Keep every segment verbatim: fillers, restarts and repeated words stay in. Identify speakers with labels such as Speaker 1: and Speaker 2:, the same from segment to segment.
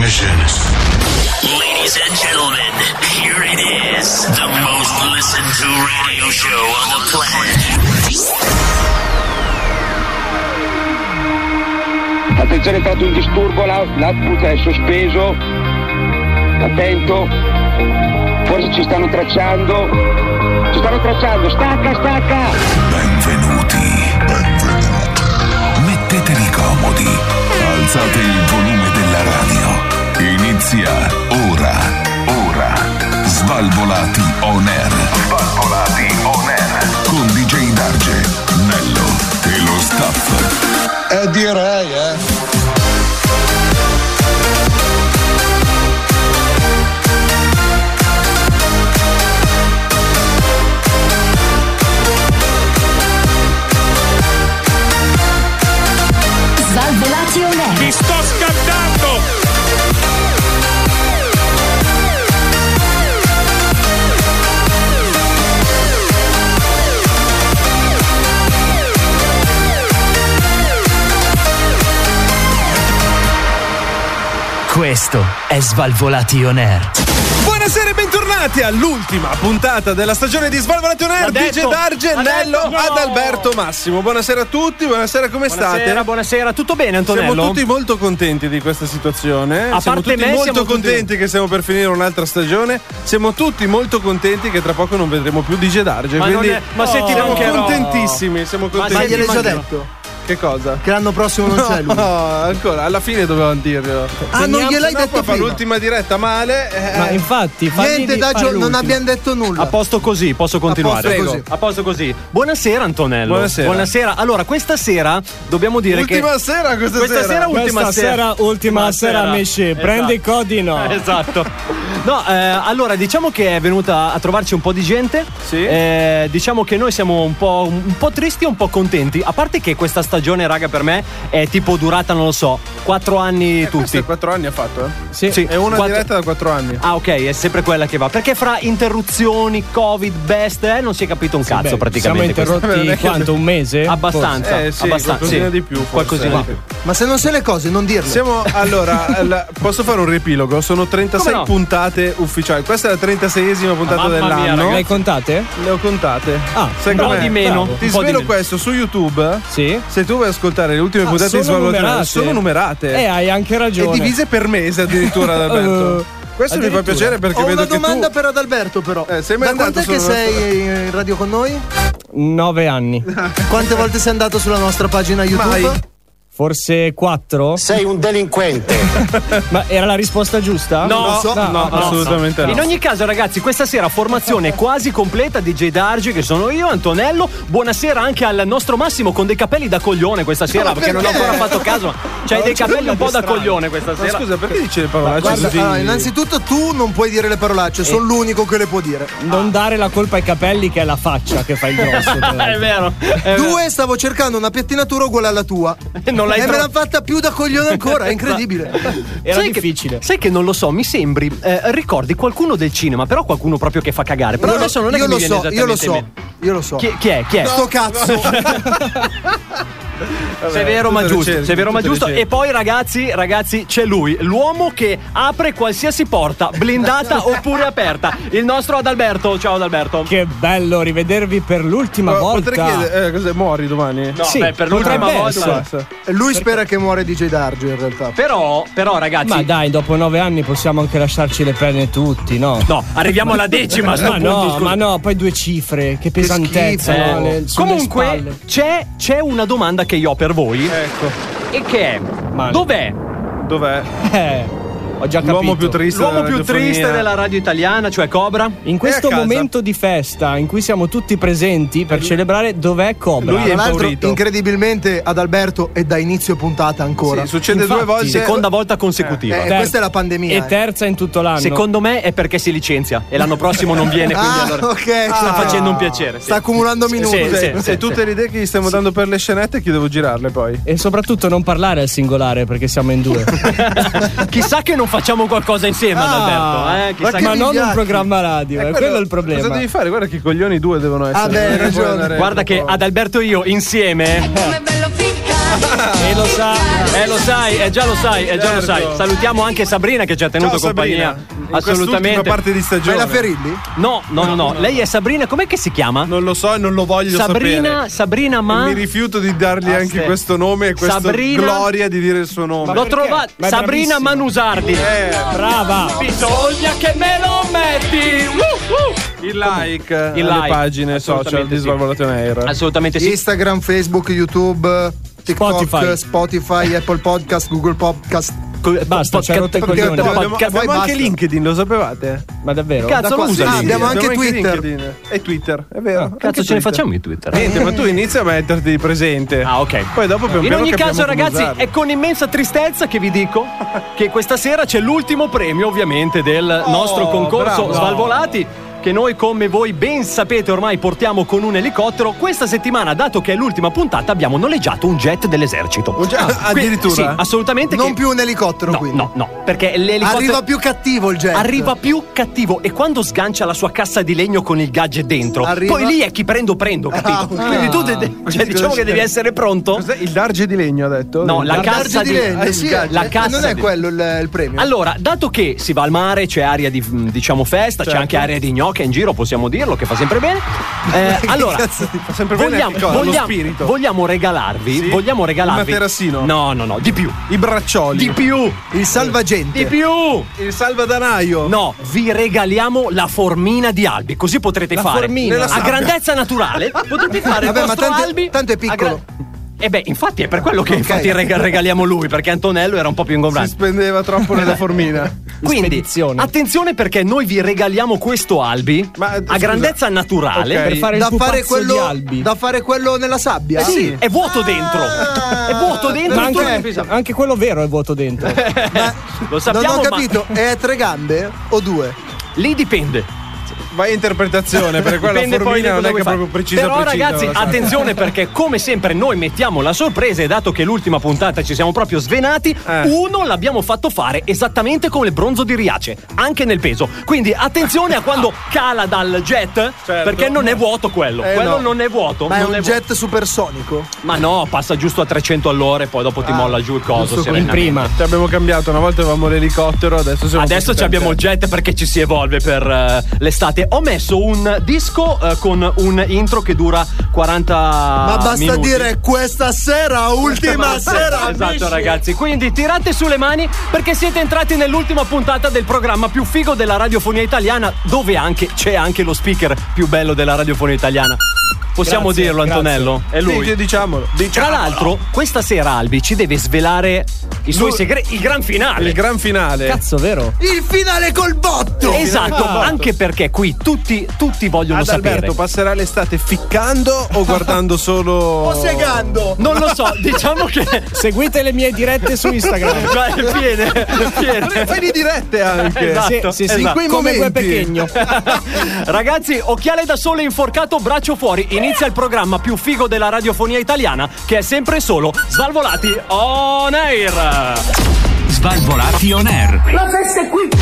Speaker 1: ignition.
Speaker 2: Ladies and gentlemen, here it is, the most listened to radio show on the planet.
Speaker 3: Attenzione, è stato un disturbo, l'output è sospeso. Attento, forse ci stanno tracciando. Ci stanno tracciando, stacca, stacca!
Speaker 1: Benvenuti. Benvenuti. Mettetevi comodi. Alzate il volume della radio. Inizia ora. Ora. Svalvolati on air. Svalvolati on air. Con D J Darge, Nello e lo staff.
Speaker 4: Eh direi, eh.
Speaker 5: Svalvolati on air.
Speaker 6: Ti sto scattando!
Speaker 2: Questo è Svalvolati on air.
Speaker 7: Buonasera e bentornati all'ultima puntata della stagione di Svalvolati on air. D J Darge, Nello,
Speaker 6: no.
Speaker 7: Adalberto, Massimo. Buonasera a tutti, buonasera, come
Speaker 6: Buonasera,
Speaker 7: state?
Speaker 6: buonasera, tutto bene, Antonello?
Speaker 7: Siamo tutti molto contenti di questa situazione.
Speaker 6: A
Speaker 7: siamo
Speaker 6: parte
Speaker 7: tutti
Speaker 6: me,
Speaker 7: molto
Speaker 6: siamo
Speaker 7: contenti
Speaker 6: tutti...
Speaker 7: che stiamo per finire un'altra stagione. Siamo tutti molto contenti che tra poco non vedremo più D J Darge.
Speaker 6: Ma,
Speaker 7: quindi
Speaker 6: non è... Ma se ti
Speaker 7: siamo
Speaker 6: mancherò.
Speaker 7: contentissimi, siamo contenti.
Speaker 8: Ma gliel'hai già detto?
Speaker 7: Che cosa?
Speaker 8: Che l'anno prossimo non
Speaker 7: no,
Speaker 8: c'è lui.
Speaker 7: No, ancora, alla fine dovevamo dirlo.
Speaker 8: Ah, non gliel'hai
Speaker 7: no,
Speaker 8: detto
Speaker 7: poi fa
Speaker 8: prima.
Speaker 7: l'ultima diretta male. Eh.
Speaker 6: Ma infatti,
Speaker 8: niente da gio- non abbiamo detto nulla.
Speaker 6: A posto così, posso continuare?
Speaker 8: A posto così.
Speaker 6: A posto così. Buonasera Antonello.
Speaker 7: Buonasera.
Speaker 6: Buonasera. Allora, questa sera dobbiamo dire
Speaker 7: ultima
Speaker 6: che
Speaker 7: sera questa,
Speaker 6: questa
Speaker 7: sera.
Speaker 6: sera ultima
Speaker 9: Questa
Speaker 6: sera,
Speaker 9: sera, ultima sera, amici.
Speaker 6: Esatto.
Speaker 9: Prendi i codi, no.
Speaker 6: Esatto. No, eh, allora diciamo che è venuta a trovarci un po' di gente.
Speaker 7: Sì.
Speaker 6: Eh, diciamo che noi siamo un po', un po' tristi e un po' contenti. A parte che questa stagione, raga, per me è tipo durata, non lo so, quattro anni
Speaker 7: Eh,
Speaker 6: tutti.
Speaker 7: questo è quattro anni ha fatto, eh?
Speaker 6: Sì, sì.
Speaker 7: È una
Speaker 6: Quattro-
Speaker 7: diretta da quattro anni.
Speaker 6: Ah, ok, è sempre quella che va. Perché fra interruzioni, Covid, best, eh, non si è capito un cazzo
Speaker 9: Beh,
Speaker 6: praticamente.
Speaker 9: Siamo interrotti
Speaker 7: questo.
Speaker 9: quanto? Un mese?
Speaker 6: Abbastanza,
Speaker 7: Eh, sì,
Speaker 6: abbastanza.
Speaker 7: qualcosina
Speaker 6: sì.
Speaker 7: di più, forse.
Speaker 6: Qualcosina di più.
Speaker 8: Ma se non sai le cose, non dirle.
Speaker 7: Siamo allora, la- posso fare un riepilogo? Sono trentasei
Speaker 6: Come no?
Speaker 7: puntate ufficiali. Questa è la trentaseiesima puntata
Speaker 6: mamma mia,
Speaker 7: dell'anno.
Speaker 6: ragazzi.
Speaker 9: Le hai contate?
Speaker 7: Le ho contate.
Speaker 9: Ah,
Speaker 7: Sai
Speaker 6: un po'
Speaker 7: com'è?
Speaker 6: di meno.
Speaker 7: Ti
Speaker 6: un po' di
Speaker 7: svelo
Speaker 6: meno.
Speaker 7: questo su YouTube.
Speaker 9: Sì.
Speaker 7: Se tu vuoi ascoltare le ultime
Speaker 9: Ah,
Speaker 7: puntate di
Speaker 9: sono
Speaker 7: Svalvolati on air,
Speaker 9: numerate.
Speaker 7: sono numerate.
Speaker 9: Eh, hai anche
Speaker 7: E
Speaker 9: ragione.
Speaker 7: divise per mese addirittura, Adalberto.
Speaker 9: Uh,
Speaker 7: Questo mi fa
Speaker 9: addirittura.
Speaker 7: piacere perché
Speaker 8: Ho
Speaker 7: vedo
Speaker 8: una
Speaker 7: che
Speaker 8: domanda
Speaker 7: tu
Speaker 8: per Adalberto, però.
Speaker 7: Eh, sei mai
Speaker 8: da
Speaker 7: andato
Speaker 8: quant'è che
Speaker 7: sulla
Speaker 8: sei in radio con noi?
Speaker 9: Nove anni.
Speaker 8: Quante volte sei andato sulla nostra pagina YouTube?
Speaker 7: Mai.
Speaker 9: Forse quattro?
Speaker 4: Sei un delinquente.
Speaker 9: Ma era la risposta giusta?
Speaker 6: No,
Speaker 8: lo so.
Speaker 9: no,
Speaker 7: No,
Speaker 9: no.
Speaker 7: assolutamente no.
Speaker 6: In ogni caso, ragazzi, questa sera formazione quasi completa. D J Darge, che sono io, Antonello. Buonasera anche al nostro Massimo con dei capelli da coglione questa sera,
Speaker 8: Ma
Speaker 6: perché non ho
Speaker 8: perché?
Speaker 6: ancora fatto caso. C'hai
Speaker 9: No,
Speaker 6: dei
Speaker 9: c'è
Speaker 6: capelli un po'
Speaker 9: nulla
Speaker 6: da
Speaker 9: di strano.
Speaker 6: coglione questa
Speaker 7: Ma
Speaker 6: sera.
Speaker 7: scusa, perché dice le parolacce
Speaker 8: Guarda,
Speaker 7: così?
Speaker 8: allora, innanzitutto tu non puoi dire le parolacce, sono l'unico che le può dire.
Speaker 9: Non dare la colpa ai capelli, che è la faccia che fa il grosso. tra
Speaker 6: è
Speaker 9: l'altro.
Speaker 6: vero. È vero.
Speaker 8: Due, stavo cercando una pettinatura uguale alla tua.
Speaker 6: Non l'hai
Speaker 8: e me
Speaker 6: tro-
Speaker 8: l'ha fatta più da coglione ancora, è incredibile.
Speaker 9: Era
Speaker 6: Sai che-
Speaker 9: difficile.
Speaker 6: sai che non lo so, mi sembri eh, ricordi qualcuno del cinema, però qualcuno proprio che fa cagare. Però
Speaker 8: Io lo-
Speaker 6: adesso non è
Speaker 8: io
Speaker 6: che
Speaker 8: lo
Speaker 6: mi viene
Speaker 8: so, io lo
Speaker 6: esattamente
Speaker 8: so,
Speaker 6: in mente.
Speaker 8: io lo so.
Speaker 6: Chi, chi è? Chi è?
Speaker 8: Sto cazzo.
Speaker 7: Vabbè,
Speaker 6: Se è vero ma
Speaker 7: tutte
Speaker 6: giusto,
Speaker 7: ricerche,
Speaker 6: se è vero ma
Speaker 7: tutte
Speaker 6: giusto.
Speaker 7: ricerche.
Speaker 6: E poi ragazzi, ragazzi, c'è lui, l'uomo che apre qualsiasi porta, blindata oppure aperta. Il nostro Adalberto. Ciao Adalberto.
Speaker 9: Che bello rivedervi per l'ultima
Speaker 7: Ma
Speaker 9: volta.
Speaker 7: potrei chiedere, eh, cos'è, muori domani?
Speaker 6: No,
Speaker 9: Sì,
Speaker 6: beh, per l'ultima
Speaker 9: potrebbe
Speaker 6: volta.
Speaker 9: essere.
Speaker 8: Lui spera che muore D J Darge in realtà.
Speaker 6: Però, però ragazzi,
Speaker 9: Ma dai, dopo nove anni possiamo anche lasciarci le penne tutti, no?
Speaker 6: no, arriviamo alla decima. a sto
Speaker 9: Ma
Speaker 6: punto,
Speaker 9: no,
Speaker 6: scusa.
Speaker 9: ma no, poi due cifre, che pesantezza,
Speaker 8: schifo.
Speaker 9: no? Le- sulle
Speaker 6: Comunque
Speaker 9: spalle.
Speaker 6: c'è, c'è una domanda che io ho per voi
Speaker 7: Ecco,
Speaker 6: e che è:
Speaker 9: Male.
Speaker 6: dov'è
Speaker 7: dov'è?
Speaker 9: Eh, ho già capito.
Speaker 7: L'uomo più triste
Speaker 6: l'uomo
Speaker 7: della
Speaker 6: più
Speaker 7: radiofonia.
Speaker 6: triste della radio italiana, cioè Cobra?
Speaker 9: In
Speaker 7: È
Speaker 9: questo
Speaker 7: a casa.
Speaker 9: momento di festa in cui siamo tutti presenti per celebrare, dov'è Cobra?
Speaker 7: Lui è
Speaker 8: Tra l'altro,
Speaker 7: impaurito.
Speaker 8: incredibilmente, Adalberto è da inizio puntata ancora.
Speaker 7: Sì, succede
Speaker 9: Infatti,
Speaker 7: due volte.
Speaker 6: Seconda volta consecutiva.
Speaker 8: Eh,
Speaker 9: Ter-
Speaker 8: questa è la pandemia.
Speaker 9: E
Speaker 8: eh.
Speaker 9: terza in tutto l'anno.
Speaker 6: Secondo me è perché si licenzia e l'anno prossimo non viene, quindi
Speaker 8: Ah,
Speaker 6: allora
Speaker 8: ok.
Speaker 6: sta
Speaker 8: Ah.
Speaker 6: facendo un piacere. sì.
Speaker 8: Sta accumulando minuti.
Speaker 6: sì,
Speaker 7: Se,
Speaker 6: sì,
Speaker 7: se tutte le idee che gli stiamo dando per le scenette, chi devo girarle poi?
Speaker 9: E soprattutto non parlare al singolare perché siamo in due.
Speaker 6: Chissà che non facciamo qualcosa insieme,
Speaker 9: Ah,
Speaker 6: Adalberto. Eh? Chissà
Speaker 8: ma
Speaker 6: che-
Speaker 9: Ma non un
Speaker 8: vigliacchi.
Speaker 9: programma radio,
Speaker 7: Eh,
Speaker 9: è quello il problema.
Speaker 7: Cosa devi fare? Guarda che coglioni due devono essere.
Speaker 8: Ah, beh, hai
Speaker 7: Non puoi
Speaker 8: ragione.
Speaker 7: andare
Speaker 6: Guarda che
Speaker 7: troppo-
Speaker 6: Adalberto e io insieme
Speaker 5: Come bello ficcare.
Speaker 9: E lo sa.
Speaker 6: Eh lo sai, eh già lo sai, eh già lo sai.
Speaker 7: Certo.
Speaker 6: Salutiamo anche Sabrina che ci ha tenuto
Speaker 7: Ciao,
Speaker 6: compagnia.
Speaker 7: Sabrina. In
Speaker 6: Assolutamente.
Speaker 7: quest'ultima parte di stagione.
Speaker 8: Ma è la Ferilli?
Speaker 6: No, no, no, no. Lei è Sabrina, com'è che si chiama?
Speaker 7: Non lo so e non lo voglio
Speaker 6: Sabrina,
Speaker 7: sapere.
Speaker 6: Sabrina ma.
Speaker 7: Mi rifiuto di dargli
Speaker 6: Ah,
Speaker 7: anche
Speaker 6: sì.
Speaker 7: questo nome e questa
Speaker 6: Sabrina-
Speaker 7: gloria di dire il suo nome.
Speaker 6: L'ho
Speaker 9: perché?
Speaker 6: trovato.
Speaker 9: Ma è
Speaker 6: Sabrina
Speaker 9: bravissima.
Speaker 6: Manusardi.
Speaker 7: Eh,
Speaker 9: Brava.
Speaker 6: Bisogna che me lo metti. Uh, uh.
Speaker 7: il like
Speaker 6: Il
Speaker 7: alle
Speaker 6: like.
Speaker 7: pagine social
Speaker 6: Assolutamente
Speaker 7: di
Speaker 6: sì.
Speaker 7: Svalvolation Air.
Speaker 6: Assolutamente sì.
Speaker 8: Instagram, Facebook, YouTube, TikTok,
Speaker 9: Spotify.
Speaker 8: Spotify, Apple Podcast, Google Podcast.
Speaker 9: Basta, ci ha rotto i
Speaker 6: Podcast-
Speaker 9: coglioni.
Speaker 6: podcast-
Speaker 7: Abbiamo, abbiamo
Speaker 8: Poi
Speaker 7: anche
Speaker 8: basta.
Speaker 7: LinkedIn, lo sapevate?
Speaker 9: Ma davvero?
Speaker 6: Cazzo,
Speaker 8: Da
Speaker 6: lo
Speaker 8: qua-
Speaker 6: usa
Speaker 8: ah,
Speaker 6: LinkedIn.
Speaker 8: abbiamo anche Twitter.
Speaker 7: LinkedIn. E Twitter, è vero.
Speaker 6: Cazzo,
Speaker 7: Anche
Speaker 6: ce ne
Speaker 7: Twitter.
Speaker 6: facciamo in Twitter?
Speaker 7: Niente, ma tu inizia a metterti presente.
Speaker 6: Ah, ok.
Speaker 7: Poi dopo pian
Speaker 6: In
Speaker 7: piano
Speaker 6: ogni
Speaker 7: capiamo
Speaker 6: caso,
Speaker 7: come
Speaker 6: ragazzi,
Speaker 7: usarlo.
Speaker 6: è con immensa tristezza che vi dico che questa sera c'è l'ultimo premio, ovviamente, del
Speaker 7: Oh,
Speaker 6: nostro concorso
Speaker 7: bravo.
Speaker 6: Svalvolati. Che noi, come voi ben sapete, ormai portiamo con un elicottero. Questa settimana, dato che è l'ultima puntata, abbiamo noleggiato un jet dell'esercito.
Speaker 7: Un jet-
Speaker 6: Ah, qui-
Speaker 7: addirittura?
Speaker 6: Sì, assolutamente.
Speaker 8: Non
Speaker 6: che-
Speaker 8: più un elicottero,
Speaker 6: No,
Speaker 8: quindi.
Speaker 6: no, no, perché l'elicottero
Speaker 8: Arriva più cattivo il jet.
Speaker 6: arriva più cattivo e quando sgancia la sua cassa di legno con il gadget dentro,
Speaker 8: Arriva-
Speaker 6: poi lì è chi prendo prendo, capito?
Speaker 8: Ah, ok.
Speaker 6: Quindi tu de- de- cioè, diciamo che devi essere pronto.
Speaker 7: Cos'è? Il darge di legno, ha detto?
Speaker 6: No, la
Speaker 7: Il darge-
Speaker 6: cassa
Speaker 8: Darge
Speaker 6: di
Speaker 8: di legno,
Speaker 6: eh,
Speaker 8: sì,
Speaker 6: la
Speaker 8: eh,
Speaker 6: cassa
Speaker 8: non è
Speaker 6: di-
Speaker 8: quello il, il premio.
Speaker 6: Allora, dato che si va al mare, c'è aria di diciamo festa, c'è
Speaker 7: Certo.
Speaker 6: anche aria di gnocca in giro, possiamo dirlo, che fa sempre bene. Eh, allora,
Speaker 8: cazzo di-
Speaker 7: fa sempre bene
Speaker 6: vogliamo,
Speaker 7: a che cosa? Lo
Speaker 6: vogliamo,
Speaker 7: spirito.
Speaker 6: vogliamo regalarvi,
Speaker 7: Sì?
Speaker 6: vogliamo regalarvi
Speaker 7: Il materassino?
Speaker 6: No, no, no, di più.
Speaker 7: I braccioli.
Speaker 6: Di più.
Speaker 8: Il salvagente.
Speaker 6: Di più.
Speaker 7: Il salvadanaio.
Speaker 6: No, vi regaliamo la formina di Albi, così potrete
Speaker 9: La
Speaker 6: fare
Speaker 9: formina.
Speaker 7: Nella
Speaker 6: a
Speaker 7: sabbia.
Speaker 6: grandezza naturale. Potete fare
Speaker 8: Vabbè,
Speaker 6: il
Speaker 8: ma
Speaker 6: vostro
Speaker 8: tanto-
Speaker 6: Albi
Speaker 8: tanto è
Speaker 6: a
Speaker 8: piccolo.
Speaker 6: gra- E beh, infatti è per quello che
Speaker 8: Ok.
Speaker 6: infatti rega- regaliamo lui, perché Antonello era un po' più
Speaker 7: Si
Speaker 6: ingombrante.
Speaker 7: spendeva troppo nella formina.
Speaker 6: Quindi,
Speaker 9: Spedizione.
Speaker 6: attenzione perché noi vi regaliamo questo Albi
Speaker 7: Ma,
Speaker 6: a
Speaker 7: scusa.
Speaker 6: grandezza naturale.
Speaker 7: Ok.
Speaker 9: Per fare il
Speaker 8: Da fare,
Speaker 9: pupazzo di
Speaker 8: quello,
Speaker 9: Albi.
Speaker 8: da fare quello nella sabbia?
Speaker 6: Eh sì, è vuoto dentro. È vuoto dentro.
Speaker 9: Ma
Speaker 6: tu
Speaker 9: anche,
Speaker 6: devi sapere.
Speaker 9: anche quello vero è vuoto dentro.
Speaker 8: Ma
Speaker 6: Lo sappiamo,
Speaker 8: non ho
Speaker 6: ma-
Speaker 8: capito, è a tre gambe o due?
Speaker 6: Lì dipende.
Speaker 7: Vai a interpretazione, perché quella
Speaker 6: Dipende poi
Speaker 7: formina
Speaker 6: da
Speaker 7: non
Speaker 6: cosa
Speaker 7: è che è
Speaker 6: vuoi
Speaker 7: proprio
Speaker 6: fare.
Speaker 7: precisa.
Speaker 6: Però
Speaker 7: precisa,
Speaker 6: ragazzi,
Speaker 7: lo sai.
Speaker 6: attenzione perché come sempre noi mettiamo la sorpresa e dato che l'ultima puntata ci siamo proprio svenati,
Speaker 7: Eh.
Speaker 6: uno l'abbiamo fatto fare esattamente come il bronzo di Riace, anche nel peso. Quindi attenzione a quando cala dal jet, perché non è vuoto quello.
Speaker 7: Eh,
Speaker 6: quello
Speaker 7: no.
Speaker 6: non è vuoto.
Speaker 8: Ma è
Speaker 6: non
Speaker 8: un
Speaker 6: vuoto.
Speaker 8: jet supersonico?
Speaker 6: Ma no, passa giusto a trecento all'ora e poi dopo ti molla giù il coso.
Speaker 9: giusto come
Speaker 6: serenamente.
Speaker 9: prima.
Speaker 7: Ci abbiamo cambiato, una volta avevamo l'elicottero, adesso siamo
Speaker 6: Adesso
Speaker 7: tutti
Speaker 6: ci abbiamo il
Speaker 7: per
Speaker 6: jet perché ci si evolve per eh, l'estate. Ho messo un disco eh, con un intro che dura quaranta
Speaker 8: Ma basta
Speaker 6: minuti.
Speaker 8: dire questa sera, ultima sera.
Speaker 6: Esatto,
Speaker 8: amici.
Speaker 6: ragazzi. Quindi tirate su le mani perché siete entrati nell'ultima puntata del programma più figo della radiofonia italiana, dove anche c'è anche lo speaker più bello della radiofonia italiana. Possiamo
Speaker 9: Grazie,
Speaker 6: dirlo,
Speaker 9: grazie.
Speaker 6: Antonello? È lui.
Speaker 7: Sì, diciamolo.
Speaker 6: Tra l'altro, questa sera Albi ci deve svelare i suoi
Speaker 7: Lui-
Speaker 6: segreti, il gran finale.
Speaker 7: Il gran finale.
Speaker 9: Cazzo, vero?
Speaker 8: Il finale col botto.
Speaker 6: Esatto,
Speaker 7: Ah.
Speaker 6: anche perché qui tutti, tutti vogliono sapere.
Speaker 7: Adalberto passerà l'estate ficcando o guardando solo.
Speaker 8: O segando.
Speaker 6: Non lo so, diciamo che.
Speaker 9: Seguite le mie dirette su Instagram.
Speaker 6: Cioè, piene, piene.
Speaker 7: Fai di dirette anche.
Speaker 6: Esatto,
Speaker 9: Sì, sì, sì,
Speaker 6: esatto.
Speaker 7: quei
Speaker 9: come quel
Speaker 7: momenti.
Speaker 9: pechegno.
Speaker 6: Ragazzi, occhiale da sole inforcato, braccio fuori. Inizia il programma più figo della radiofonia italiana, che è sempre solo Svalvolati on air.
Speaker 2: Svalvolati on air.
Speaker 5: La festa è qui,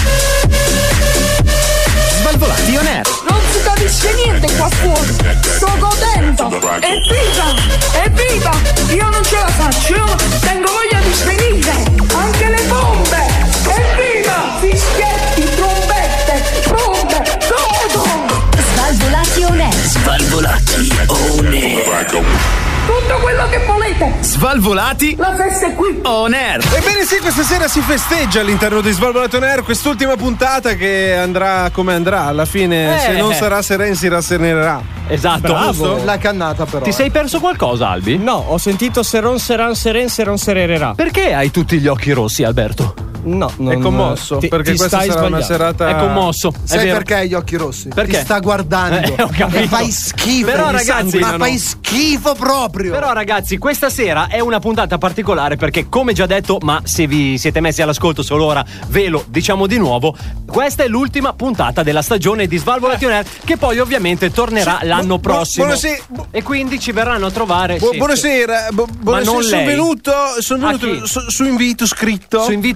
Speaker 6: Svalvolati on air.
Speaker 5: non si capisce niente qua fuori. Sto godendo. Evviva! Evviva! Io non ce la faccio, io tengo voglia di svenire. Anche le bombe! Evviva! Fischietti, trombette, bombe, godo!
Speaker 10: Svalvolati on air.
Speaker 2: Svalvolati on air.
Speaker 5: Tutto quello che volete!
Speaker 2: Svalvolati
Speaker 5: La festa è qui!
Speaker 2: on air.
Speaker 7: Ebbene sì, questa sera si festeggia all'interno di Svalvolato on Air quest'ultima puntata che andrà come andrà. Alla fine,
Speaker 6: Eh.
Speaker 7: se non sarà Seren, si rassenererà.
Speaker 6: Esatto.
Speaker 9: Bravo.
Speaker 8: La cannata però.
Speaker 6: Ti sei perso qualcosa, Albi?
Speaker 9: No, ho sentito Seron Seran Seren Seron Serererà.
Speaker 6: Perché hai tutti gli occhi rossi, Alberto?
Speaker 9: No, non,
Speaker 7: È commosso
Speaker 9: ti-
Speaker 7: perché
Speaker 9: ti
Speaker 7: questa
Speaker 9: stai
Speaker 7: sarà una
Speaker 9: sbagliando.
Speaker 7: serata.
Speaker 6: È commosso.
Speaker 8: Sai
Speaker 6: è vero.
Speaker 8: perché hai gli occhi rossi?
Speaker 6: Perché?
Speaker 8: Ti sta guardando.
Speaker 6: Eh, ho capito.
Speaker 8: E fai schifo.
Speaker 6: Però,
Speaker 8: mi
Speaker 6: ragazzi,
Speaker 8: sanguina,
Speaker 6: no,
Speaker 8: ma fai
Speaker 6: no.
Speaker 8: schifo proprio.
Speaker 6: Però ragazzi, questa sera è una puntata particolare perché come già detto, ma se vi siete messi all'ascolto solo ora, ve lo diciamo di nuovo, questa è l'ultima puntata della stagione di Svalvolati on Air, che poi ovviamente tornerà
Speaker 7: Sì,
Speaker 6: l'anno
Speaker 7: bu- bu-
Speaker 6: prossimo.
Speaker 7: buonasera, bu-
Speaker 6: e quindi ci verranno a trovare
Speaker 7: Bu-
Speaker 6: sì,
Speaker 7: buonasera, bu- buonasera.
Speaker 6: non
Speaker 7: sono
Speaker 6: lei.
Speaker 7: venuto, sono
Speaker 6: A
Speaker 7: venuto
Speaker 6: chi?
Speaker 7: su, su invito scritto.
Speaker 6: su invito scritto di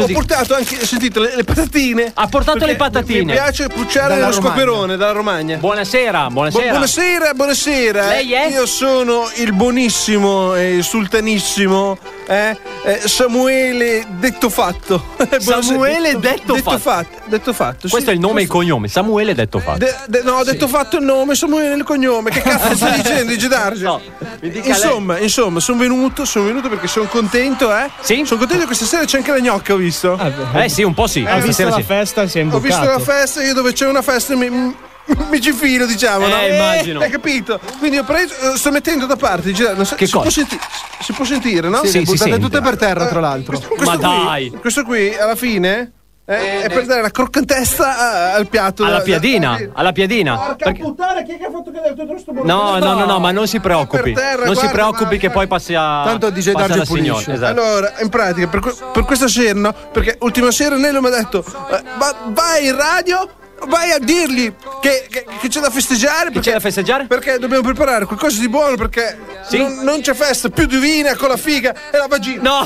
Speaker 6: musica.
Speaker 7: Ho portato anche, sentite, le, le patatine.
Speaker 6: Ha portato
Speaker 7: Perché
Speaker 6: le patatine.
Speaker 7: Mi piace pucciare
Speaker 8: Dalla
Speaker 7: nello
Speaker 8: Romagna.
Speaker 7: scoperone dalla Romagna.
Speaker 6: Buonasera, buonasera.
Speaker 7: Bu- buonasera, buonasera.
Speaker 6: Lei è?
Speaker 7: Io sono il buonissimo e sultanissimo eh, eh, Samuele detto fatto. Buonasera.
Speaker 6: Samuele detto fatto.
Speaker 7: Detto fatto.
Speaker 6: Questo
Speaker 7: sì.
Speaker 6: è il nome e il cognome. Samuele detto fatto.
Speaker 7: De- de- no, ho detto fatto il nome, Samuele il cognome. Che cazzo stai dicendo, Gigi Darge?
Speaker 6: No, mi dica
Speaker 7: Insomma, insomma, sono venuto, sono venuto perché sono contento, eh?
Speaker 6: Sì?
Speaker 7: Sono contento che questa sera c'è anche la gnocca, ho visto.
Speaker 6: Eh sì, un po' sì.
Speaker 9: Hai visto
Speaker 6: Stasera
Speaker 9: la
Speaker 6: sì.
Speaker 9: festa, si è
Speaker 7: Ho
Speaker 9: imboccato.
Speaker 7: visto la festa, io dove c'è una festa mi, mi, mi ci filo, diciamo,
Speaker 6: Eh,
Speaker 7: no?
Speaker 6: immagino.
Speaker 7: Hai capito? Quindi ho preso, eh, sto mettendo da parte, Gigi, non so-
Speaker 6: Che
Speaker 7: si,
Speaker 6: cosa?
Speaker 7: può senti- si può sentire, no?
Speaker 8: Sì,
Speaker 6: Sì,
Speaker 8: le
Speaker 6: si
Speaker 8: buttate
Speaker 6: sente.
Speaker 8: tutte per terra, tra l'altro.
Speaker 7: Questo
Speaker 6: Ma
Speaker 7: qui-
Speaker 6: dai.
Speaker 7: Questo qui, alla fine, eh, è per dare la croccantezza a- al piatto.
Speaker 6: Alla
Speaker 7: da-
Speaker 6: piadina,
Speaker 7: da-
Speaker 6: alla piadina.
Speaker 7: Porca
Speaker 6: Perché-
Speaker 7: puttana, chi è che ha fatto cadere tutto questo
Speaker 6: No, no, no, no, ma non si preoccupi.
Speaker 7: Per terra,
Speaker 6: Non si
Speaker 7: guarda,
Speaker 6: preoccupi
Speaker 7: ma-
Speaker 6: che poi passi a.
Speaker 8: Tanto D J
Speaker 6: passa
Speaker 8: Darge
Speaker 6: da signore,
Speaker 8: pulisce.
Speaker 6: esatto.
Speaker 7: Allora, in pratica, per, que- per questa sera, no? Perché ultima sera Nello mi ha detto: eh, va- vai in radio, vai a dirgli che, che- che c'è da festeggiare. Che
Speaker 6: c'è da festeggiare?
Speaker 7: Perché dobbiamo preparare qualcosa di buono, perché
Speaker 6: Sì?
Speaker 7: non, non c'è festa più divina con la figa e la vagina.
Speaker 6: No!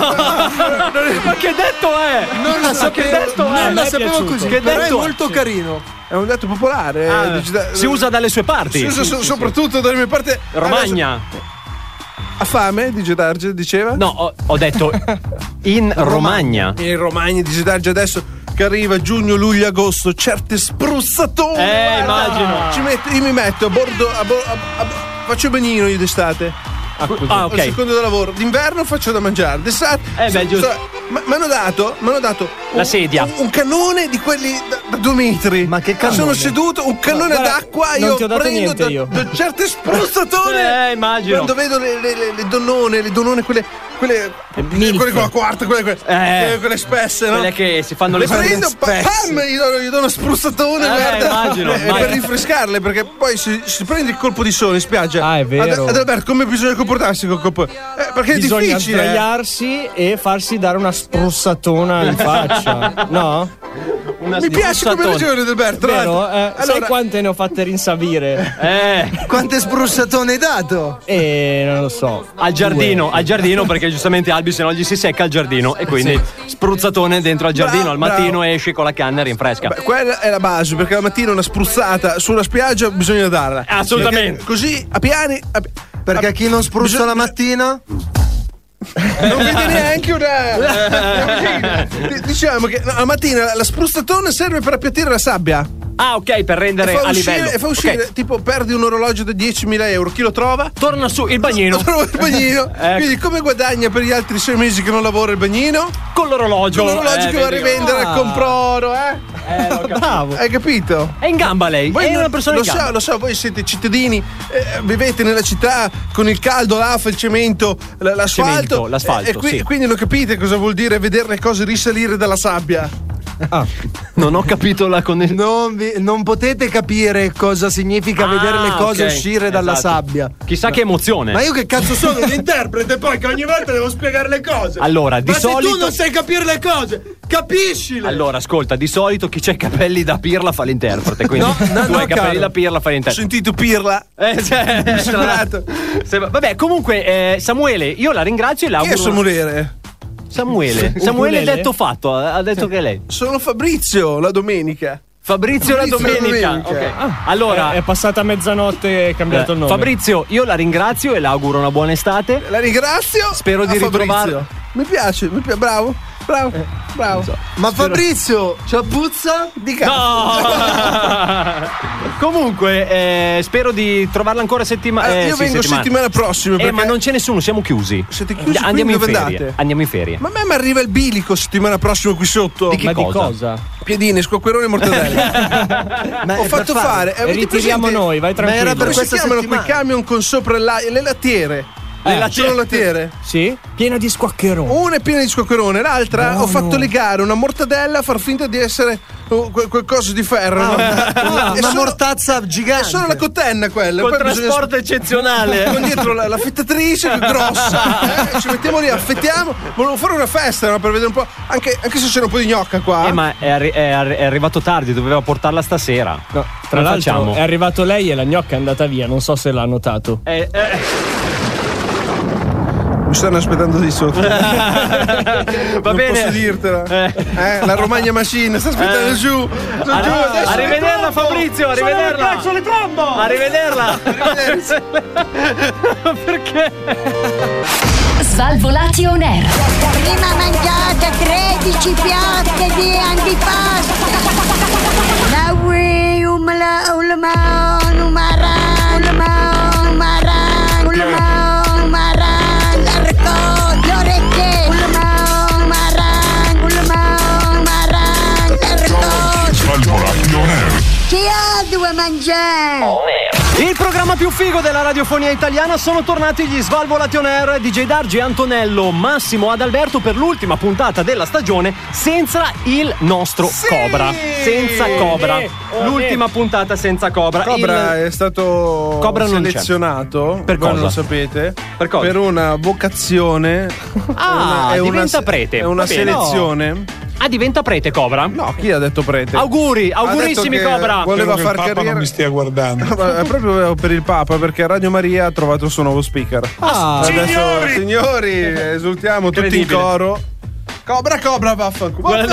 Speaker 6: Ma che detto è?
Speaker 8: Non la sapevo,
Speaker 6: Che detto
Speaker 8: non
Speaker 6: è?
Speaker 8: la
Speaker 9: Mi è
Speaker 8: sapevo
Speaker 9: piaciuto.
Speaker 8: così.
Speaker 6: Che
Speaker 8: Però è
Speaker 6: detto è?
Speaker 8: molto carino.
Speaker 7: È un detto popolare.
Speaker 6: Ah,
Speaker 7: eh, digita-
Speaker 6: si usa dalle sue parti.
Speaker 7: Si usa so- soprattutto dalle mie parti.
Speaker 6: Romagna.
Speaker 7: Adesso- ha fame? Dice Darge, diceva?
Speaker 6: No, ho, ho detto in Romagna.
Speaker 7: In Romagna, dice Darge, adesso che arriva giugno, luglio, agosto, certe spruzzatone.
Speaker 6: Eh,
Speaker 7: guarda.
Speaker 6: immagino.
Speaker 7: Ci metto, io mi metto a bordo, a bo- a- a- faccio il bagnino io d'estate.
Speaker 6: Ah,
Speaker 7: Al
Speaker 6: ok.
Speaker 7: secondo del lavoro. D'inverno faccio da mangiare. D'estate.
Speaker 6: Eh, beh, giusto.
Speaker 7: Mi hanno dato, m'hanno dato un,
Speaker 6: La sedia.
Speaker 7: Un, un cannone di quelli da, da due metri.
Speaker 8: Ma che cannone?
Speaker 7: Sono seduto, un cannone
Speaker 9: Guarda,
Speaker 7: d'acqua.
Speaker 9: non
Speaker 7: Io
Speaker 9: ti ho dato
Speaker 7: prendo
Speaker 9: niente
Speaker 7: da,
Speaker 9: io.
Speaker 7: da certe spruzzatone.
Speaker 6: Eh, immagino.
Speaker 7: Quando vedo le, le, le, le donnone, le donnone, quelle. Quelle,
Speaker 9: milf.
Speaker 7: quelle con la quarta, quelle, quelle,
Speaker 6: Eh.
Speaker 7: quelle, quelle spesse, no?
Speaker 6: Quelle che si fanno le
Speaker 7: Le prendo, pa- pam, gli do, gli do una spruzzatone,
Speaker 6: Eh,
Speaker 7: guarda,
Speaker 6: immagino,
Speaker 7: eh,
Speaker 6: immagino.
Speaker 7: per rinfrescarle, perché poi si, si prende il colpo di sole in spiaggia.
Speaker 9: Ah, è vero.
Speaker 7: Ad, Adalberto, come bisogna comportarsi col colpo? Eh, perché
Speaker 9: Bisogna
Speaker 7: è difficile.
Speaker 9: sdraiarsi e farsi dare una spruzzatona in faccia. No?
Speaker 6: Una
Speaker 7: Mi piace come
Speaker 6: spruzzatone.
Speaker 7: ragione, Adalberto. tra
Speaker 9: Vero?
Speaker 7: l'altro.
Speaker 9: Eh, sai
Speaker 7: Allora,
Speaker 9: quante ne ho fatte rinsavire?
Speaker 6: Eh,
Speaker 8: Quante spruzzatone hai dato?
Speaker 9: E non lo so.
Speaker 6: al giardino, al giardino perché giustamente Albi se no gli si secca al giardino e quindi spruzzatone dentro al giardino,
Speaker 7: Bravo,
Speaker 6: al mattino
Speaker 7: bravo.
Speaker 6: esci con la canna e rinfresca.
Speaker 7: beh, quella è la base, perché la mattina una spruzzata sulla spiaggia bisogna darla.
Speaker 6: Assolutamente.
Speaker 7: Perché così a piani. A, pi-
Speaker 8: Perché
Speaker 7: a-
Speaker 8: chi non spruzza
Speaker 7: bisogna-
Speaker 8: la mattina?
Speaker 7: Non vedi neanche una. Diciamo che no, la mattina la- la spruzzatone serve per appiattire la sabbia.
Speaker 6: Ah, ok, per
Speaker 7: E
Speaker 6: rendere
Speaker 7: fa
Speaker 6: a
Speaker 7: uscire,
Speaker 6: livello.
Speaker 7: e fa uscire
Speaker 6: Ok.
Speaker 7: tipo perdi un orologio da diecimila euro. Chi lo trova?
Speaker 6: Torna su il bagnino
Speaker 7: Lo trova il bagnino.
Speaker 6: Ecco.
Speaker 7: Quindi come guadagna per gli altri sei mesi che non lavora il bagnino?
Speaker 6: con l'orologio.
Speaker 7: L'orologio
Speaker 6: Eh,
Speaker 7: che va a
Speaker 6: vedi.
Speaker 7: rivendere
Speaker 9: Ah.
Speaker 7: al compro-oro, eh?
Speaker 9: Bravo.
Speaker 7: Hai capito?
Speaker 6: È in gamba lei,
Speaker 7: Voi
Speaker 6: è
Speaker 7: non-
Speaker 6: una persona
Speaker 7: lo
Speaker 6: in gamba.
Speaker 7: so, lo so, voi siete cittadini, eh, vivete nella città con il caldo, l'afa, il cemento, l- l'asfalto.
Speaker 6: Cemento, l'asfalto,
Speaker 7: eh, e qui-
Speaker 6: sì.
Speaker 7: quindi non capite cosa vuol dire vedere le cose risalire dalla sabbia.
Speaker 6: Non ho capito la connessione.
Speaker 8: Non, vi- non potete capire cosa significa vedere le cose
Speaker 6: Ah, ok,
Speaker 8: uscire dalla
Speaker 6: esatto.
Speaker 8: sabbia.
Speaker 6: Chissà che emozione.
Speaker 8: Ma io che cazzo sono l'interprete poi che ogni volta devo spiegare le cose?
Speaker 6: Allora, di
Speaker 8: Ma se
Speaker 6: solito-
Speaker 8: tu non sai capire le cose, capiscile!
Speaker 6: Allora, ascolta, di solito chi c'ha i capelli da pirla fa l'interprete. Quindi
Speaker 8: No, no,
Speaker 6: tu
Speaker 8: no,
Speaker 6: hai i capelli
Speaker 8: caro.
Speaker 6: da pirla fai
Speaker 7: Ho
Speaker 6: l'interprete.
Speaker 7: sentito pirla.
Speaker 6: Eh, cioè, tra l'altro. Se- Vabbè, comunque, eh, Samuele, io la ringrazio e le
Speaker 7: Chi è
Speaker 6: auguro.
Speaker 7: Samuele?
Speaker 6: Samuele. Samuele
Speaker 9: Ukulele?
Speaker 6: detto fatto, ha ha detto che è lei.
Speaker 7: Sono Fabrizio la domenica.
Speaker 6: Fabrizio, la
Speaker 7: Fabrizio la
Speaker 6: domenica.
Speaker 7: domenica.
Speaker 6: Ok. Allora,
Speaker 9: È, è passata mezzanotte e è cambiato
Speaker 6: eh,
Speaker 9: il nome.
Speaker 6: Fabrizio, io la ringrazio e le auguro una buona estate.
Speaker 7: La ringrazio.
Speaker 6: Spero di
Speaker 7: a Fabrizio.
Speaker 6: ritrovarlo.
Speaker 7: Mi piace, mi piace, bravo, bravo, bravo.
Speaker 8: Ma Fabrizio, c'ha puzza?
Speaker 7: Di cazzo.
Speaker 6: No! Comunque, eh, spero di trovarla ancora settima-
Speaker 7: Eh,
Speaker 6: eh,
Speaker 7: io
Speaker 6: sì,
Speaker 7: vengo settimana prossima.
Speaker 6: Eh,
Speaker 7: perché-
Speaker 6: ma non c'è nessuno, siamo chiusi.
Speaker 7: Siete chiusi,
Speaker 6: Andiamo in
Speaker 7: quindi dove
Speaker 6: ferie.
Speaker 7: andate?
Speaker 6: Andiamo in ferie.
Speaker 7: Ma a me mi arriva il bilico settimana prossima qui sotto.
Speaker 6: Di che
Speaker 9: Ma di
Speaker 6: cosa?
Speaker 9: cosa?
Speaker 7: Piedine, squacquerone e mortadella.
Speaker 8: Ma
Speaker 7: Ho
Speaker 8: è
Speaker 7: fatto
Speaker 8: per
Speaker 7: fare.
Speaker 9: E
Speaker 7: avete
Speaker 9: ritiriamo
Speaker 7: presente-
Speaker 9: noi, vai
Speaker 8: Ma era
Speaker 9: tranquillo.
Speaker 8: per
Speaker 7: Come si
Speaker 8: questa
Speaker 7: chiamano
Speaker 8: settimana.
Speaker 7: quei camion con sopra il la- le lattiere?
Speaker 6: Le
Speaker 7: Eh,
Speaker 6: lattiere.
Speaker 7: sono lattiere.
Speaker 9: Sì? Piena di squaccheroni.
Speaker 7: Una è piena di squaccherone, l'altra ho fatto legare una mortadella a far finta di essere oh, que- qualcosa di ferro. no?
Speaker 8: Ah,
Speaker 7: È
Speaker 8: una
Speaker 7: solo-
Speaker 8: mortazza
Speaker 7: È
Speaker 8: gigante.
Speaker 7: solo la cotenna quella.
Speaker 6: Col
Speaker 7: poi bisogna-
Speaker 6: trasporto eccezionale.
Speaker 7: con dietro la, la fettatrice che è grossa, eh, ci mettiamo lì, affettiamo. Volevo fare una festa, no, per vedere un po'. Anche, anche se c'era un po' di gnocca qua.
Speaker 6: Eh, ma è, arri- è arri- è arrivato tardi, doveva portarla stasera.
Speaker 9: No, tra
Speaker 6: Come
Speaker 9: l'altro
Speaker 6: facciamo?
Speaker 9: è arrivato lei e la gnocca è andata via, non so se l'ha notato.
Speaker 6: Eh, eh,
Speaker 7: Mi stanno aspettando di sotto.
Speaker 6: Va
Speaker 7: non
Speaker 6: bene.
Speaker 7: posso dirtela. Eh. Eh, la Romagna Machine sta aspettando
Speaker 6: Eh.
Speaker 7: giù. Sono giù
Speaker 6: Arri-
Speaker 7: adesso.
Speaker 6: arrivederla Fabrizio, arrivederla.
Speaker 9: Cazzo le trombo!
Speaker 6: Arrivederla. Perché?
Speaker 10: Svalvolati on air.
Speaker 11: Prima mangiate tredici piatte di antipasto. La ui umla ulma umara ulma umara ulma umara l'arco le orecchie ulma umara ulma umara l'arco.
Speaker 1: Svalvolati on air.
Speaker 11: Chi ha due mangiare?
Speaker 6: Il programma più figo della radiofonia italiana, sono tornati gli Svalvolati on air, D J Dargi, Antonello, Massimo, Adalberto per l'ultima puntata della stagione senza il nostro
Speaker 7: Sì!
Speaker 6: Cobra. Senza Cobra. L'ultima puntata senza Cobra.
Speaker 7: Cobra
Speaker 6: Il-
Speaker 7: è stato
Speaker 6: Cobra non c'è.
Speaker 7: selezionato,
Speaker 6: Per
Speaker 7: voi non
Speaker 6: cosa?
Speaker 7: lo sapete,
Speaker 6: Per cosa?
Speaker 7: per una vocazione.
Speaker 6: Ah,
Speaker 7: è una,
Speaker 6: diventa
Speaker 7: se-
Speaker 6: prete.
Speaker 7: È una
Speaker 6: Va bene.
Speaker 7: selezione.
Speaker 6: Ah, diventa prete Cobra?
Speaker 7: No, chi ha detto prete?
Speaker 6: Auguri,
Speaker 7: Ha
Speaker 6: augurissimi
Speaker 7: detto che
Speaker 6: Cobra.
Speaker 7: Voleva
Speaker 12: Spero che
Speaker 7: far
Speaker 12: il Papa
Speaker 7: carriera.
Speaker 12: non mi stia guardando.
Speaker 7: Ma è proprio per il Papa, perché Radio Maria ha trovato il suo nuovo speaker.
Speaker 9: Ah,
Speaker 7: Adesso,
Speaker 12: signori!
Speaker 7: signori, esultiamo tutti in
Speaker 6: Incredibile.
Speaker 7: coro. Cobra, Cobra, vaffanculo.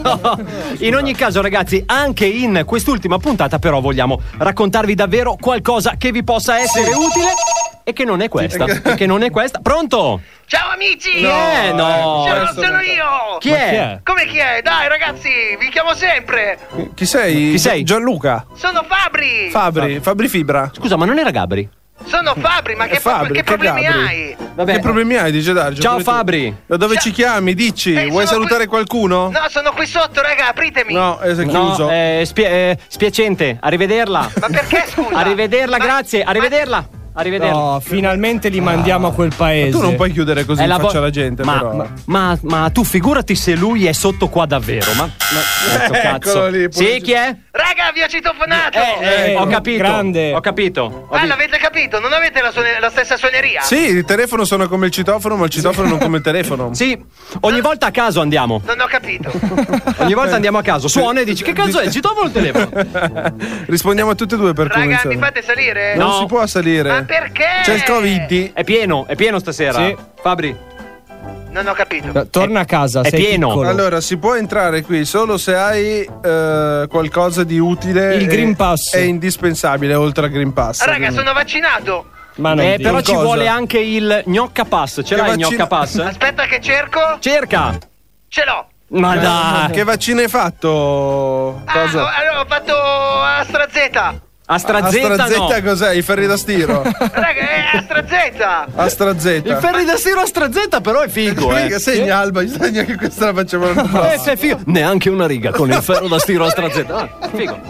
Speaker 6: In ogni caso, ragazzi, anche in quest'ultima puntata, però, vogliamo raccontarvi davvero qualcosa che vi possa essere utile e che non è questa. E che non è questa. Pronto?
Speaker 13: Ciao amici!
Speaker 6: Chi è? No.
Speaker 13: Sono,
Speaker 7: questo
Speaker 13: sono
Speaker 7: non-
Speaker 13: io!
Speaker 6: Chi è?
Speaker 13: Come chi è? Dai ragazzi, vi chiamo sempre!
Speaker 7: Chi sei?
Speaker 6: Chi sei?
Speaker 7: Gianluca.
Speaker 13: Sono Fabri!
Speaker 7: Fabri, Fabri Fibra.
Speaker 6: Scusa, ma non era Gabri?
Speaker 13: Sono Fabri, ma
Speaker 7: È
Speaker 13: che,
Speaker 7: Fabri,
Speaker 13: che
Speaker 7: che
Speaker 13: problemi
Speaker 7: Gabri.
Speaker 13: hai?
Speaker 6: Vabbè.
Speaker 7: Che problemi hai, dice Dargio?
Speaker 6: Ciao
Speaker 7: Pure tu.
Speaker 6: Fabri.
Speaker 7: Da dove
Speaker 13: Ciao.
Speaker 7: ci chiami? Dici,
Speaker 13: Eh,
Speaker 7: vuoi
Speaker 13: sono
Speaker 7: salutare
Speaker 13: qui-
Speaker 7: qualcuno?
Speaker 13: No, sono qui sotto, raga, apritemi!
Speaker 7: No, è chiuso.
Speaker 6: No, eh, spie- eh, spiacente. Arrivederla.
Speaker 13: Ma perché scusa?
Speaker 6: Arrivederla,
Speaker 13: Ma-
Speaker 6: grazie.
Speaker 13: ma-
Speaker 6: Arrivederla. Arrivederla.
Speaker 9: No, finalmente li mandiamo a quel paese.
Speaker 7: Tu non puoi chiudere così
Speaker 6: È
Speaker 7: in
Speaker 6: la
Speaker 7: faccia
Speaker 6: vo-
Speaker 7: alla gente,
Speaker 6: ma,
Speaker 7: però.
Speaker 6: ma, ma, ma tu figurati se lui è sotto qua davvero. Ma, ma ecco, cazzo.
Speaker 7: Eccolo lì, pure-
Speaker 6: Sì, chi è?
Speaker 13: Raga, vi ho citofonato!
Speaker 6: Eh,
Speaker 9: Eh,
Speaker 6: ho capito.
Speaker 9: grande.
Speaker 6: Ho capito. Ho
Speaker 13: ah,
Speaker 6: vi-
Speaker 13: l'avete capito? Non avete la, suone- la stessa suoneria?
Speaker 7: Sì, il telefono suona come il citofono, ma il citofono non come il telefono.
Speaker 6: Sì, ogni volta a caso andiamo.
Speaker 13: Non ho capito.
Speaker 6: Ogni volta andiamo a caso. Suona e dici che cazzo è? Il citofono o il telefono?
Speaker 7: Rispondiamo a tutte e due per
Speaker 13: Raga,
Speaker 7: convenzione.
Speaker 13: mi fate salire?
Speaker 7: Non
Speaker 6: No.
Speaker 7: si può salire.
Speaker 13: Ma perché?
Speaker 7: C'è il Covid.
Speaker 6: È pieno, è pieno stasera.
Speaker 9: Sì.
Speaker 6: Fabri.
Speaker 13: Non ho capito.
Speaker 9: No, torna a casa,
Speaker 6: è
Speaker 9: sei
Speaker 6: pieno.
Speaker 9: piccolo.
Speaker 7: Allora, si può entrare qui solo se hai eh, qualcosa di utile.
Speaker 9: Il
Speaker 7: e-
Speaker 9: Green Pass.
Speaker 7: È indispensabile oltre al Green Pass.
Speaker 13: Raga,
Speaker 7: quindi-
Speaker 13: sono vaccinato.
Speaker 9: Ma non
Speaker 6: Eh,
Speaker 9: dico.
Speaker 6: però ci
Speaker 7: cosa?
Speaker 6: vuole anche il gnocca pass. Ce
Speaker 7: Che
Speaker 6: l'hai il
Speaker 7: vaccino-
Speaker 6: gnocca pass?
Speaker 13: Aspetta che cerco.
Speaker 6: Cerca.
Speaker 13: Ce l'ho.
Speaker 6: Ma dai.
Speaker 7: Che vaccino hai fatto?
Speaker 13: Ah,
Speaker 7: Cosa?
Speaker 13: ho- allora ho fatto AstraZeta.
Speaker 6: AstraZeta no.
Speaker 7: AstraZeta cos'è? I ferri da stiro.
Speaker 13: Raga, è AstraZeta.
Speaker 7: AstraZeta.
Speaker 6: Il ferri da stiro AstraZeta però è figo, eh.
Speaker 7: Figa, segna Alba, segna che questa la facciamo l'anno
Speaker 6: Eh,
Speaker 7: prossimo.
Speaker 6: se è figo. Neanche una riga con il ferro da stiro AstraZeta. Ah, figo.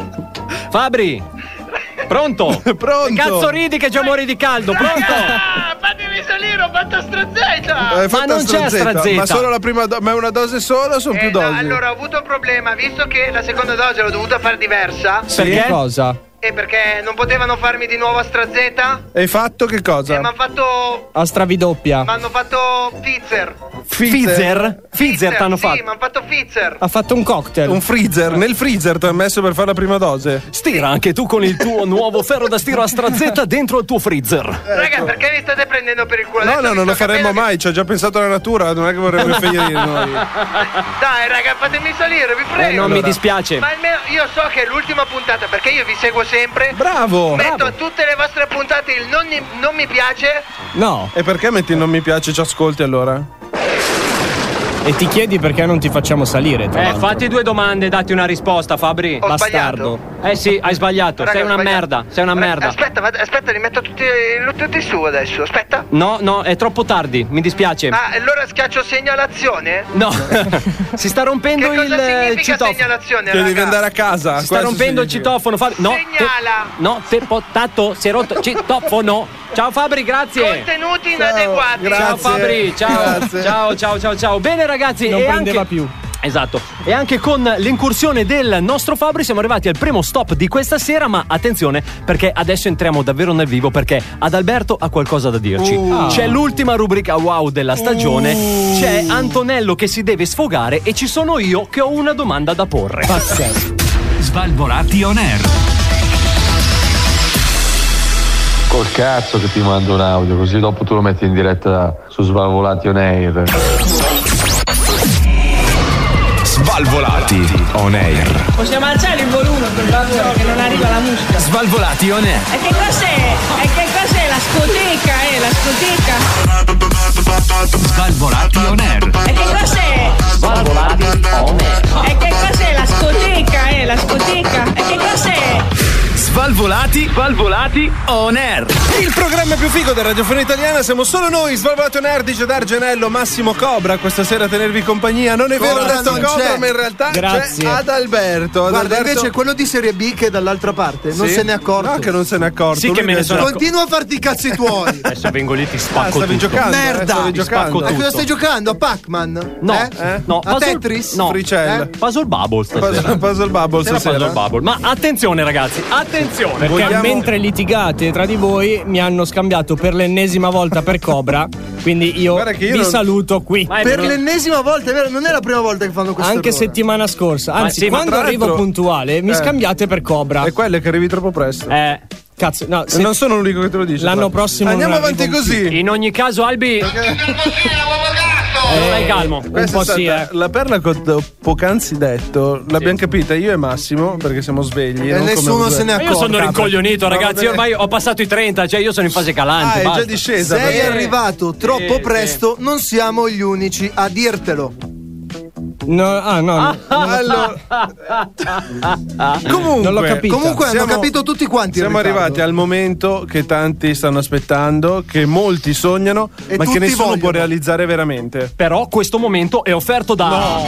Speaker 6: Fabri. Pronto?
Speaker 7: Pronto.
Speaker 6: Che cazzo ridi che già muori di caldo? Pronto?
Speaker 13: Ah, fatemi salire, ho fatto AstraZeta.
Speaker 7: Hai fatto
Speaker 6: non c'è AstraZeta.
Speaker 7: Ma solo la prima do- ma è una dose sola o sono
Speaker 13: Eh,
Speaker 7: più
Speaker 13: no,
Speaker 7: dosi?
Speaker 13: allora ho avuto un problema, visto che la seconda dose l'ho dovuta fare diversa.
Speaker 9: Perché? Cosa?
Speaker 13: E perché non potevano farmi di nuovo AstraZeta?
Speaker 7: Hai fatto che cosa?
Speaker 13: E mi hanno fatto.
Speaker 9: Astra doppia.
Speaker 13: Mi hanno fatto Pfizer.
Speaker 6: Pfizer? Pfizer t'hanno
Speaker 13: sì,
Speaker 6: fatto.
Speaker 13: mi hanno fatto Pfizer.
Speaker 9: Ha fatto un cocktail.
Speaker 7: Un freezer, nel freezer ti ha messo per fare la prima dose.
Speaker 6: Stira anche tu con il tuo nuovo ferro da stiro AstraZeta dentro il tuo freezer.
Speaker 13: Raga, perché mi state prendendo per il culo?
Speaker 7: No,
Speaker 13: Adesso
Speaker 7: no,
Speaker 13: vi
Speaker 7: non lo
Speaker 13: sto
Speaker 7: faremmo
Speaker 13: capendo
Speaker 7: mai, ci ha già pensato la natura, non è che vorremmo ferire noi.
Speaker 13: che- Dai, raga, fatemi salire, vi prego.
Speaker 6: Eh, non mi dispiace.
Speaker 13: Ma almeno io so che è l'ultima puntata, perché io vi seguo sempre.
Speaker 7: Bravo!
Speaker 13: Metto a tutte le vostre puntate il non, non mi piace.
Speaker 9: No.
Speaker 7: E perché metti il non mi piace, ci ascolti allora?
Speaker 9: E ti chiedi perché non ti facciamo salire. tra
Speaker 6: Eh,
Speaker 9: l'altro.
Speaker 6: fatti due domande, datti una risposta, Fabri.
Speaker 13: Ho
Speaker 9: Bastardo.
Speaker 6: Eh sì, hai sbagliato.
Speaker 13: Raga,
Speaker 6: sei
Speaker 13: ho
Speaker 6: una
Speaker 13: sbagliato.
Speaker 6: merda. Sei una
Speaker 13: Raga,
Speaker 6: merda.
Speaker 13: Aspetta, vado- aspetta, li metto tutti, tutti su adesso. Aspetta.
Speaker 6: No, no, è troppo tardi. Mi dispiace.
Speaker 13: Ah, allora schiaccio segnalazione?
Speaker 6: No, si sta rompendo
Speaker 13: Che cosa
Speaker 6: il eh,
Speaker 13: significa
Speaker 6: citofono.
Speaker 13: segnalazione,
Speaker 7: Che devi
Speaker 13: raga?
Speaker 7: andare a casa.
Speaker 6: Si sta rompendo il citofono. Fabri. No, te-
Speaker 13: Segnala.
Speaker 6: no, te potato, si è rotto il citofono. Ciao Fabri, grazie.
Speaker 13: Contenuti inadeguati.
Speaker 7: grazie.
Speaker 6: Ciao Fabri, ciao.
Speaker 7: Grazie.
Speaker 6: Ciao, ciao, ciao, ciao. Bene ragazzi,
Speaker 9: Non
Speaker 6: e
Speaker 9: prendeva
Speaker 6: anche
Speaker 9: più.
Speaker 6: Esatto, e anche con l'incursione del nostro Fabri siamo arrivati al primo stop di questa sera, ma attenzione perché adesso entriamo davvero nel vivo perché Adalberto ha qualcosa da dirci.
Speaker 7: Uh.
Speaker 6: C'è l'ultima rubrica wow della stagione, c'è Antonello che si deve sfogare e ci sono io che ho una domanda da porre.
Speaker 9: Pazzesco.
Speaker 1: Svalvolati on air.
Speaker 10: Col cazzo che ti mando un audio, così dopo tu lo metti in diretta su Svalvolati on Air.
Speaker 1: Svalvolati on Air.
Speaker 5: Possiamo alzare il volume per favore che non arriva la musica.
Speaker 1: Svalvolati on Air.
Speaker 5: E che cos'è? E che cos'è la scoteca, eh? La scoteca?
Speaker 1: Svalvolati on Air.
Speaker 5: E che cos'è?
Speaker 6: Svalvolati on Air.
Speaker 5: E che cos'è la scoteca, eh? La scoteca? E che cos'è?
Speaker 1: Svalvolati, Svalvolati on Air.
Speaker 7: Il programma più figo della radiofonia italiana, siamo solo noi, Svalvolati on Air, dice D'Argenello, Massimo Cobra, questa sera a tenervi compagnia. Non è vero,
Speaker 8: Cobra
Speaker 7: detto
Speaker 8: non
Speaker 7: Cobra,
Speaker 8: c'è.
Speaker 7: ma in realtà
Speaker 9: Grazie.
Speaker 7: c'è Adalberto.
Speaker 8: Guarda,
Speaker 7: Adalberto...
Speaker 8: invece quello di Serie B che è dall'altra parte non
Speaker 7: Sì?
Speaker 8: se ne è accorto.
Speaker 7: No, che non se ne è accorto.
Speaker 6: Sì,
Speaker 7: Lui
Speaker 6: che me ne
Speaker 7: viene
Speaker 6: sono
Speaker 7: già-
Speaker 6: accorto.
Speaker 8: Continua a farti i cazzi tuoi.
Speaker 6: Adesso vengo lì, ti
Speaker 7: Ah,
Speaker 6: spacco
Speaker 7: stavi
Speaker 6: tutto.
Speaker 7: giocando? eh,
Speaker 8: Merda.
Speaker 7: stavi
Speaker 6: Ti
Speaker 7: giocando.
Speaker 6: spacco
Speaker 8: A cosa
Speaker 6: tutto.
Speaker 8: stai giocando? A Pac-Man?
Speaker 6: No,
Speaker 8: Eh?
Speaker 6: eh? no,
Speaker 8: A
Speaker 6: puzzle-
Speaker 8: Tetris?
Speaker 6: no.
Speaker 7: Fricelle.
Speaker 8: Eh?
Speaker 6: Puzzle Bubble stasera.
Speaker 7: Puzzle, puzzle Bubble
Speaker 6: Stasera
Speaker 7: stasera.
Speaker 6: Puzzle Bubble. Ma attenzione ragazzi, attenzione.
Speaker 9: Perché
Speaker 7: Vogliamo-
Speaker 9: mentre litigate tra di voi mi hanno scambiato per l'ennesima volta per Cobra. Quindi io,
Speaker 7: Guarda che io
Speaker 9: vi
Speaker 7: non-
Speaker 9: saluto qui.
Speaker 6: Ma è
Speaker 8: Per
Speaker 6: vero-
Speaker 8: l'ennesima volta, è vero? Non è la prima volta che fanno questo.
Speaker 9: Anche
Speaker 8: errore.
Speaker 9: settimana scorsa. Anzi,
Speaker 6: sì, ma
Speaker 9: quando
Speaker 7: tra
Speaker 9: arrivo
Speaker 7: l'altro-
Speaker 9: puntuale mi
Speaker 7: Eh.
Speaker 9: scambiate per Cobra.
Speaker 7: E quello è che arrivi troppo presto.
Speaker 9: Eh, cazzo, no, se-
Speaker 7: Non sono l'unico che te lo dice.
Speaker 9: L'anno
Speaker 7: Fabio.
Speaker 9: prossimo
Speaker 7: Andiamo
Speaker 9: non
Speaker 7: avanti
Speaker 9: arrivo
Speaker 7: così.
Speaker 6: In ogni caso, Albi, stai calmo.
Speaker 9: un
Speaker 7: Questa
Speaker 9: po'
Speaker 7: è stata
Speaker 9: sì, eh.
Speaker 7: la perla che ho poc'anzi detto. L'abbiamo capita io e Massimo perché siamo svegli.
Speaker 8: E
Speaker 7: non
Speaker 8: nessuno
Speaker 7: come-
Speaker 8: se ne
Speaker 6: Ma io
Speaker 8: accorge.
Speaker 6: sono rincoglionito,
Speaker 7: Va
Speaker 6: ragazzi.
Speaker 7: bene.
Speaker 6: Io ormai ho passato i trenta, cioè io sono in fase calante.
Speaker 7: Ah, è
Speaker 6: basta.
Speaker 7: già discesa.
Speaker 8: Sei
Speaker 7: perché-
Speaker 8: arrivato troppo
Speaker 6: Sì,
Speaker 8: presto, non siamo gli unici a dirtelo.
Speaker 9: No, ah, no, no,
Speaker 7: Allora, comunque,
Speaker 9: non l'ho capito.
Speaker 8: Comunque hanno
Speaker 7: Siamo-
Speaker 8: capito tutti quanti. il
Speaker 7: siamo
Speaker 8: ritardo.
Speaker 7: arrivati al momento che tanti stanno aspettando, che molti sognano,
Speaker 8: E
Speaker 7: ma che
Speaker 8: tutti
Speaker 7: nessuno
Speaker 8: vogliono.
Speaker 7: può realizzare veramente.
Speaker 6: Però questo momento è offerto da.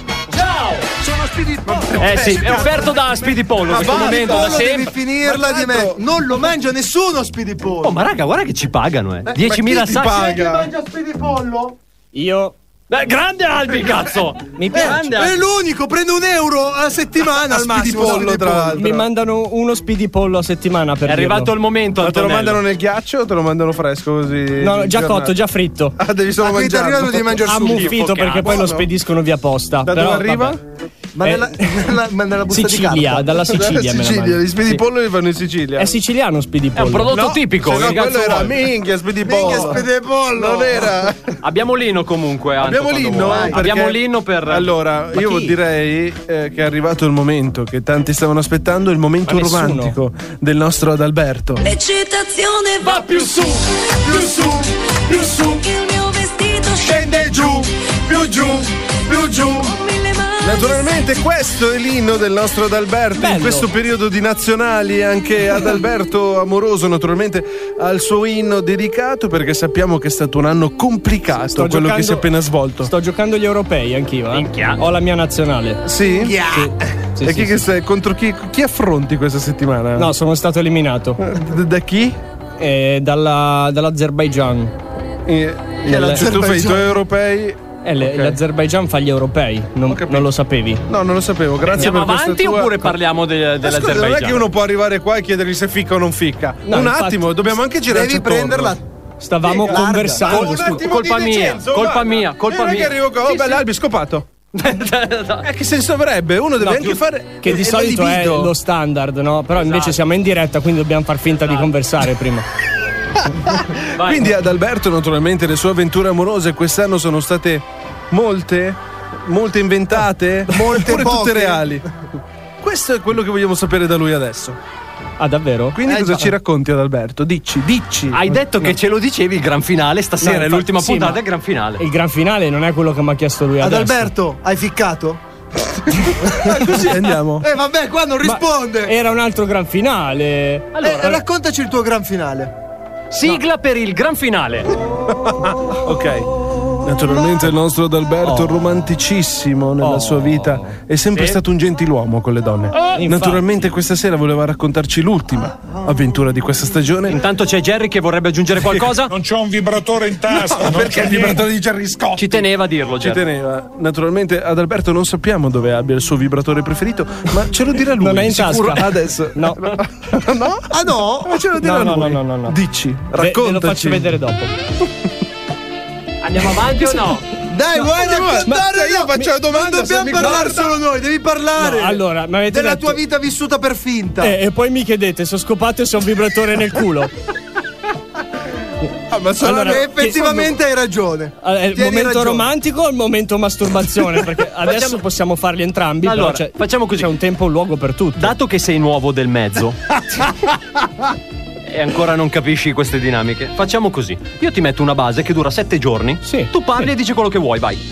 Speaker 8: Sono Speedy
Speaker 6: Eh sì, è offerto da Speedy Pollo. Questo momento da
Speaker 8: devi
Speaker 6: sempre.
Speaker 8: finirla
Speaker 7: Ma
Speaker 8: di me.
Speaker 7: tanto-
Speaker 8: Non lo mangia nessuno Speedy Pollo.
Speaker 6: Oh, ma raga, guarda che ci pagano, eh.
Speaker 7: ma
Speaker 6: diecimila
Speaker 7: chi ti
Speaker 6: sacchi.
Speaker 7: paga?
Speaker 8: mangia Speedy Pollo?
Speaker 9: Io
Speaker 6: Eh, grande Albi, cazzo!
Speaker 9: mi
Speaker 8: Eh,
Speaker 9: piace.
Speaker 8: è l'unico, prende un euro a settimana al
Speaker 7: Speedy
Speaker 8: massimo.
Speaker 7: Pollo,
Speaker 8: Speedy
Speaker 7: tra l'altro.
Speaker 9: Mi mandano uno Speedy Pollo a settimana per
Speaker 6: È arrivato
Speaker 9: dirlo.
Speaker 6: il momento,
Speaker 7: Ma te lo
Speaker 6: Antonello.
Speaker 7: mandano nel ghiaccio o te lo mandano fresco così?
Speaker 9: No, già
Speaker 7: giornato?
Speaker 9: cotto, già fritto.
Speaker 7: Ah, devi solo
Speaker 8: Ah, quindi ti è
Speaker 7: mangiarlo.
Speaker 8: arrivato di mangiare subito.
Speaker 9: Ammuffito
Speaker 6: Schifo,
Speaker 9: perché poi lo
Speaker 7: buono.
Speaker 9: spediscono via posta.
Speaker 7: Da
Speaker 9: Però,
Speaker 7: dove arriva?
Speaker 9: vabbè.
Speaker 8: Ma
Speaker 9: Eh,
Speaker 8: nella, nella, ma nella busta di
Speaker 9: Sicilia,
Speaker 8: carta.
Speaker 9: dalla Sicilia. me la
Speaker 7: Sicilia,
Speaker 9: mando.
Speaker 7: gli Speedy
Speaker 9: Sì.
Speaker 7: Pollo li fanno in Sicilia.
Speaker 9: È siciliano Speedy
Speaker 6: È un
Speaker 9: Pollo.
Speaker 6: prodotto
Speaker 7: No,
Speaker 6: tipico.
Speaker 7: se no,
Speaker 6: che cazzo
Speaker 7: quello era
Speaker 6: vuoi?
Speaker 7: minchia Speedy
Speaker 8: Minchia,
Speaker 7: Pollo.
Speaker 8: Speedy Pollo.
Speaker 7: Non era.
Speaker 6: Abbiamo l'ino comunque. Anto,
Speaker 7: Abbiamo
Speaker 6: quando
Speaker 7: l'inno?
Speaker 6: vuoi.
Speaker 7: Perché-
Speaker 6: Abbiamo l'inno per.
Speaker 7: Allora,
Speaker 6: Ma
Speaker 7: io
Speaker 6: chi?
Speaker 7: direi eh, che è arrivato il momento che tanti stavano aspettando, il momento
Speaker 9: Ma nessuno.
Speaker 7: romantico del nostro Adalberto.
Speaker 5: L'eccitazione va
Speaker 7: più su, più su, più su,
Speaker 5: il mio vestito
Speaker 7: scende giù, più giù, più giù.
Speaker 5: mille mani.
Speaker 7: Naturalmente questo è l'inno del nostro Adalberto.
Speaker 9: Bello.
Speaker 7: In questo periodo di nazionali anche Adalberto Amoroso naturalmente ha il suo inno dedicato, perché sappiamo che è stato un anno complicato
Speaker 9: Sto
Speaker 7: quello
Speaker 9: giocando-
Speaker 7: che si è appena svolto.
Speaker 9: Sto giocando gli europei anch'io. Eh.
Speaker 6: Minchia.
Speaker 9: Ho la mia nazionale.
Speaker 7: Sì?
Speaker 9: Sì,
Speaker 7: E
Speaker 9: sì,
Speaker 7: chi
Speaker 9: sì,
Speaker 7: che
Speaker 9: sì.
Speaker 7: sei? Contro chi, chi affronti questa settimana?
Speaker 9: No, sono stato eliminato
Speaker 7: D- da chi?
Speaker 9: eh, dalla, dall'Azerbaijan.
Speaker 7: Eh,
Speaker 8: Chi è
Speaker 7: cioè, tu fai i tuoi
Speaker 8: l'Azerbaijan?
Speaker 7: europei.
Speaker 9: Eh, le-
Speaker 7: Ok.
Speaker 9: L'Azerbaijan fa gli europei. Non,
Speaker 7: capito.
Speaker 9: non lo sapevi?
Speaker 7: No, non lo sapevo. Grazie
Speaker 6: Andiamo
Speaker 7: per
Speaker 6: avanti
Speaker 7: questa tua...
Speaker 6: oppure parliamo de-
Speaker 7: Ma scusa, non è
Speaker 6: dell'Azerbaijan?
Speaker 7: che uno può arrivare qua e chiedergli se ficca o non ficca.
Speaker 9: No,
Speaker 7: un
Speaker 9: infatti-
Speaker 7: attimo, dobbiamo anche girarci
Speaker 8: Devi
Speaker 7: attorno.
Speaker 8: prenderla.
Speaker 9: Stavamo
Speaker 8: Larga.
Speaker 9: conversando.
Speaker 7: Un
Speaker 9: scusa.
Speaker 7: attimo
Speaker 6: colpa
Speaker 7: di
Speaker 6: mia,
Speaker 7: decenzo,
Speaker 6: colpa
Speaker 7: guarda.
Speaker 6: mia, colpa
Speaker 7: Non è
Speaker 6: mia.
Speaker 7: che arrivo qua, oh, beh, l'Albi scopato. Eh, che senso avrebbe? Uno deve
Speaker 9: No,
Speaker 7: anche
Speaker 9: più-
Speaker 7: fare.
Speaker 9: Che di
Speaker 7: eh,
Speaker 9: solito
Speaker 7: la
Speaker 9: è
Speaker 7: libido.
Speaker 9: lo standard, no? Però invece
Speaker 6: Esatto.
Speaker 9: siamo in diretta, quindi dobbiamo far finta di conversare prima.
Speaker 6: Vai.
Speaker 7: Quindi ad Alberto, naturalmente, le sue avventure amorose quest'anno sono state molte, molte inventate,
Speaker 8: Molte
Speaker 7: oppure tutte
Speaker 8: poche.
Speaker 7: reali. Questo è quello che vogliamo sapere da lui adesso.
Speaker 9: Ah, davvero?
Speaker 7: Quindi
Speaker 8: Eh,
Speaker 7: cosa
Speaker 8: già.
Speaker 7: ci racconti ad Alberto? Dici, dici.
Speaker 6: Hai detto che ce lo dicevi il gran finale. Stasera
Speaker 9: No,
Speaker 6: è
Speaker 9: infatti,
Speaker 6: l'ultima
Speaker 9: sì,
Speaker 6: puntata
Speaker 9: ma-
Speaker 6: del gran finale.
Speaker 9: Il gran finale non è quello che mi ha chiesto lui
Speaker 8: Ad
Speaker 9: adesso.
Speaker 8: Alberto, hai ficcato?
Speaker 7: Ah, così andiamo.
Speaker 8: Eh vabbè, qua non
Speaker 9: Ma
Speaker 8: risponde.
Speaker 9: Era un altro gran finale.
Speaker 8: Eh, raccontaci il tuo gran finale.
Speaker 6: Sigla per il gran finale.
Speaker 7: Ok. Naturalmente il nostro Adalberto,
Speaker 9: Oh.
Speaker 7: romanticissimo nella
Speaker 9: Oh.
Speaker 7: sua vita, è sempre
Speaker 6: Sì.
Speaker 7: stato un gentiluomo con le donne.
Speaker 9: Infatti.
Speaker 7: Naturalmente questa sera voleva raccontarci l'ultima avventura di questa stagione.
Speaker 6: Intanto c'è Jerry che vorrebbe aggiungere qualcosa.
Speaker 12: Non c'ho un vibratore in tasca.
Speaker 7: No,
Speaker 12: non
Speaker 7: perché
Speaker 12: c'ho
Speaker 7: il
Speaker 12: niente.
Speaker 7: vibratore di Gerry Scott?
Speaker 6: Ci teneva a dirlo,
Speaker 7: Ci
Speaker 6: Jerry.
Speaker 7: teneva. Naturalmente ad Alberto non sappiamo dove abbia il suo vibratore preferito, ma ce lo dirà lui.
Speaker 9: Non è in
Speaker 7: sicuro
Speaker 9: tasca.
Speaker 7: adesso.
Speaker 9: No.
Speaker 7: No?
Speaker 8: Ah no?
Speaker 7: Ma ce lo dirà
Speaker 9: No, no,
Speaker 7: lui.
Speaker 9: no, no, no.
Speaker 7: Dici,
Speaker 9: Ve-
Speaker 7: raccontaci.
Speaker 9: Ve lo faccio vedere dopo.
Speaker 6: Andiamo avanti o no?
Speaker 8: Dai, vuoi raccontare?
Speaker 7: ma- cioè, io
Speaker 8: No,
Speaker 7: faccio la domanda,
Speaker 8: Non
Speaker 7: se
Speaker 8: dobbiamo
Speaker 7: mi
Speaker 8: parlare
Speaker 7: guarda.
Speaker 8: solo noi, devi parlare.
Speaker 9: No, allora, mi avete
Speaker 8: della
Speaker 9: detto-
Speaker 8: tua vita vissuta per finta.
Speaker 9: Eh, e poi mi chiedete se ho scopato e se ho un vibratore nel culo.
Speaker 7: Ah, ma sono
Speaker 9: Allora,
Speaker 8: E effettivamente hai ragione.
Speaker 9: Allora, il
Speaker 8: Tieni
Speaker 9: momento
Speaker 8: ragione.
Speaker 9: romantico o il momento masturbazione? Perché adesso
Speaker 6: Facciamo-
Speaker 9: possiamo farli entrambi.
Speaker 6: Allora,
Speaker 9: però c'è,
Speaker 6: facciamo così.
Speaker 9: c'è un tempo e un luogo per tutto.
Speaker 6: Dato che sei nuovo del mezzo e ancora non capisci queste dinamiche, facciamo così. Io ti metto una base che dura sette giorni.
Speaker 9: Sì,
Speaker 6: Tu parli
Speaker 9: sì.
Speaker 6: e dici quello che vuoi, vai.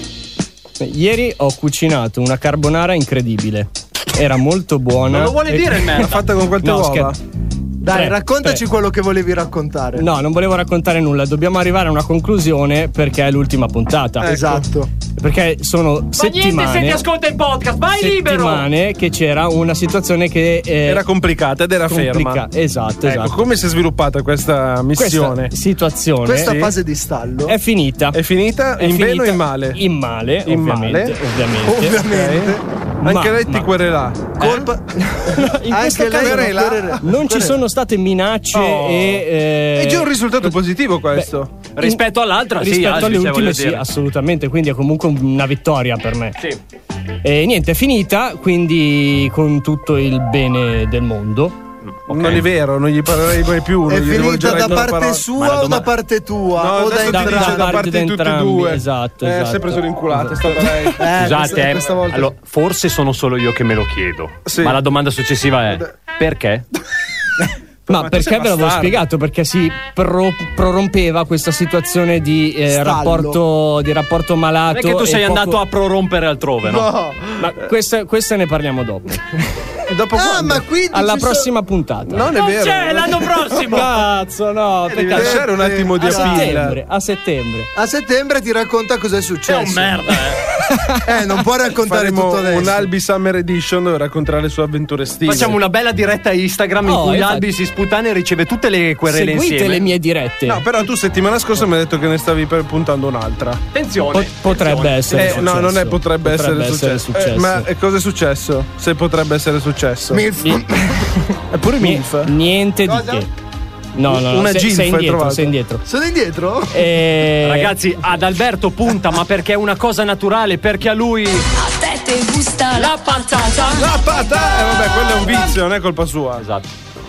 Speaker 9: Ieri ho cucinato una carbonara incredibile. Era molto buona.
Speaker 6: Non lo vuole
Speaker 9: E-
Speaker 6: dire il merda.
Speaker 7: Fatta con quante
Speaker 9: No,
Speaker 7: uova?
Speaker 9: scher-
Speaker 8: Dai,
Speaker 9: Tre,
Speaker 8: raccontaci
Speaker 9: tre.
Speaker 8: quello che volevi raccontare.
Speaker 9: No, non volevo raccontare nulla. Dobbiamo arrivare a una conclusione perché è l'ultima puntata.
Speaker 8: Esatto.
Speaker 9: Perché sono
Speaker 6: Ma niente se ti
Speaker 9: settimane.
Speaker 6: ascolta il podcast, vai libero!
Speaker 9: Settimane che c'era una situazione che eh,
Speaker 7: Era complicata ed era
Speaker 9: complica-
Speaker 7: ferma.
Speaker 9: Esatto,
Speaker 7: Ecco,
Speaker 9: esatto.
Speaker 7: come si è sviluppata questa missione?
Speaker 9: Questa situazione
Speaker 8: Questa
Speaker 9: sì,
Speaker 8: fase di stallo.
Speaker 9: è finita.
Speaker 7: È finita
Speaker 9: È
Speaker 7: in bene o
Speaker 9: finita
Speaker 7: in male?
Speaker 9: In male,
Speaker 7: In
Speaker 9: ovviamente.
Speaker 7: male?
Speaker 9: Ovviamente.
Speaker 8: Ovviamente.
Speaker 7: Anche
Speaker 9: Ma-
Speaker 7: lei ti
Speaker 9: ma-
Speaker 7: querelà.
Speaker 8: Colpa.
Speaker 9: In
Speaker 8: Anche
Speaker 9: questo
Speaker 8: lei
Speaker 9: caso
Speaker 8: querela.
Speaker 9: non, non ci sono state minacce
Speaker 7: Oh.
Speaker 9: e. eh,
Speaker 7: È già un risultato positivo questo.
Speaker 6: Rispetto all'altra, sì,
Speaker 9: rispetto
Speaker 6: Albi,
Speaker 9: alle
Speaker 6: se
Speaker 9: ultime
Speaker 6: voglio
Speaker 9: sì,
Speaker 6: dire.
Speaker 9: assolutamente, quindi è comunque una vittoria per me.
Speaker 6: Sì.
Speaker 9: E niente, è finita, quindi con tutto il bene del mondo.
Speaker 7: Non è vero, non gli parlerei mai più.
Speaker 8: È
Speaker 7: non gli
Speaker 8: finita
Speaker 7: rivolgerei
Speaker 8: da
Speaker 7: più la
Speaker 8: parte
Speaker 7: parola.
Speaker 6: Ma
Speaker 8: sua
Speaker 6: la
Speaker 8: o da
Speaker 6: doma-
Speaker 8: parte tua?
Speaker 7: No,
Speaker 8: o da
Speaker 7: adesso ti
Speaker 8: entrambi?
Speaker 7: dice da
Speaker 9: parte
Speaker 7: parte
Speaker 9: di
Speaker 7: di tutti e
Speaker 9: entrambi,
Speaker 7: due.
Speaker 9: esatto,
Speaker 7: Eh,
Speaker 9: esatto.
Speaker 7: si è preso l'inculata, è stata lei.
Speaker 8: Eh,
Speaker 6: Scusate,
Speaker 8: questa,
Speaker 6: eh,
Speaker 8: questa volta.
Speaker 6: allora, forse sono solo io che me lo chiedo.
Speaker 7: Sì.
Speaker 6: Ma la domanda successiva è: perché?
Speaker 9: Ma
Speaker 7: Ma tu
Speaker 9: perché
Speaker 7: sei
Speaker 9: ve l'avevo
Speaker 7: bastardo.
Speaker 9: spiegato? Perché si pro- prorompeva questa situazione di, eh,
Speaker 8: Stallo.
Speaker 9: rapporto, di rapporto malato.
Speaker 6: Non è che tu
Speaker 9: e
Speaker 6: sei
Speaker 9: poco-
Speaker 6: andato a prorompere altrove, no?
Speaker 7: No.
Speaker 9: Ma queste, queste ne parliamo dopo.
Speaker 7: Dopo
Speaker 8: Ah,
Speaker 7: quando?
Speaker 8: ma quindi
Speaker 9: Alla
Speaker 8: ci sono-
Speaker 9: prossima puntata.
Speaker 7: Non è vero.
Speaker 6: C'è l'anno prossimo!
Speaker 9: Cazzo, no,
Speaker 7: Devi
Speaker 9: peccato.
Speaker 7: lasciare un attimo di
Speaker 9: A
Speaker 7: appeal.
Speaker 9: settembre, a settembre.
Speaker 8: A settembre ti racconta cosa è
Speaker 6: Sei
Speaker 8: successo.
Speaker 6: un merda, eh.
Speaker 8: Eh, non può raccontare
Speaker 7: Faremo
Speaker 8: tutto adesso.
Speaker 7: un Albi Summer Edition dove racconterà le sue avventure estive.
Speaker 6: Facciamo una bella diretta Instagram in
Speaker 9: Oh,
Speaker 6: cui
Speaker 9: infatti.
Speaker 6: Albi si sputana e riceve tutte le querele
Speaker 9: Seguite
Speaker 6: insieme.
Speaker 9: le mie dirette.
Speaker 7: No, però tu settimana scorsa mi hai detto che ne stavi per- puntando un'altra.
Speaker 6: Attenzione.
Speaker 9: Po- potrebbe essere
Speaker 7: Eh,
Speaker 9: successo.
Speaker 7: no, non è potrebbe, essere, successo. Eh, ma eh, cosa è successo? Se potrebbe essere successo.
Speaker 8: Milf.
Speaker 7: È pure
Speaker 9: Ni-
Speaker 7: Milf.
Speaker 9: Niente
Speaker 8: Cosa?
Speaker 9: di che. No, no, no,
Speaker 7: Una
Speaker 9: sei,
Speaker 7: gilf
Speaker 9: sei
Speaker 7: hai
Speaker 9: indietro,
Speaker 7: trovato.
Speaker 9: sei indietro.
Speaker 8: Sono indietro?
Speaker 9: E...
Speaker 6: Ragazzi, ad Alberto punta, ma perché è una cosa naturale, perché a lui
Speaker 5: A te te gusta la patata.
Speaker 7: La patata! Eh, vabbè, quello è un vizio, non è colpa sua.
Speaker 6: Esatto.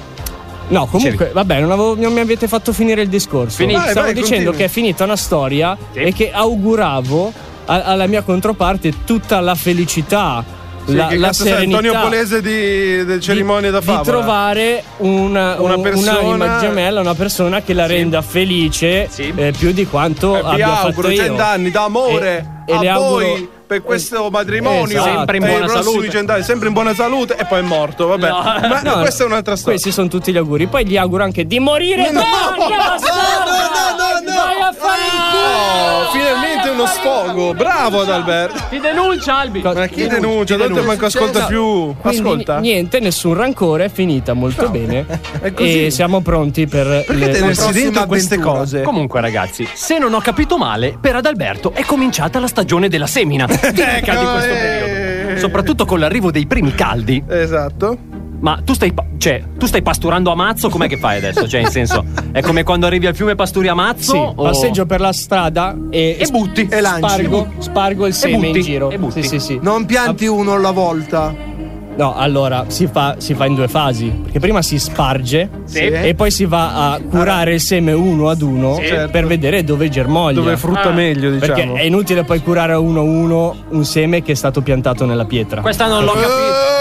Speaker 9: No, comunque, vabbè, non, avevo- non mi avete fatto finire il discorso.
Speaker 6: Finito.
Speaker 7: Vai,
Speaker 9: Stavo
Speaker 7: vai,
Speaker 9: dicendo
Speaker 7: continui.
Speaker 9: che è finita una storia
Speaker 6: Sì.
Speaker 9: e che auguravo a- alla mia controparte tutta la felicità.
Speaker 7: Sì,
Speaker 9: la,
Speaker 7: che
Speaker 9: la
Speaker 7: cazzo sei,
Speaker 9: serenità
Speaker 7: Antonio Polese di, del cerimonia da
Speaker 9: di
Speaker 7: favola.
Speaker 9: trovare una,
Speaker 7: Una
Speaker 9: un-
Speaker 7: persona-
Speaker 9: un'anima gemella, una persona che la renda felice
Speaker 6: Sì.
Speaker 9: eh, più di quanto
Speaker 7: Eh, vi
Speaker 9: abbia
Speaker 7: auguro
Speaker 9: fatto io.
Speaker 7: cent'anni d'amore
Speaker 9: E- e
Speaker 7: a
Speaker 9: le
Speaker 7: voi
Speaker 9: auguro-
Speaker 7: per questo matrimonio.
Speaker 9: Esatto.
Speaker 6: Sempre in
Speaker 7: E
Speaker 6: buona
Speaker 7: i prossimi
Speaker 6: salute.
Speaker 7: cent'anni, sempre in buona salute e poi è morto, vabbè.
Speaker 6: No.
Speaker 7: Ma
Speaker 9: No,
Speaker 7: questa è un'altra storia.
Speaker 9: Questi sono tutti gli auguri. Poi gli auguro anche di morire
Speaker 7: No,
Speaker 9: tanto,
Speaker 7: no,
Speaker 9: bastardo!
Speaker 8: no, no, no.
Speaker 9: Vai a fare il culo!
Speaker 7: Oh, finalmente uno sfogo. Bravo Adalberto.
Speaker 6: Ti denuncia, Albi.
Speaker 7: Ma chi denuncia? Non te manco ascolta più.
Speaker 9: Quindi,
Speaker 7: Ascolta.
Speaker 9: niente, nessun rancore, è finita molto bene.
Speaker 7: È così.
Speaker 9: E siamo pronti per
Speaker 7: Perché
Speaker 9: le
Speaker 7: tenersi
Speaker 8: prossima
Speaker 7: dentro queste
Speaker 8: avventura.
Speaker 7: cose?
Speaker 6: Comunque, ragazzi, se non ho capito male, per Adalberto è cominciata la stagione della semina. Tipica di questo
Speaker 7: eh.
Speaker 6: periodo. Soprattutto con l'arrivo dei primi caldi.
Speaker 7: Esatto.
Speaker 6: Ma tu stai, pa- cioè, tu stai pasturando a mazzo? Com'è che fai adesso? Cioè, in senso, è come quando arrivi al fiume e pasturi a mazzo?
Speaker 9: Sì,
Speaker 6: o-
Speaker 9: passeggio per la strada e,
Speaker 6: E butti.
Speaker 8: E lanci.
Speaker 9: Spargo, spargo il seme
Speaker 6: butti,
Speaker 9: in giro.
Speaker 6: e butti.
Speaker 9: Sì, sì, sì.
Speaker 8: Non pianti uno alla volta.
Speaker 9: No, allora si fa, si fa in due fasi. Perché prima si sparge
Speaker 6: Sì.
Speaker 9: e poi si va a curare il seme uno ad uno
Speaker 6: Sì.
Speaker 9: per vedere dove germoglia.
Speaker 7: Dove frutta
Speaker 6: Ah.
Speaker 7: meglio, diciamo.
Speaker 9: Perché è inutile poi curare a uno a uno un seme che è stato piantato nella pietra.
Speaker 6: Questa non l'ho capito.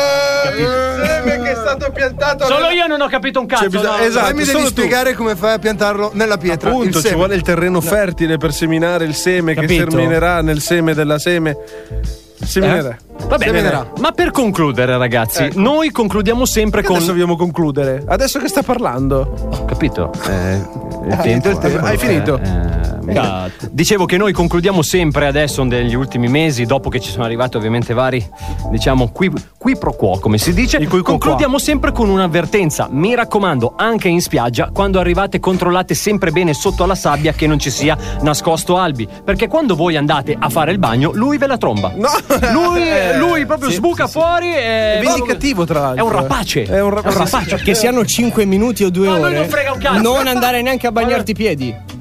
Speaker 7: Il seme che è stato piantato.
Speaker 6: Solo
Speaker 7: nella-
Speaker 6: io non ho capito un cazzo.
Speaker 7: C'è bisogno-
Speaker 6: no.
Speaker 7: esatto.
Speaker 8: Poi mi
Speaker 7: solo
Speaker 8: devi
Speaker 7: tu.
Speaker 8: spiegare come fai a piantarlo nella pietra. il
Speaker 7: Appunto, ci
Speaker 8: seme.
Speaker 7: vuole il terreno fertile per seminare il seme
Speaker 9: Capito?
Speaker 7: che seminerà nel seme della seme. Seminerà.
Speaker 6: Va bene,
Speaker 7: Seminerà.
Speaker 6: ma per concludere, ragazzi,
Speaker 7: Ecco.
Speaker 6: noi concludiamo sempre con.
Speaker 7: Adesso dobbiamo concludere. Adesso che sta parlando?
Speaker 6: Ho capito. Eh, il
Speaker 7: Hai
Speaker 6: tempo.
Speaker 7: finito il tempo. Hai
Speaker 6: eh,
Speaker 7: finito?
Speaker 6: eh,
Speaker 9: Cazzo.
Speaker 6: Dicevo che noi concludiamo sempre adesso negli ultimi mesi, dopo che ci sono arrivati ovviamente vari, diciamo, qui, qui pro quo, come si dice.
Speaker 7: I qui pro
Speaker 6: Concludiamo sempre con un'avvertenza. Mi raccomando, anche in spiaggia, quando arrivate, controllate sempre bene sotto alla sabbia che non ci sia nascosto Albi. Perché quando voi andate a fare il bagno, lui ve la tromba.
Speaker 7: No!
Speaker 6: Lui,
Speaker 7: Eh,
Speaker 6: lui proprio
Speaker 7: sì,
Speaker 6: sbuca
Speaker 7: sì, sì.
Speaker 6: fuori e.
Speaker 7: È vendicativo, tra l'altro.
Speaker 6: È un rapace.
Speaker 7: È un, ra-
Speaker 6: È un rapace.
Speaker 9: Che siano cinque minuti o due
Speaker 6: Ma a noi
Speaker 9: ore,
Speaker 6: non frega un cazzo.
Speaker 9: non andare neanche a bagnarti i piedi.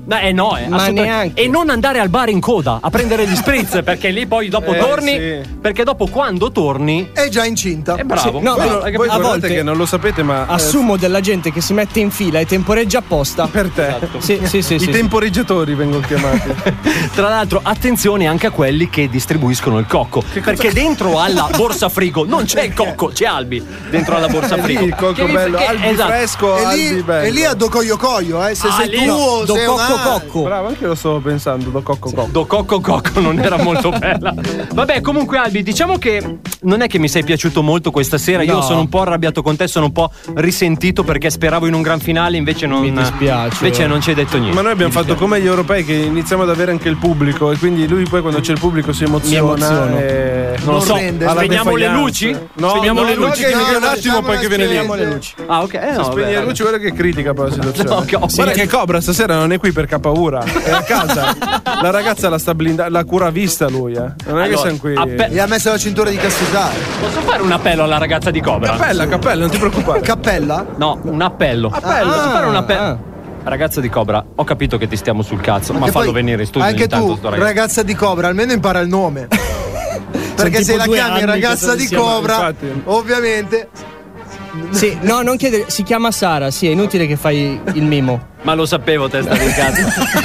Speaker 6: No, eh no, eh,
Speaker 9: Ma
Speaker 6: assolutamente.
Speaker 9: neanche.
Speaker 6: E non andare al bar in coda a prendere gli spritz, perché lì poi dopo
Speaker 7: Eh,
Speaker 6: torni.
Speaker 7: sì.
Speaker 6: Perché dopo quando torni.
Speaker 8: È già incinta.
Speaker 6: È bravo.
Speaker 9: Sì, no,
Speaker 6: Quello-
Speaker 9: però-
Speaker 6: hai
Speaker 7: Voi
Speaker 6: capito?
Speaker 9: a
Speaker 7: guardate
Speaker 9: volte
Speaker 7: che non lo sapete, ma eh,
Speaker 9: Assumo della gente che si mette in fila e temporeggia apposta.
Speaker 7: per te
Speaker 9: Sì, sì, sì.
Speaker 7: i
Speaker 9: sì.
Speaker 7: temporeggiatori vengono chiamati.
Speaker 6: Tra l'altro, attenzione anche a quelli che distribuiscono il cocco. Perché dentro alla borsa frigo non c'è il cocco, c'è Albi dentro alla borsa
Speaker 7: È lì
Speaker 6: frigo.
Speaker 7: il cocco
Speaker 6: Che-
Speaker 7: bello,
Speaker 6: che-
Speaker 7: Albi
Speaker 6: esatto.
Speaker 7: fresco,
Speaker 8: E
Speaker 7: Albi
Speaker 8: lì,
Speaker 7: bello.
Speaker 8: e lì a Do Coio Coio, eh. Se
Speaker 6: Ah,
Speaker 8: sei
Speaker 6: lì
Speaker 8: tu
Speaker 6: no.
Speaker 8: o
Speaker 9: Do
Speaker 8: sei
Speaker 9: cocco
Speaker 8: un altro.
Speaker 9: cocco.
Speaker 7: Bravo, anche lo stavo pensando, do cocco cocco.
Speaker 6: Do cocco cocco non era molto bella. Vabbè, comunque Albi, diciamo che non è che mi sei piaciuto molto questa sera. Io
Speaker 9: No.
Speaker 6: sono un po' arrabbiato con te, sono un po' risentito perché speravo in un gran finale, invece non
Speaker 9: Mi dispiace.
Speaker 6: Invece non ci hai detto niente.
Speaker 7: Ma noi abbiamo
Speaker 6: Mi
Speaker 7: fatto
Speaker 6: dispiace.
Speaker 7: come gli europei che iniziamo ad avere anche il pubblico e quindi lui poi quando c'è il pubblico si emoziona.
Speaker 9: emoziono.
Speaker 7: E...
Speaker 6: Non lo so,
Speaker 8: rende.
Speaker 7: alla
Speaker 6: spegniamo le
Speaker 7: defiance.
Speaker 6: luci?
Speaker 7: No,
Speaker 6: Spegniamo
Speaker 7: no,
Speaker 6: le
Speaker 7: no,
Speaker 6: luci?
Speaker 7: che
Speaker 8: No,
Speaker 7: un attimo
Speaker 8: lasciamola,
Speaker 7: poi che viene lì.
Speaker 8: spegniamo
Speaker 9: le luci.
Speaker 6: Ah, ok. Eh, no,
Speaker 7: Spegne
Speaker 6: vabbè.
Speaker 7: le luci, guarda che critica poi la situazione.
Speaker 6: No, che ho-
Speaker 7: Guarda
Speaker 6: sì.
Speaker 7: che Cobra stasera non è qui per paura, è a casa. La ragazza la sta blindando, la cura vista lui, eh. Non è che
Speaker 6: Allora,
Speaker 7: siamo qui.
Speaker 6: appe-
Speaker 8: Gli ha messo la cintura di castità.
Speaker 6: Posso fare un appello alla ragazza di Cobra?
Speaker 7: Cappella, cappella, non ti preoccupare.
Speaker 8: Cappella?
Speaker 6: No, un appello.
Speaker 7: Appello.
Speaker 6: Posso fare un appello?
Speaker 9: Ah.
Speaker 6: Ragazza di Cobra, ho capito che ti stiamo sul cazzo, ma
Speaker 8: Che
Speaker 6: fallo
Speaker 8: poi
Speaker 6: venire in studio
Speaker 8: anche
Speaker 6: ogni tanto,
Speaker 8: tu,
Speaker 6: sto ragazzo.
Speaker 8: ragazza di Cobra, almeno impara il nome. Perché
Speaker 9: tipo
Speaker 8: se la
Speaker 9: due
Speaker 8: chiami
Speaker 9: anni
Speaker 8: ragazza
Speaker 9: che
Speaker 8: di
Speaker 9: si chiama,
Speaker 8: Cobra,
Speaker 7: infatti.
Speaker 8: ovviamente.
Speaker 9: Sì, no, non chiedere. Si chiama Sara, sì, è inutile che fai il mimo.
Speaker 6: Ma lo sapevo, testa di cazzo.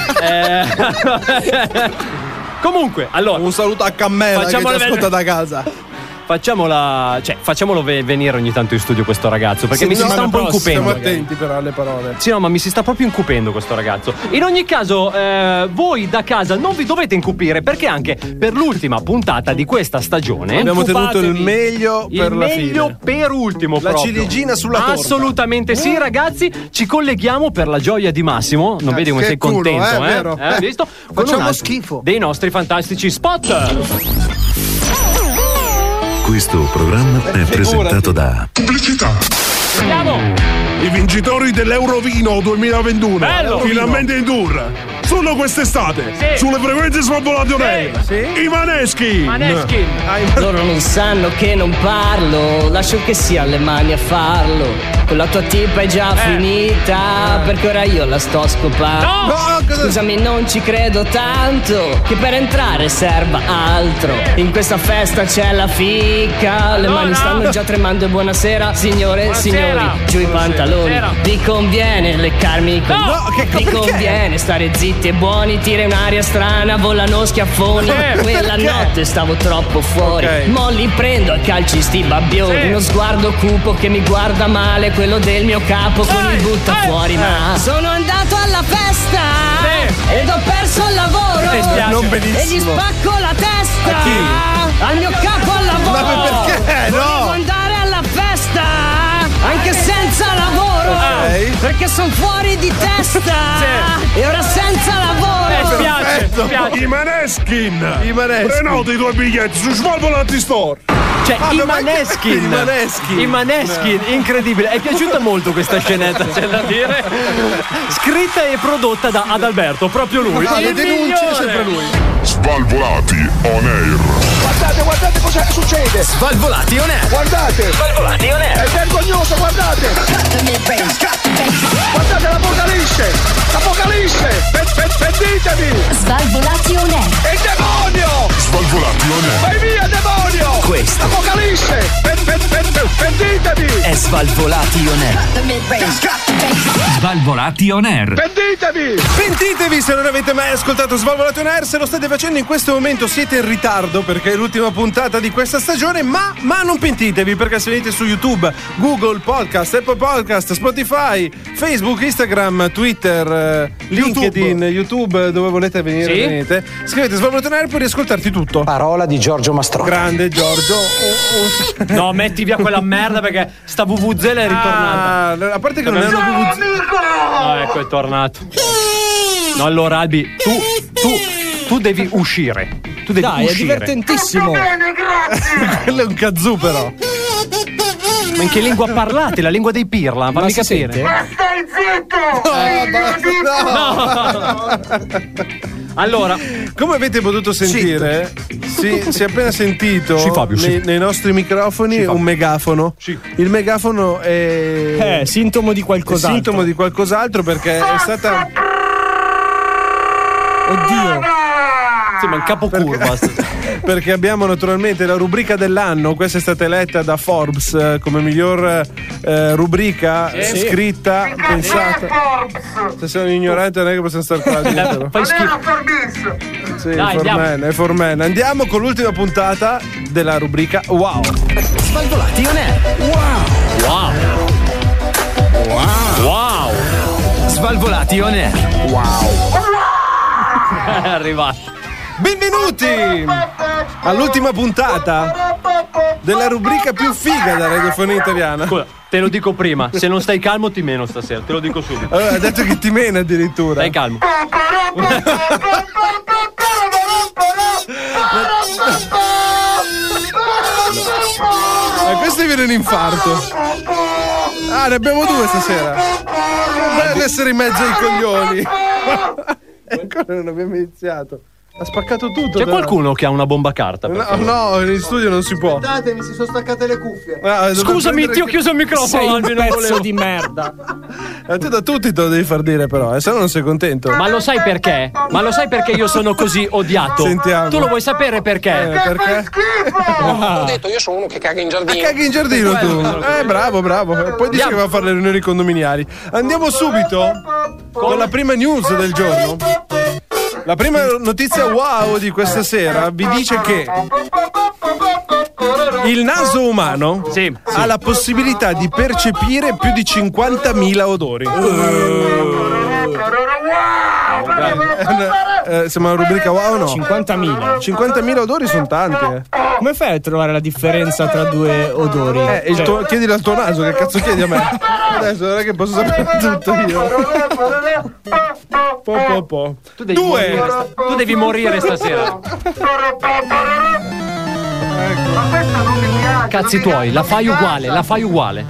Speaker 6: Eh, Comunque, allora,
Speaker 7: Un saluto a Cammella che ci
Speaker 6: Facciamolo
Speaker 7: ascolta da casa.
Speaker 6: facciamola, cioè, facciamolo ve- venire ogni tanto in studio questo ragazzo, perché
Speaker 7: Sì,
Speaker 6: mi si
Speaker 7: no,
Speaker 6: sta un po'
Speaker 7: però
Speaker 6: incupendo.
Speaker 7: Stiamo attenti però alle parole.
Speaker 6: Sì, no, ma mi si sta proprio incupendo questo ragazzo. In ogni caso, eh, voi da casa non vi dovete incupire, perché anche per l'ultima puntata di questa stagione
Speaker 7: Abbiamo tenuto il
Speaker 9: Occupatevi.
Speaker 7: meglio
Speaker 6: il
Speaker 7: per la
Speaker 6: meglio
Speaker 7: fine.
Speaker 6: per ultimo,
Speaker 7: La
Speaker 6: proprio.
Speaker 7: ciliegina sulla torta.
Speaker 6: Assolutamente sì, ragazzi. Ci colleghiamo per la gioia di Massimo. Non
Speaker 8: Eh,
Speaker 6: vedi come
Speaker 8: che
Speaker 6: sei
Speaker 8: culo,
Speaker 6: contento,
Speaker 8: eh,
Speaker 6: eh?
Speaker 8: vero?
Speaker 6: Eh, visto? Con
Speaker 8: Facciamo
Speaker 6: un altro
Speaker 8: schifo.
Speaker 6: dei nostri fantastici spot.
Speaker 14: Questo programma è presentato da
Speaker 12: Pubblicità.
Speaker 6: Andiamo.
Speaker 12: I vincitori dell'Eurovino duemilaventuno.
Speaker 6: Bello.
Speaker 12: Finalmente in tour. Solo quest'estate.
Speaker 6: Sì.
Speaker 12: Sulle frequenze svalvolate on air.
Speaker 7: Sì.
Speaker 12: I Maneskin.
Speaker 6: Maneskin.
Speaker 9: Loro non sanno che non parlo, lascio che sia le mani a farlo. Con la tua tipa è già finita, perché ora io la sto scopando.
Speaker 6: No.
Speaker 7: No, cosa-
Speaker 9: Scusami, non ci credo tanto, che per entrare serva altro. In questa festa c'è la fica, le
Speaker 6: Allora?
Speaker 9: mani stanno già tremando e buonasera, signore e
Speaker 6: Buonasera.
Speaker 9: signori, giù i pantaloni.
Speaker 6: Buonasera.
Speaker 9: Vi conviene leccarmi con
Speaker 6: No.
Speaker 7: No, che co-
Speaker 9: Vi
Speaker 7: perché?
Speaker 9: conviene stare zitti e buoni, tira un'aria strana, volano schiaffoni.
Speaker 6: Eh,
Speaker 9: Quella
Speaker 7: perché?
Speaker 9: notte stavo troppo fuori,
Speaker 7: Ok.
Speaker 9: mo li prendo a calci sti babbioni.
Speaker 6: Sì.
Speaker 9: Uno sguardo cupo che mi guarda male, quello del mio capo con
Speaker 6: Ehi,
Speaker 9: il butta
Speaker 6: ehi,
Speaker 9: fuori. Ma sono andato alla festa
Speaker 6: Sì.
Speaker 9: ed ho perso il lavoro
Speaker 6: Mi spiace.
Speaker 7: Non
Speaker 9: e gli
Speaker 7: benissimo.
Speaker 9: spacco la testa
Speaker 7: A chi?
Speaker 9: al mio capo al lavoro.
Speaker 7: Ma perché?
Speaker 9: Volevo
Speaker 7: No.
Speaker 9: andare alla festa anche senza lavoro,
Speaker 7: Ok.
Speaker 9: perché sono fuori di testa e ora senza lavoro.
Speaker 6: Eh, spiace,
Speaker 7: Perfetto.
Speaker 6: spiace.
Speaker 12: I Maneskin.
Speaker 7: I Maneskin.
Speaker 12: Prenota i tuoi biglietti su Svalvolati Store.
Speaker 6: Cioè,
Speaker 7: Ah,
Speaker 6: i
Speaker 7: ma-
Speaker 6: Maneskin.
Speaker 7: i Maneskin.
Speaker 6: I Maneskin, incredibile. È piaciuta molto questa scenetta, c'è da dire. Scritta e prodotta da Adalberto, proprio lui.
Speaker 8: Ah, le
Speaker 6: Il
Speaker 8: denunce
Speaker 6: migliore.
Speaker 8: sempre lui.
Speaker 12: Svalvolati on air.
Speaker 3: Guardate, guardate cosa succede!
Speaker 1: Svalvolati on air.
Speaker 3: Guardate!
Speaker 1: Svalvolati on air.
Speaker 3: È vergognoso, guardate! Guardate l'apocalisse! L'apocalisse! Pe- pe- Pentitevi!
Speaker 15: Svalvolati on air.
Speaker 3: È il demonio!
Speaker 12: Svalvolati on air.
Speaker 3: Vai via, demonio!
Speaker 1: Questo
Speaker 3: Apocalisse! Pe- pe- pe- pe- Pentitevi!
Speaker 1: è Svalvolati on air. Svalvolati on air.
Speaker 3: Pentitevi!
Speaker 7: Pentitevi se non avete mai ascoltato Svalvolato on Air. Se lo state facendo in questo momento siete in ritardo perché è l'ultima puntata di questa stagione. Ma, ma non pentitevi, perché se venite su YouTube, Google Podcast, Apple Podcast, Spotify, Facebook, Instagram, Twitter, eh, LinkedIn, YouTube, dove volete venire,
Speaker 6: Sì?
Speaker 7: venite. Scrivete Svalvolato on Air per riascoltarti tutto.
Speaker 4: Parola di Giorgio Mastroni.
Speaker 7: Grande Giorgio. Oh, oh.
Speaker 6: No, metti via quella merda perché sta vuvuzela è ritornata.
Speaker 7: Ah, a parte che non è una
Speaker 6: No, ecco, è tornato. No, allora Albi, tu, tu, tu devi uscire. Tu devi
Speaker 9: Dai, è
Speaker 6: uscire.
Speaker 9: divertentissimo.
Speaker 7: quello è un kazoo però.
Speaker 6: Ma in che lingua parlate? La lingua dei pirla? Fammi
Speaker 9: si
Speaker 6: capire.
Speaker 9: sente?
Speaker 7: Ah,
Speaker 6: Allora,
Speaker 7: come avete potuto sentire, si, si è appena sentito
Speaker 6: Sì, Fabio, sì.
Speaker 7: nei, nei nostri microfoni
Speaker 6: Sì, Fabio.
Speaker 7: un megafono.
Speaker 6: Sì.
Speaker 7: Il megafono è
Speaker 9: Eh, sintomo di qualcos'altro.
Speaker 7: sintomo di qualcos'altro perché è stata
Speaker 9: Oddio.
Speaker 6: Sembra un capocurva.
Speaker 7: Perché, perché abbiamo naturalmente la rubrica dell'anno. Questa è stata eletta da Forbes eh, come miglior eh, rubrica
Speaker 6: Sì.
Speaker 7: scritta,
Speaker 6: Sì.
Speaker 7: pensata. Se sei un ignorante non è che possiamo stare qua a dirtelo.
Speaker 6: Fai schifo.
Speaker 7: Sì,
Speaker 6: Dai,
Speaker 7: for
Speaker 6: andiamo.
Speaker 7: man, è for man. Andiamo con l'ultima puntata della rubrica Wow.
Speaker 1: Svalvolati on air.
Speaker 6: Wow.
Speaker 1: Wow.
Speaker 6: Wow.
Speaker 1: Svalvolati on air.
Speaker 7: Wow.
Speaker 6: È arrivato.
Speaker 7: Benvenuti all'ultima puntata della rubrica più figa della radiofonia italiana.
Speaker 6: Scusa, te lo dico prima, se non stai calmo ti meno stasera, te lo dico subito.
Speaker 7: Allora, ha detto che ti mena addirittura.
Speaker 6: Stai calmo.
Speaker 7: A questo viene un infarto. Ah, ne abbiamo due stasera. Bello essere in mezzo ai coglioni. E ancora non abbiamo iniziato. Ha spaccato tutto.
Speaker 6: C'è
Speaker 7: però.
Speaker 6: qualcuno che ha una bomba a carta? per
Speaker 7: No,
Speaker 6: favore?
Speaker 7: no, in studio non si può.
Speaker 8: Aspettate, mi si sono staccate le cuffie.
Speaker 7: Ah, devo
Speaker 6: Scusami,
Speaker 7: prendere-
Speaker 6: ti ho chiuso il microfono.
Speaker 9: Sei un
Speaker 6: Albi, non
Speaker 9: pezzo
Speaker 6: volevo.
Speaker 9: di merda.
Speaker 7: Eh, tu da tutti te lo devi far dire, però, eh, se no non sei contento.
Speaker 6: Ma lo sai perché? Ma lo sai perché io sono così odiato?
Speaker 7: Sentiamo.
Speaker 6: Tu lo vuoi sapere perché?
Speaker 7: Eh, perché?
Speaker 15: Ho detto, io sono uno che caga in giardino.
Speaker 7: Caghi in giardino tu. Eh, bravo, bravo. E poi dici che va a fare le riunioni condominiali. Andiamo subito con la prima news del giorno. La prima notizia wow di questa sera vi dice che il naso umano
Speaker 6: Sì, sì.
Speaker 7: ha la possibilità di percepire più di cinquantamila odori. Eh, sembra una rubrica wow o no?
Speaker 9: cinquantamila.
Speaker 7: cinquantamila odori sono tanti, eh.
Speaker 9: Come fai a trovare la differenza tra due odori?
Speaker 7: Eh, il
Speaker 9: Cioè,
Speaker 7: tuo, chiedilo al tuo naso, che cazzo chiedi a me? Adesso non è che posso sapere tutto io. Po, po, po.
Speaker 6: Tu devi
Speaker 7: Due.
Speaker 6: morire, sta- tu devi morire stasera. Cazzi tuoi, la fai uguale, la fai uguale.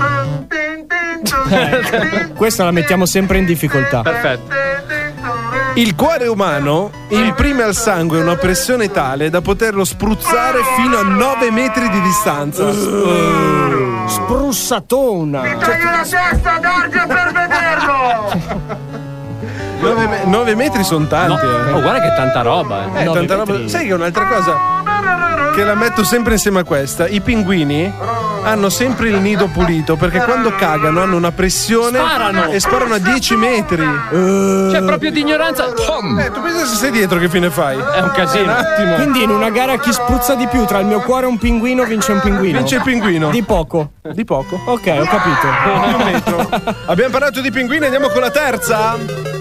Speaker 9: questa la mettiamo sempre in difficoltà.
Speaker 6: Perfetto.
Speaker 7: Il cuore umano imprime al sangue una pressione tale da poterlo spruzzare fino a nove metri di distanza.
Speaker 9: Uh, sprussatona.
Speaker 13: Tagli la testa d'arge per vederlo!
Speaker 7: nove metri sono tanti, eh.
Speaker 6: Oh, guarda che tanta roba, eh.
Speaker 7: Eh,
Speaker 9: nove
Speaker 7: tanta roba.
Speaker 9: metri.
Speaker 7: Sai che un'altra cosa che la metto sempre insieme a questa, i pinguini hanno sempre il nido pulito perché quando cagano hanno una pressione
Speaker 6: Sparano.
Speaker 7: e sparano a dieci metri.
Speaker 6: Cioè, proprio di ignoranza.
Speaker 7: Eh, tu pensa se sei dietro che fine fai?
Speaker 6: È un casino.
Speaker 7: Un attimo.
Speaker 9: Quindi in una gara chi spruzza di più tra il mio cuore e un pinguino vince un pinguino.
Speaker 7: Vince il pinguino.
Speaker 9: Di poco.
Speaker 7: Di poco.
Speaker 9: Ok, ho capito.
Speaker 7: Un metro. Abbiamo parlato di pinguini, andiamo con la terza.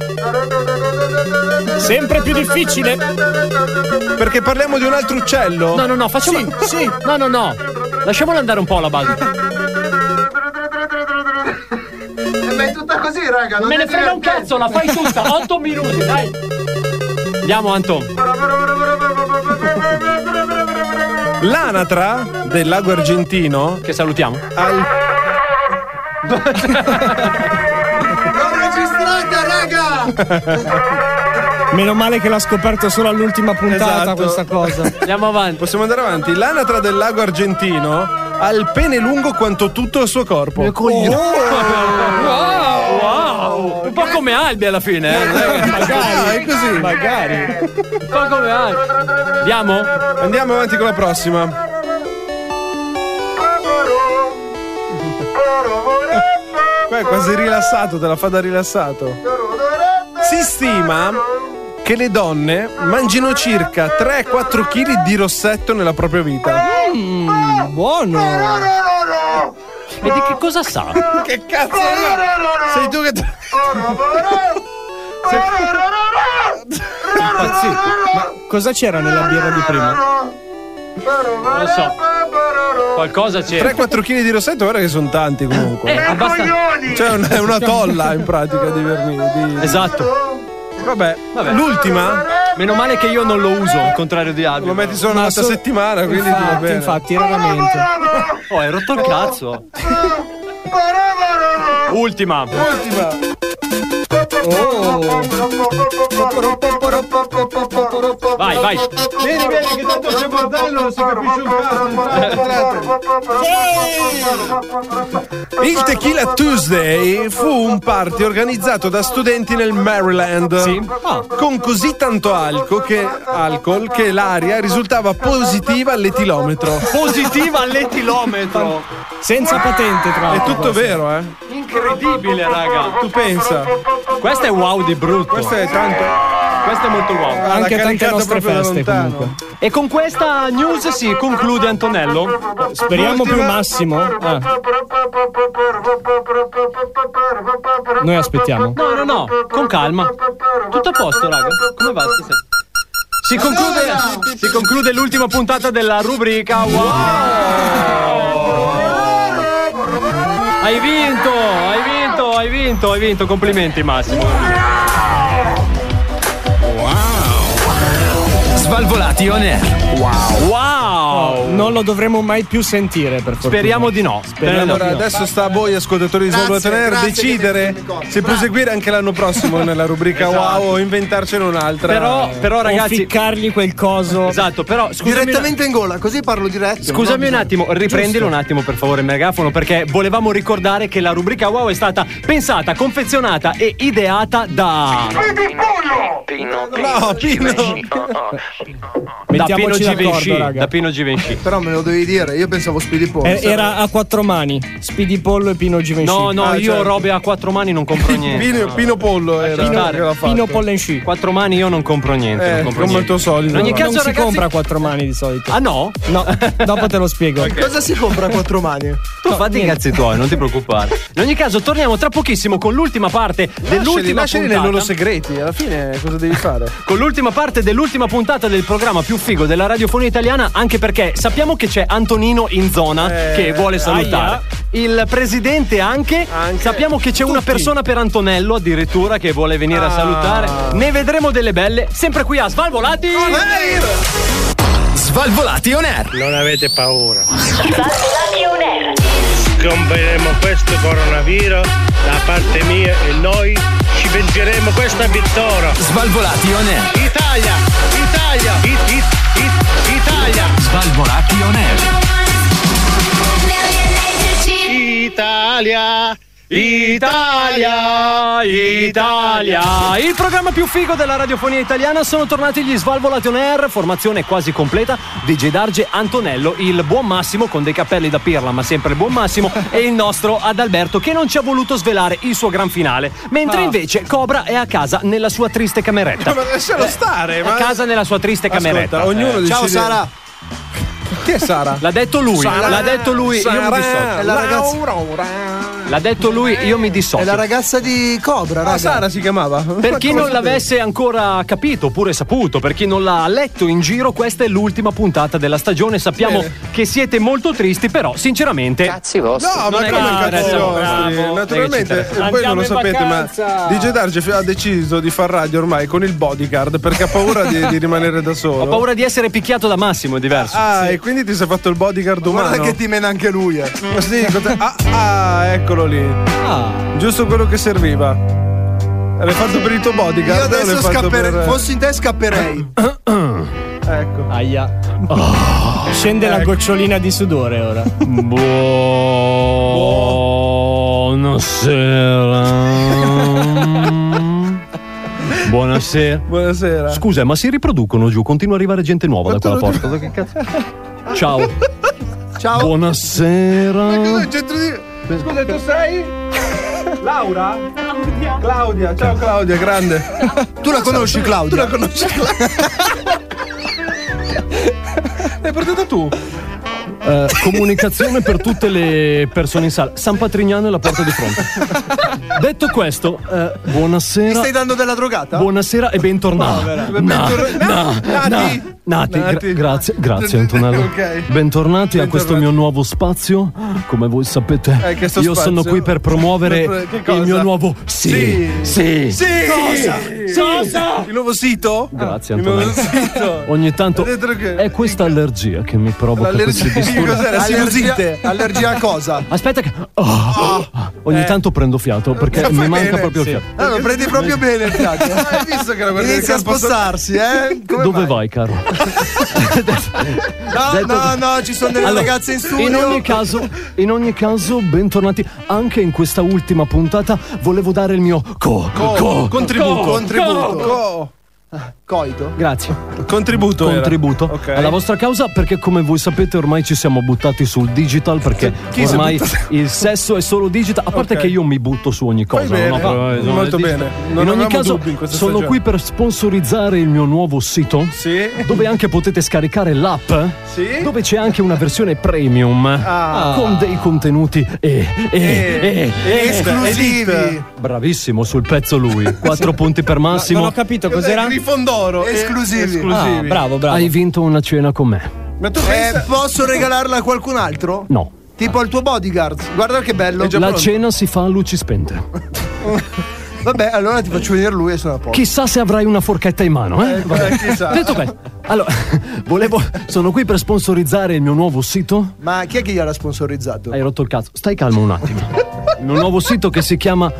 Speaker 9: Sempre più difficile.
Speaker 7: Perché parliamo di un altro uccello.
Speaker 6: No, no, no, facciamo.
Speaker 9: Sì, sì.
Speaker 6: No, no, no. Lasciamolo andare un po' alla base.
Speaker 8: Ma è tutta così, raga.
Speaker 6: Non me ne frega un cazzo, la fai tutta. Otto minuti, dai. Andiamo, Anton.
Speaker 7: L'anatra del lago argentino
Speaker 6: Che salutiamo.
Speaker 7: al
Speaker 8: L'ho registrata, raga!
Speaker 9: Meno male che l'ha scoperto solo all'ultima puntata
Speaker 7: Esatto.
Speaker 9: questa cosa.
Speaker 6: Andiamo avanti.
Speaker 7: Possiamo andare avanti. L'anatra del lago argentino ha il pene lungo quanto tutto il suo corpo.
Speaker 6: Wow, wow. Un po' come Albi alla fine, eh.
Speaker 7: Magari, è così.
Speaker 9: Magari.
Speaker 6: Un po' come Albi. Andiamo?
Speaker 7: Andiamo avanti con la prossima. Qua è quasi rilassato, te la fa da rilassato. Si stima che le donne mangino circa tre quattro chili di rossetto nella propria vita.
Speaker 9: Mm, buono.
Speaker 6: E di che cosa sa?
Speaker 7: Che cazzo è? Sei tu che te...
Speaker 9: Impazzito. Ma cosa c'era nella birra di prima?
Speaker 6: Non lo so. Qualcosa c'è.
Speaker 7: tre quattro chili di rossetto, guarda che sono tanti comunque.
Speaker 6: Eh, abbastanza.
Speaker 7: Cioè è una tolla in pratica di vernice. Di...
Speaker 6: Esatto.
Speaker 7: Vabbè.
Speaker 6: Vabbè.
Speaker 7: L'ultima
Speaker 6: Meno male che io non lo uso, al contrario di Albi.
Speaker 7: lo metti solo una
Speaker 9: Ma
Speaker 7: volta a
Speaker 9: so-
Speaker 7: settimana, quindi ti va
Speaker 9: Infatti,
Speaker 7: bene.
Speaker 9: infatti, raramente.
Speaker 6: Oh, hai rotto il cazzo. Ultima.
Speaker 7: Ultima. Oh.
Speaker 6: Vai, vai.
Speaker 7: Vieni, vieni, che tanto c'è bordello, non si capisce un cazzo. Il Tequila Tuesday fu un party organizzato da studenti nel Maryland.
Speaker 6: Sì.
Speaker 7: Ah. Con così tanto alcol che, alcol che l'aria risultava positiva all'etilometro.
Speaker 6: Positiva all'etilometro.
Speaker 9: Senza patente, tra l'altro.
Speaker 7: È tutto vero, eh?
Speaker 6: Incredibile, raga.
Speaker 7: Tu pensa.
Speaker 6: Questo è wow di brutto.
Speaker 7: Questo è tanto.
Speaker 6: Questo è molto wow.
Speaker 7: Ah,
Speaker 9: Anche
Speaker 7: l'ha
Speaker 9: tante
Speaker 7: caricato
Speaker 9: nostre
Speaker 7: proprio da
Speaker 9: feste,
Speaker 7: lontano.
Speaker 9: comunque.
Speaker 6: E con questa news si conclude, Antonello.
Speaker 9: Speriamo più massimo. Ah. Noi aspettiamo.
Speaker 6: No, no, no, con calma. Tutto a posto, raga. Come va? Si conclude, si conclude l'ultima puntata della rubrica Wow. Hai vinto, hai vinto, hai vinto, hai vinto. Complimenti, Massimo.
Speaker 1: Svalvolati on air.
Speaker 6: Wow. Wow.
Speaker 9: Non lo dovremo mai più sentire, per fortuna.
Speaker 6: Speriamo di no. Speriamo
Speaker 7: Allora,
Speaker 6: di no.
Speaker 7: adesso sta a voi, ascoltatori di Svalvolati on Air, decidere se proseguire anche l'anno prossimo nella rubrica
Speaker 6: Esatto.
Speaker 7: Wow o inventarcene un'altra.
Speaker 6: Però, però ragazzi,
Speaker 9: O ficcargli quel coso.
Speaker 6: Esatto, però scusami.
Speaker 8: Direttamente in gola, così parlo diretto.
Speaker 6: Scusami un attimo, riprendilo un attimo per favore il megafono, perché volevamo ricordare che la rubrica Wow è stata pensata, confezionata e ideata da
Speaker 2: Pino,
Speaker 7: No, Pino.
Speaker 6: da Pino
Speaker 9: Mettiamoci d'accordo,
Speaker 6: Givenchy,
Speaker 9: raga.
Speaker 6: da Pino Givenchy.
Speaker 8: Però me lo devi dire, io pensavo Speedy Paul.
Speaker 9: Eh, Era a quattro mani. Speedy Pollo e Pino Givenchy.
Speaker 6: No, no,
Speaker 7: Ah,
Speaker 6: io
Speaker 7: certo.
Speaker 6: robe a quattro mani non compro niente.
Speaker 7: Pino,
Speaker 6: No.
Speaker 7: Pino Pollo era
Speaker 6: Pino-
Speaker 7: che l'ha fatto.
Speaker 9: Pino Pollo and Sci.
Speaker 6: Quattro mani io non compro niente.
Speaker 7: Eh,
Speaker 6: non compro
Speaker 7: come
Speaker 6: niente.
Speaker 7: il tuo solito.
Speaker 6: In ogni
Speaker 7: No.
Speaker 6: caso,
Speaker 9: Non si
Speaker 6: ragazzi,
Speaker 9: compra a quattro mani di solito.
Speaker 6: Ah no?
Speaker 9: No, dopo te lo spiego.
Speaker 8: Cosa si compra a quattro mani?
Speaker 6: Tu fatti i cazzi tuoi, non ti preoccupare. In ogni caso, torniamo tra pochissimo con l'ultima parte
Speaker 7: Lasciali,
Speaker 6: dell'ultima
Speaker 7: lasciali nei
Speaker 6: puntata.
Speaker 7: loro segreti. Alla fine cosa devi fare?
Speaker 6: Con l'ultima parte dell'ultima puntata del programma più figo della radiofonia italiana, anche perché sappiamo che c'è Antonino in zona
Speaker 7: Eh,
Speaker 6: che vuole salutare.
Speaker 9: aia.
Speaker 6: Il presidente anche.
Speaker 7: Anche.
Speaker 6: Sappiamo che c'è una
Speaker 7: Tutti.
Speaker 6: persona per Antonello addirittura che vuole venire a
Speaker 7: Ah.
Speaker 6: salutare. Ne vedremo delle belle, sempre qui a Svalvolati.
Speaker 1: Svalvolati on air.
Speaker 16: Non avete paura.
Speaker 17: Svalvolati on air.
Speaker 16: Scomperemo questo coronavirus da parte mia e noi ci vengeremo questa vittoria.
Speaker 1: Svalvolati on air.
Speaker 16: Italia, Italia, it, it, it, Italia.
Speaker 1: Svalvolati on air.
Speaker 16: Italia.
Speaker 6: Italia, Italia. Il programma più figo della radiofonia italiana. Sono tornati gli Svalvolati on air. Formazione quasi completa. D J Darge, Antonello, il buon Massimo con dei cappelli da pirla, ma sempre il buon Massimo, e il nostro Adalberto che non ci ha voluto svelare il suo gran finale. Mentre
Speaker 7: Ah.
Speaker 6: invece Cobra è a casa nella sua triste cameretta.
Speaker 7: Ma lascialo stare.
Speaker 6: È
Speaker 7: Ma...
Speaker 6: a casa nella sua triste
Speaker 7: Ascolta,
Speaker 6: cameretta.
Speaker 7: ognuno
Speaker 6: Eh.
Speaker 7: decide.
Speaker 8: Ciao Sara.
Speaker 7: Chi è Sara?
Speaker 6: L'ha detto lui,
Speaker 7: Sara.
Speaker 6: l'ha detto lui, io mi dissocio.
Speaker 8: È la ragazza-
Speaker 6: L'ha detto lui, io mi
Speaker 8: È
Speaker 6: dissocio.
Speaker 8: la ragazza di Cobra,
Speaker 7: Ah,
Speaker 8: raga.
Speaker 7: Sara si chiamava?
Speaker 6: Per chi non l'avesse ancora capito oppure saputo, per chi non l'ha letto in giro, questa è l'ultima puntata della stagione. Sappiamo
Speaker 7: Bene.
Speaker 6: che siete molto tristi, però sinceramente
Speaker 15: Cazzi vostri.
Speaker 7: No,
Speaker 6: Non
Speaker 7: ma
Speaker 6: è
Speaker 7: come
Speaker 6: che-
Speaker 7: cazzo
Speaker 6: bravo,
Speaker 7: vostri?
Speaker 6: bravo.
Speaker 7: Naturalmente,
Speaker 6: Devi
Speaker 7: eh, voi non lo
Speaker 9: Andiamo in
Speaker 7: sapete, ma
Speaker 9: vacanza.
Speaker 7: D J Darge ha deciso di far radio ormai con il bodyguard perché ha paura di, di rimanere da solo.
Speaker 6: ho paura di essere picchiato da Massimo, è diverso.
Speaker 7: Ah, e quindi ti sei fatto il bodyguard umano?
Speaker 8: Guarda che ti mena anche lui, eh.
Speaker 7: Ma sì, cont- ah, ah, eccolo lì.
Speaker 6: Ah.
Speaker 7: Giusto quello che serviva. L'hai fatto per il tuo bodyguard?
Speaker 8: Io
Speaker 7: o l'hai
Speaker 8: adesso
Speaker 7: fatto
Speaker 8: scapperei.
Speaker 7: per-
Speaker 8: Fossi in te scapperei.
Speaker 7: Ecco.
Speaker 9: Aia. Scende la gocciolina di sudore ora.
Speaker 6: Buonasera. Buonasera.
Speaker 7: Buonasera.
Speaker 6: Scusa, ma si riproducono giù? Continua ad arrivare gente nuova da quella porta. Che cazzo? Ciao.
Speaker 8: Ciao.
Speaker 6: Buonasera.
Speaker 7: Ma cos'è il centro di... Scusa, tu sei? Laura? Claudia. Claudia, ciao Claudia, grande.
Speaker 8: Tu la conosci, Claudia?
Speaker 7: Tu la conosci, Claudia? L'hai portata tu?
Speaker 6: Eh, comunicazione per tutte le persone in sala. San Patrignano è la porta di fronte. Detto questo, eh,
Speaker 8: Mi
Speaker 6: buonasera.
Speaker 8: stai dando della drogata?
Speaker 6: Buonasera e bentornati.
Speaker 7: Bentor-
Speaker 6: Na-
Speaker 7: Na-
Speaker 6: na-
Speaker 7: Nati.
Speaker 6: Nati, gra-
Speaker 7: Nati.
Speaker 6: grazie, grazie Antonello.
Speaker 7: Ok.
Speaker 6: Bentornati a questo
Speaker 7: Bentornati.
Speaker 6: mio nuovo spazio. Come voi sapete,
Speaker 7: Eh, che sto
Speaker 6: io sono
Speaker 7: spazio?
Speaker 6: qui per promuovere
Speaker 7: Che cosa?
Speaker 6: il mio nuovo sì.
Speaker 7: Sì.
Speaker 6: Sì.
Speaker 7: Sì.
Speaker 6: Cosa?
Speaker 7: Il nuovo sito?
Speaker 6: Grazie
Speaker 7: Il nuovo
Speaker 6: Antonello.
Speaker 7: sito.
Speaker 6: Ogni tanto
Speaker 7: Hai detto che-
Speaker 6: è questa allergia che mi provoca
Speaker 7: L'allergia.
Speaker 6: questi
Speaker 8: Che cos'era? Sinusite? Allergia a cosa?
Speaker 6: Aspetta che oh, oh. ogni
Speaker 8: Eh.
Speaker 6: tanto prendo fiato perché
Speaker 8: Fai
Speaker 6: mi manca
Speaker 8: bene,
Speaker 6: proprio
Speaker 8: sì.
Speaker 6: il fiato.
Speaker 8: Ah, lo prendi proprio bene il fiato.
Speaker 7: Hai visto che era per
Speaker 8: Inizia a
Speaker 7: il campo-
Speaker 8: spostarsi, eh? Come
Speaker 6: Dove
Speaker 8: mai?
Speaker 6: vai, caro?
Speaker 8: No,
Speaker 6: Detto-
Speaker 8: no, no, ci sono delle
Speaker 6: Allora,
Speaker 8: ragazze in studio.
Speaker 6: In ogni caso, in ogni caso, bentornati. Anche in questa ultima puntata volevo dare il mio co,
Speaker 7: Co-
Speaker 6: co-
Speaker 7: contributo.
Speaker 6: co-
Speaker 8: Contributo.
Speaker 7: Co-
Speaker 8: Coito.
Speaker 6: Grazie.
Speaker 7: Contributo. era.
Speaker 6: Contributo
Speaker 7: Ok.
Speaker 6: alla vostra causa, perché come voi sapete ormai ci siamo buttati sul digital, perché
Speaker 7: Chi si è
Speaker 6: ormai
Speaker 7: buttato?
Speaker 6: il sesso è solo digital, a parte
Speaker 7: Ok.
Speaker 6: che io mi butto su ogni cosa.
Speaker 7: Fai bene,
Speaker 6: no? No, no,
Speaker 7: molto
Speaker 6: no,
Speaker 7: bene.
Speaker 6: in
Speaker 7: Non
Speaker 6: ogni
Speaker 7: avevamo
Speaker 6: caso
Speaker 7: dubbi in questa
Speaker 6: sono
Speaker 7: stagione.
Speaker 6: qui per sponsorizzare il mio nuovo sito,
Speaker 7: Sì.
Speaker 6: dove anche potete scaricare l'app,
Speaker 7: Sì.
Speaker 6: dove c'è anche una versione premium
Speaker 7: Ah.
Speaker 6: con dei contenuti e, e, e, e-
Speaker 8: Esclusivi.
Speaker 6: bravissimo sul pezzo lui. Quattro punti per Massimo.
Speaker 9: Non ho capito
Speaker 7: Cos'era?
Speaker 9: cos'era.
Speaker 7: Grifondoro. e-
Speaker 8: Esclusivi.
Speaker 7: esclusivi.
Speaker 9: Ah, bravo, bravo.
Speaker 6: Hai vinto una cena con me.
Speaker 7: Ma tu
Speaker 8: Eh,
Speaker 7: pensa...
Speaker 8: posso regalarla a qualcun altro?
Speaker 6: No.
Speaker 8: Tipo al tuo bodyguard. Guarda che bello.
Speaker 7: È già
Speaker 6: La
Speaker 7: pronto?
Speaker 6: cena si fa a luci spente.
Speaker 8: Vabbè, allora ti faccio venire lui e sono a posto.
Speaker 6: Chissà se avrai una forchetta in mano, eh?
Speaker 7: Eh, chissà.
Speaker 6: Detto questo, allora, volevo. Sono qui per sponsorizzare il mio nuovo sito.
Speaker 8: Ma chi è che gliel'ha sponsorizzato?
Speaker 6: Hai rotto il cazzo. Stai calmo un attimo. Il mio nuovo sito che si chiama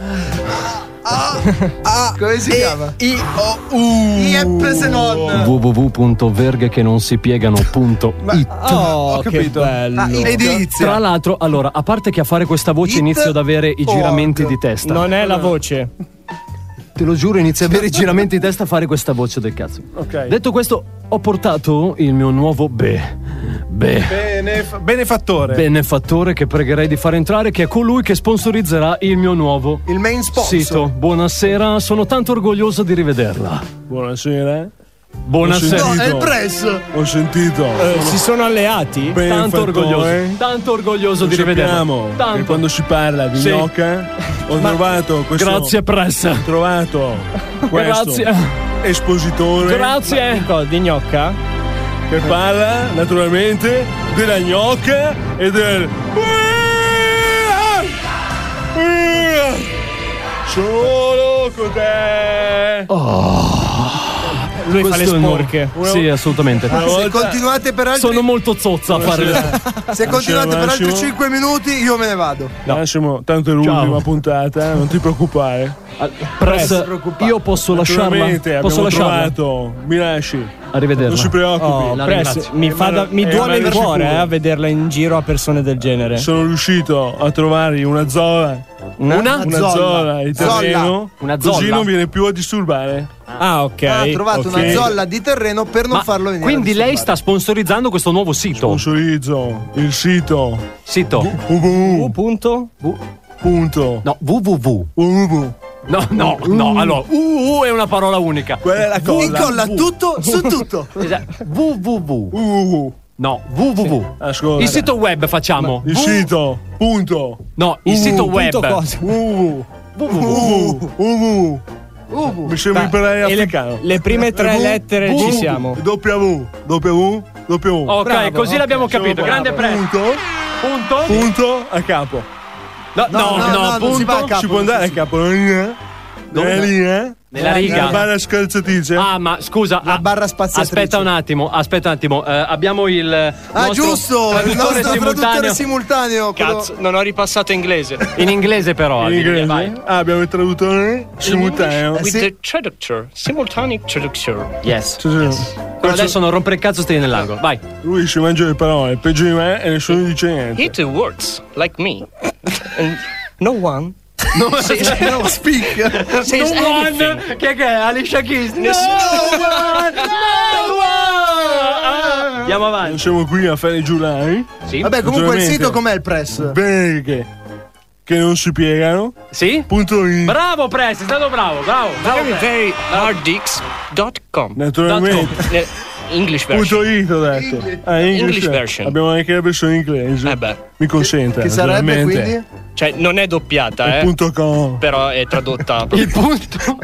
Speaker 8: Ah, come si chiama?
Speaker 7: I O U.
Speaker 8: Iep se non.
Speaker 6: w w w punto verghe che non si piegano punto it.
Speaker 9: Oh,
Speaker 7: Ho
Speaker 9: che
Speaker 7: capito.
Speaker 9: bello.
Speaker 8: Ah, edilizia.
Speaker 6: Tra l'altro, allora, a parte che a fare questa voce
Speaker 8: It
Speaker 6: inizio ad avere i giramenti
Speaker 8: org.
Speaker 6: di testa.
Speaker 9: Non è la voce.
Speaker 6: Te lo giuro, inizio ad avere i giramenti di testa a fare questa voce del cazzo.
Speaker 7: Ok.
Speaker 6: Detto questo, ho portato il mio nuovo be, be,
Speaker 7: Benef- benefattore.
Speaker 6: benefattore che pregherei di far entrare, che è colui che sponsorizzerà il mio nuovo
Speaker 8: Il main sponsor.
Speaker 6: sito. Buonasera, sono tanto orgoglioso di rivederla.
Speaker 12: Buonasera.
Speaker 6: Buonasera.
Speaker 8: No, è il press.
Speaker 12: Ho sentito.
Speaker 9: Eh, si sono alleati?
Speaker 6: Tanto orgoglioso, tanto orgoglioso di rivederla.
Speaker 12: Sappiamo che
Speaker 6: Tanto.
Speaker 12: quando si parla di
Speaker 6: Sì.
Speaker 12: gnocca ho trovato questo.
Speaker 6: Grazie press.
Speaker 12: Ho trovato questo
Speaker 6: Grazie.
Speaker 12: espositore
Speaker 6: Grazie.
Speaker 9: Di cosa? Di gnocca?
Speaker 12: che parla naturalmente della gnocca e del. Solo con te.
Speaker 9: Lui fa le
Speaker 6: Questo è il nuovo-
Speaker 9: sporche.
Speaker 6: Sì, assolutamente.
Speaker 12: Una
Speaker 8: Se
Speaker 12: volta-
Speaker 8: continuate per altri
Speaker 6: Sono molto zozza a fare le...
Speaker 8: Se continuate per altri
Speaker 12: Massimo.
Speaker 8: cinque minuti io me ne vado.
Speaker 12: Massimo, tanto è l'ultima
Speaker 6: Ciao.
Speaker 12: puntata, non ti preoccupare.
Speaker 6: Press, io posso lasciarla?
Speaker 12: Naturalmente
Speaker 6: Posso
Speaker 12: abbiamo
Speaker 6: lasciarla?
Speaker 12: trovato, mi lasci.
Speaker 6: Arrivederla.
Speaker 12: Non si preoccupi.
Speaker 9: Oh,
Speaker 6: La
Speaker 9: Press,
Speaker 6: ringrazio.
Speaker 9: mi, fa da- mi
Speaker 12: Eh,
Speaker 9: duole il
Speaker 12: ma
Speaker 9: cuore
Speaker 12: sicuro.
Speaker 9: eh, a vederla in giro a persone del genere.
Speaker 12: Sono riuscito a trovare una zolla.
Speaker 6: Una?
Speaker 12: Una
Speaker 8: zolla.
Speaker 12: zolla di
Speaker 8: Zolla.
Speaker 12: terreno.
Speaker 6: Una
Speaker 12: Così
Speaker 6: zolla?
Speaker 12: non viene più a disturbare.
Speaker 9: Ah, ok.
Speaker 8: Ha trovato
Speaker 12: ok.
Speaker 8: una zolla di terreno per non
Speaker 6: Ma
Speaker 8: farlo venire.
Speaker 6: quindi
Speaker 8: a
Speaker 6: lei
Speaker 8: disturbare.
Speaker 6: sta sponsorizzando questo nuovo sito?
Speaker 12: Sponsorizzo il sito
Speaker 6: Sito?
Speaker 12: www.
Speaker 9: Uh, punto?
Speaker 12: Punto.
Speaker 6: No, www.
Speaker 12: www.
Speaker 6: No, no, no, allora, uh, è una parola unica.
Speaker 12: Quella è la colla.
Speaker 8: Incolla tutto su tutto.
Speaker 6: Esatto. www.
Speaker 12: www.
Speaker 6: No, www.
Speaker 12: Ascolta.
Speaker 6: Il sito web facciamo.
Speaker 12: Il
Speaker 6: V-
Speaker 12: sito. Punto.
Speaker 6: No, il sito web.
Speaker 9: Punto cosa?
Speaker 12: www.
Speaker 6: www.
Speaker 12: www.
Speaker 8: Uh,
Speaker 12: Mi sembra
Speaker 9: Beh,
Speaker 12: imparare
Speaker 9: e le-
Speaker 12: africano.
Speaker 9: le prime tre
Speaker 12: W,
Speaker 9: lettere
Speaker 12: W,
Speaker 9: ci siamo.
Speaker 12: W. W. W.
Speaker 6: Ok,
Speaker 9: Bravo,
Speaker 6: così
Speaker 9: ok,
Speaker 6: l'abbiamo
Speaker 12: Siamo
Speaker 6: capito.
Speaker 12: bravi.
Speaker 6: Grande premio.
Speaker 12: Punto.
Speaker 6: Punto.
Speaker 12: Punto a capo.
Speaker 6: No, no, no,
Speaker 8: no, no, non si va a
Speaker 6: punto.
Speaker 8: capo.
Speaker 12: Si può andare a capo. Nella linea.
Speaker 6: Dove?
Speaker 12: Nella linea.
Speaker 6: Nella
Speaker 12: La
Speaker 6: riga.
Speaker 12: barra scalzatrice.
Speaker 6: Ah, ma scusa.
Speaker 8: La
Speaker 6: ah,
Speaker 8: barra spaziatrice.
Speaker 6: Aspetta un attimo, aspetta un attimo. eh, abbiamo il.
Speaker 8: Ah,
Speaker 6: nostro
Speaker 8: giusto! Il
Speaker 6: traduttore
Speaker 8: nostro traduttore
Speaker 6: simultaneo.
Speaker 8: simultaneo. quello-
Speaker 9: Cazzo, non ho ripassato inglese.
Speaker 6: In inglese, però.
Speaker 12: In inglese.
Speaker 6: Vai.
Speaker 12: Ah, abbiamo il traduttore simultaneo.
Speaker 8: Eh, sì.
Speaker 9: traductor. Simultaneo traductor.
Speaker 6: Yes.
Speaker 12: Sì, sì.
Speaker 6: Però adesso non rompere il cazzo, stai nell'angolo. Vai.
Speaker 12: Lui si mangia le parole, peggio di me e nessuno dice niente.
Speaker 9: It works like me. And no one.
Speaker 6: No,
Speaker 8: No, speak.
Speaker 9: says
Speaker 6: no one.
Speaker 9: anything.
Speaker 6: Che che è? Alicia Keys. No
Speaker 9: Nessuno-
Speaker 6: one. No one. Andiamo avanti.
Speaker 12: Non siamo qui a fare i giurari.
Speaker 6: Sì.
Speaker 8: Vabbè, comunque il
Speaker 12: Naturalmente.
Speaker 8: sito com'è il press?
Speaker 12: Beghe che non si piegano.
Speaker 6: Sì?
Speaker 12: Punto in.
Speaker 6: Bravo, Press, sei stato bravo, bravo. bravo
Speaker 9: Very,
Speaker 6: Press.
Speaker 9: very hard dot com.
Speaker 12: Naturalmente.
Speaker 9: English
Speaker 12: Punto
Speaker 9: version.
Speaker 12: it ho detto. Ah, English,
Speaker 9: English version.
Speaker 12: Abbiamo anche la versione inglese.
Speaker 9: Eh beh.
Speaker 12: Mi consente.
Speaker 8: Che sarebbe
Speaker 12: naturalmente.
Speaker 8: quindi?
Speaker 9: Cioè, non è doppiata, eh.
Speaker 12: Punto com.
Speaker 9: Però è tradotta.
Speaker 6: Il punto.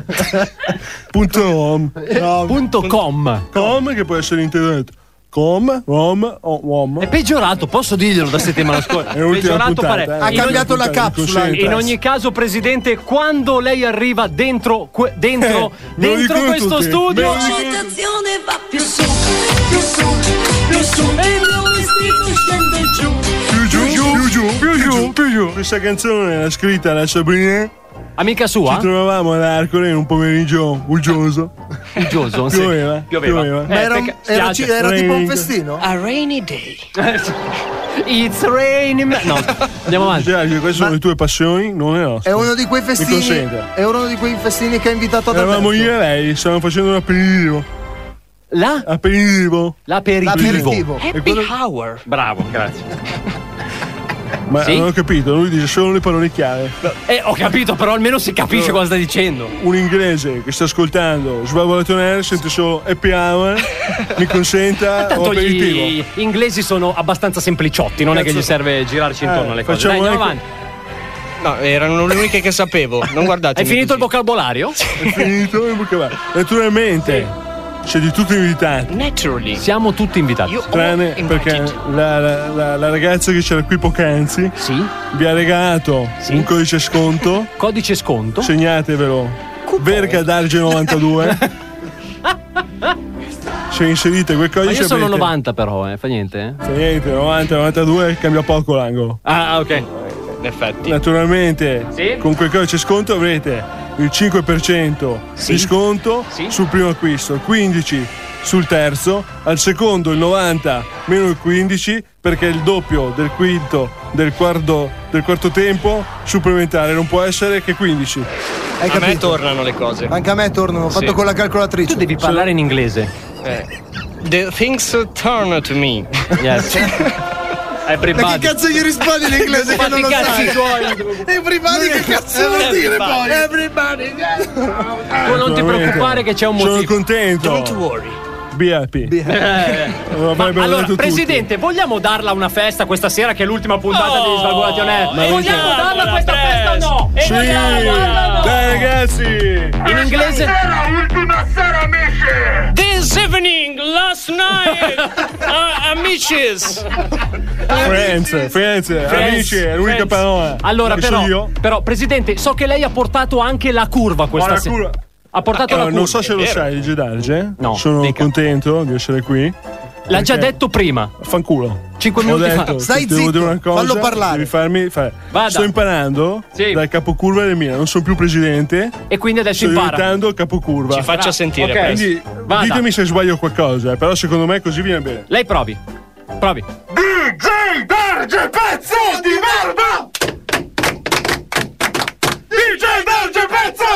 Speaker 12: Punto com.
Speaker 6: punto com.
Speaker 12: Com che può essere internet. Com, rom, o uom.
Speaker 6: È peggiorato, posso dirglielo da settimana scorsa.
Speaker 12: È l'ultima
Speaker 6: Peggiorato
Speaker 12: puntata,
Speaker 6: pare.
Speaker 12: eh.
Speaker 8: Ha
Speaker 6: In
Speaker 8: cambiato
Speaker 6: ogni-
Speaker 8: la capsula.
Speaker 6: In ogni caso, presidente, quando lei arriva dentro, que- dentro,
Speaker 12: me lo
Speaker 6: dentro
Speaker 12: dicono
Speaker 6: questo
Speaker 12: tutti.
Speaker 6: studio,
Speaker 12: Me lo dicono
Speaker 5: L'agitazione va più su, più su, più su. E noi stiamo Marino scende giù.
Speaker 7: Più giù, più giù, più giù, più giù. Questa canzone l'ha scritta la Sabrina.
Speaker 6: Amica sua?
Speaker 7: Ci trovavamo ad Arcore in un pomeriggio uggioso.
Speaker 6: Uggioso, sì.
Speaker 7: Pioveva.
Speaker 6: Pioveva.
Speaker 7: Pioveva.
Speaker 8: Ma era,
Speaker 6: perché-
Speaker 8: era,
Speaker 6: spiace.
Speaker 8: era tipo un
Speaker 7: Raining.
Speaker 8: festino?
Speaker 9: A rainy day.
Speaker 6: It's raining. No, andiamo avanti.
Speaker 7: Già, queste sono le tue passioni, non le nostre.
Speaker 8: È uno di quei
Speaker 7: Mi
Speaker 8: festini.
Speaker 7: consenta.
Speaker 8: È uno di quei festini che ha invitato ad
Speaker 7: Eravamo
Speaker 8: Alberto.
Speaker 7: io e lei, stavamo facendo un aperitivo.
Speaker 6: La?
Speaker 7: Aperitivo.
Speaker 6: L'aperitivo.
Speaker 8: L'aperitivo.
Speaker 7: E
Speaker 9: Happy
Speaker 7: quello-
Speaker 9: hour.
Speaker 6: Bravo, grazie.
Speaker 7: Ma
Speaker 6: Sì?
Speaker 7: non ho capito, lui dice solo le parole chiave.
Speaker 6: Eh, ho capito, però almeno si capisce cosa sta dicendo.
Speaker 7: Un inglese che sta ascoltando Svalvolato Air sente solo happy hour, mi consenta o
Speaker 6: Tanto
Speaker 7: aperitivo.
Speaker 6: gli inglesi sono abbastanza sempliciotti, non è che
Speaker 7: Cazzo.
Speaker 6: gli serve girarci intorno
Speaker 7: Eh,
Speaker 6: alle cose.
Speaker 7: facciamo
Speaker 6: Dai, andiamo
Speaker 7: anche-
Speaker 6: avanti.
Speaker 9: No, erano le uniche che sapevo. Non guardate.
Speaker 6: Hai finito il vocabolario?
Speaker 7: È finito il vocabolario. Naturalmente c'è di tutto invitato.
Speaker 9: Naturally.
Speaker 6: Siamo tutti invitati.
Speaker 9: You
Speaker 7: Tranne
Speaker 9: all
Speaker 7: perché
Speaker 9: invited.
Speaker 7: la, la- la- la ragazza che c'era qui poc'anzi
Speaker 6: Sì.
Speaker 7: vi ha regalato
Speaker 6: Sì.
Speaker 7: un codice sconto.
Speaker 6: Codice sconto.
Speaker 7: Segnatevelo. Verga Darge novantadue. Se inserite quel
Speaker 6: Ma
Speaker 7: codice
Speaker 6: io sono
Speaker 7: avrete-
Speaker 6: novanta però, eh, fa niente, eh?
Speaker 7: Fa niente, novanta novantadue cambia poco l'angolo.
Speaker 6: Ah, ok.
Speaker 9: In effetti.
Speaker 7: Naturalmente
Speaker 6: Sì.
Speaker 7: con quel codice sconto avrete il cinque per cento
Speaker 6: Sì.
Speaker 7: di sconto
Speaker 6: Sì.
Speaker 7: sul primo acquisto, il quindici per cento sul terzo, al secondo il novanta meno il quindici perché è il doppio del quinto del quarto, del quarto tempo supplementare, non può essere che quindici.
Speaker 8: Hai
Speaker 9: A me
Speaker 8: capito?
Speaker 9: tornano le cose.
Speaker 8: Anche a me tornano, ho fatto
Speaker 9: Sì.
Speaker 8: con la calcolatrice.
Speaker 6: Tu devi parlare in inglese.
Speaker 9: Eh. The things turn to me.
Speaker 6: Yes.
Speaker 8: Ma
Speaker 6: Everybody.
Speaker 8: che cazzo gli rispondi in inglese che non lo
Speaker 6: Fatti i cazzi
Speaker 8: sai?
Speaker 6: tuoi.
Speaker 8: Everybody che cazzo vuol dire poi? Everybody.
Speaker 6: Tu non ti preoccupare che c'è un
Speaker 7: Sono
Speaker 6: motivo.
Speaker 7: contento.
Speaker 9: Don't worry.
Speaker 7: B happy.
Speaker 6: Eh,
Speaker 7: Lo
Speaker 6: ma
Speaker 7: avrebbero
Speaker 6: allora,
Speaker 7: detto tutti.
Speaker 6: Presidente, vogliamo darla una festa questa sera che è l'ultima puntata
Speaker 9: Oh,
Speaker 6: di Svalvolati on Air?
Speaker 7: ma
Speaker 6: Vogliamo
Speaker 7: avete-
Speaker 6: darla questa festa o no? E
Speaker 7: Sì.
Speaker 6: vogliamo darla o no?
Speaker 7: Dai ragazzi.
Speaker 6: In inglese
Speaker 5: Ultima sera, amici!
Speaker 9: This evening, last night, uh, amicis.
Speaker 7: Friends, friends, amici, è l'unica
Speaker 6: Friends.
Speaker 7: parola.
Speaker 6: Allora,
Speaker 7: che
Speaker 6: però,
Speaker 7: so io.
Speaker 6: però, Presidente, so che lei ha portato anche la curva questa
Speaker 7: Guarda,
Speaker 6: sera.
Speaker 7: curva.
Speaker 6: Ha portato
Speaker 7: Allora,
Speaker 6: la curva.
Speaker 7: non so se lo sai, Gedarge.
Speaker 6: No,
Speaker 7: Sono
Speaker 6: dica.
Speaker 7: contento di essere qui.
Speaker 6: L'ha già
Speaker 7: perché-
Speaker 6: detto prima.
Speaker 7: Fanculo.
Speaker 6: Cinque
Speaker 7: Ho
Speaker 6: minuti fa.
Speaker 7: detto,
Speaker 8: Stai
Speaker 7: se devo
Speaker 8: zitto,
Speaker 7: dire una cosa,
Speaker 8: fallo parlare.
Speaker 7: Devi farmi fare.
Speaker 6: Vada.
Speaker 7: Sto imparando
Speaker 6: Sì.
Speaker 7: dal capocurva del Milan. Non sono più presidente.
Speaker 6: E quindi adesso
Speaker 7: Sto
Speaker 6: impara.
Speaker 7: diventando il capocurva.
Speaker 9: Ci faccia sentire.
Speaker 6: ok.
Speaker 9: presto.
Speaker 7: Quindi
Speaker 6: Vada.
Speaker 7: ditemi se sbaglio qualcosa, eh, però secondo me così viene bene.
Speaker 6: Lei provi. Provi.
Speaker 5: D J Darge, pezzo di merda! D J Darge, pezzo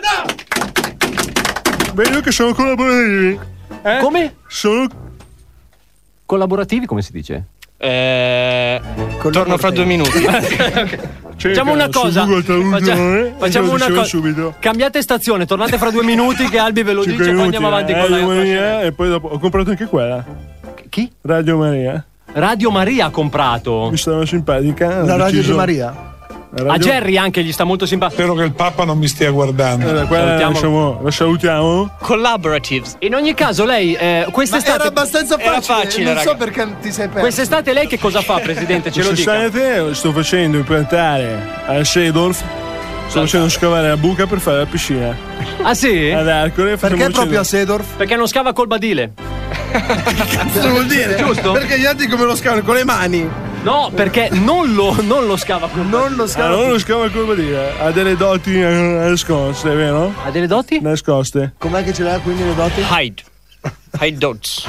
Speaker 5: di merda!
Speaker 7: Beh, io che sono collaborativi. Eh?
Speaker 6: Come?
Speaker 7: Sono.
Speaker 6: Collaborativi, come si dice?
Speaker 9: Eh, torno fra due minuti.
Speaker 6: Facciamo una
Speaker 7: su
Speaker 6: cosa.
Speaker 7: Google Traduttore,
Speaker 6: Faccia-
Speaker 7: e
Speaker 6: facciamo
Speaker 7: lo
Speaker 6: una
Speaker 7: dicevo
Speaker 6: cosa.
Speaker 7: subito.
Speaker 6: Cambiate stazione, tornate fra due minuti che Albi ve lo
Speaker 7: Cinque
Speaker 6: dice, poi
Speaker 7: minuti,
Speaker 6: andiamo avanti
Speaker 7: eh,
Speaker 6: con la
Speaker 7: Radio
Speaker 6: con la
Speaker 7: Maria,
Speaker 6: scena.
Speaker 7: e poi dopo ho comprato anche quella.
Speaker 6: Chi?
Speaker 7: Radio Maria.
Speaker 6: Radio Maria ha comprato.
Speaker 7: Mi stava simpatica.
Speaker 8: La
Speaker 7: ho
Speaker 8: radio
Speaker 7: deciso-
Speaker 8: di Maria.
Speaker 7: La radio-
Speaker 6: A Jerry anche gli sta molto simpatico.
Speaker 18: Spero che il Papa non mi stia guardando.
Speaker 7: Allora, quella la,
Speaker 6: Salutiamo.
Speaker 7: lasciamo- la salutiamo.
Speaker 9: Collaboratives.
Speaker 6: In ogni caso, lei eh,
Speaker 8: Ma
Speaker 6: quest'estate.
Speaker 8: era abbastanza
Speaker 9: Era
Speaker 8: facile,
Speaker 9: facile,
Speaker 8: non
Speaker 9: raga.
Speaker 8: so perché ti sei perso.
Speaker 6: Quest'estate lei che cosa fa, Presidente? Ce lo dica.
Speaker 7: Quest'estate sto facendo impiantare al Seedorf. Sto facendo scavare la buca per fare la piscina.
Speaker 6: Ah sì?
Speaker 7: Ad Arcore.
Speaker 8: Perché proprio a Sedorf?
Speaker 6: Perché non scava col badile.
Speaker 8: Cosa vuol dire?
Speaker 6: Giusto?
Speaker 8: Perché gli altri come lo scavano? Con le mani.
Speaker 6: No, perché non lo, non lo scava col
Speaker 8: Non lo
Speaker 7: Ah,
Speaker 8: scavano.
Speaker 7: non lo scava il colpo dire. Ha delle doti eh, nascoste, vero?
Speaker 6: Ha delle doti?
Speaker 7: Nascoste.
Speaker 8: Com'è che ce l'ha quindi le doti?
Speaker 9: Hide. Hide dots.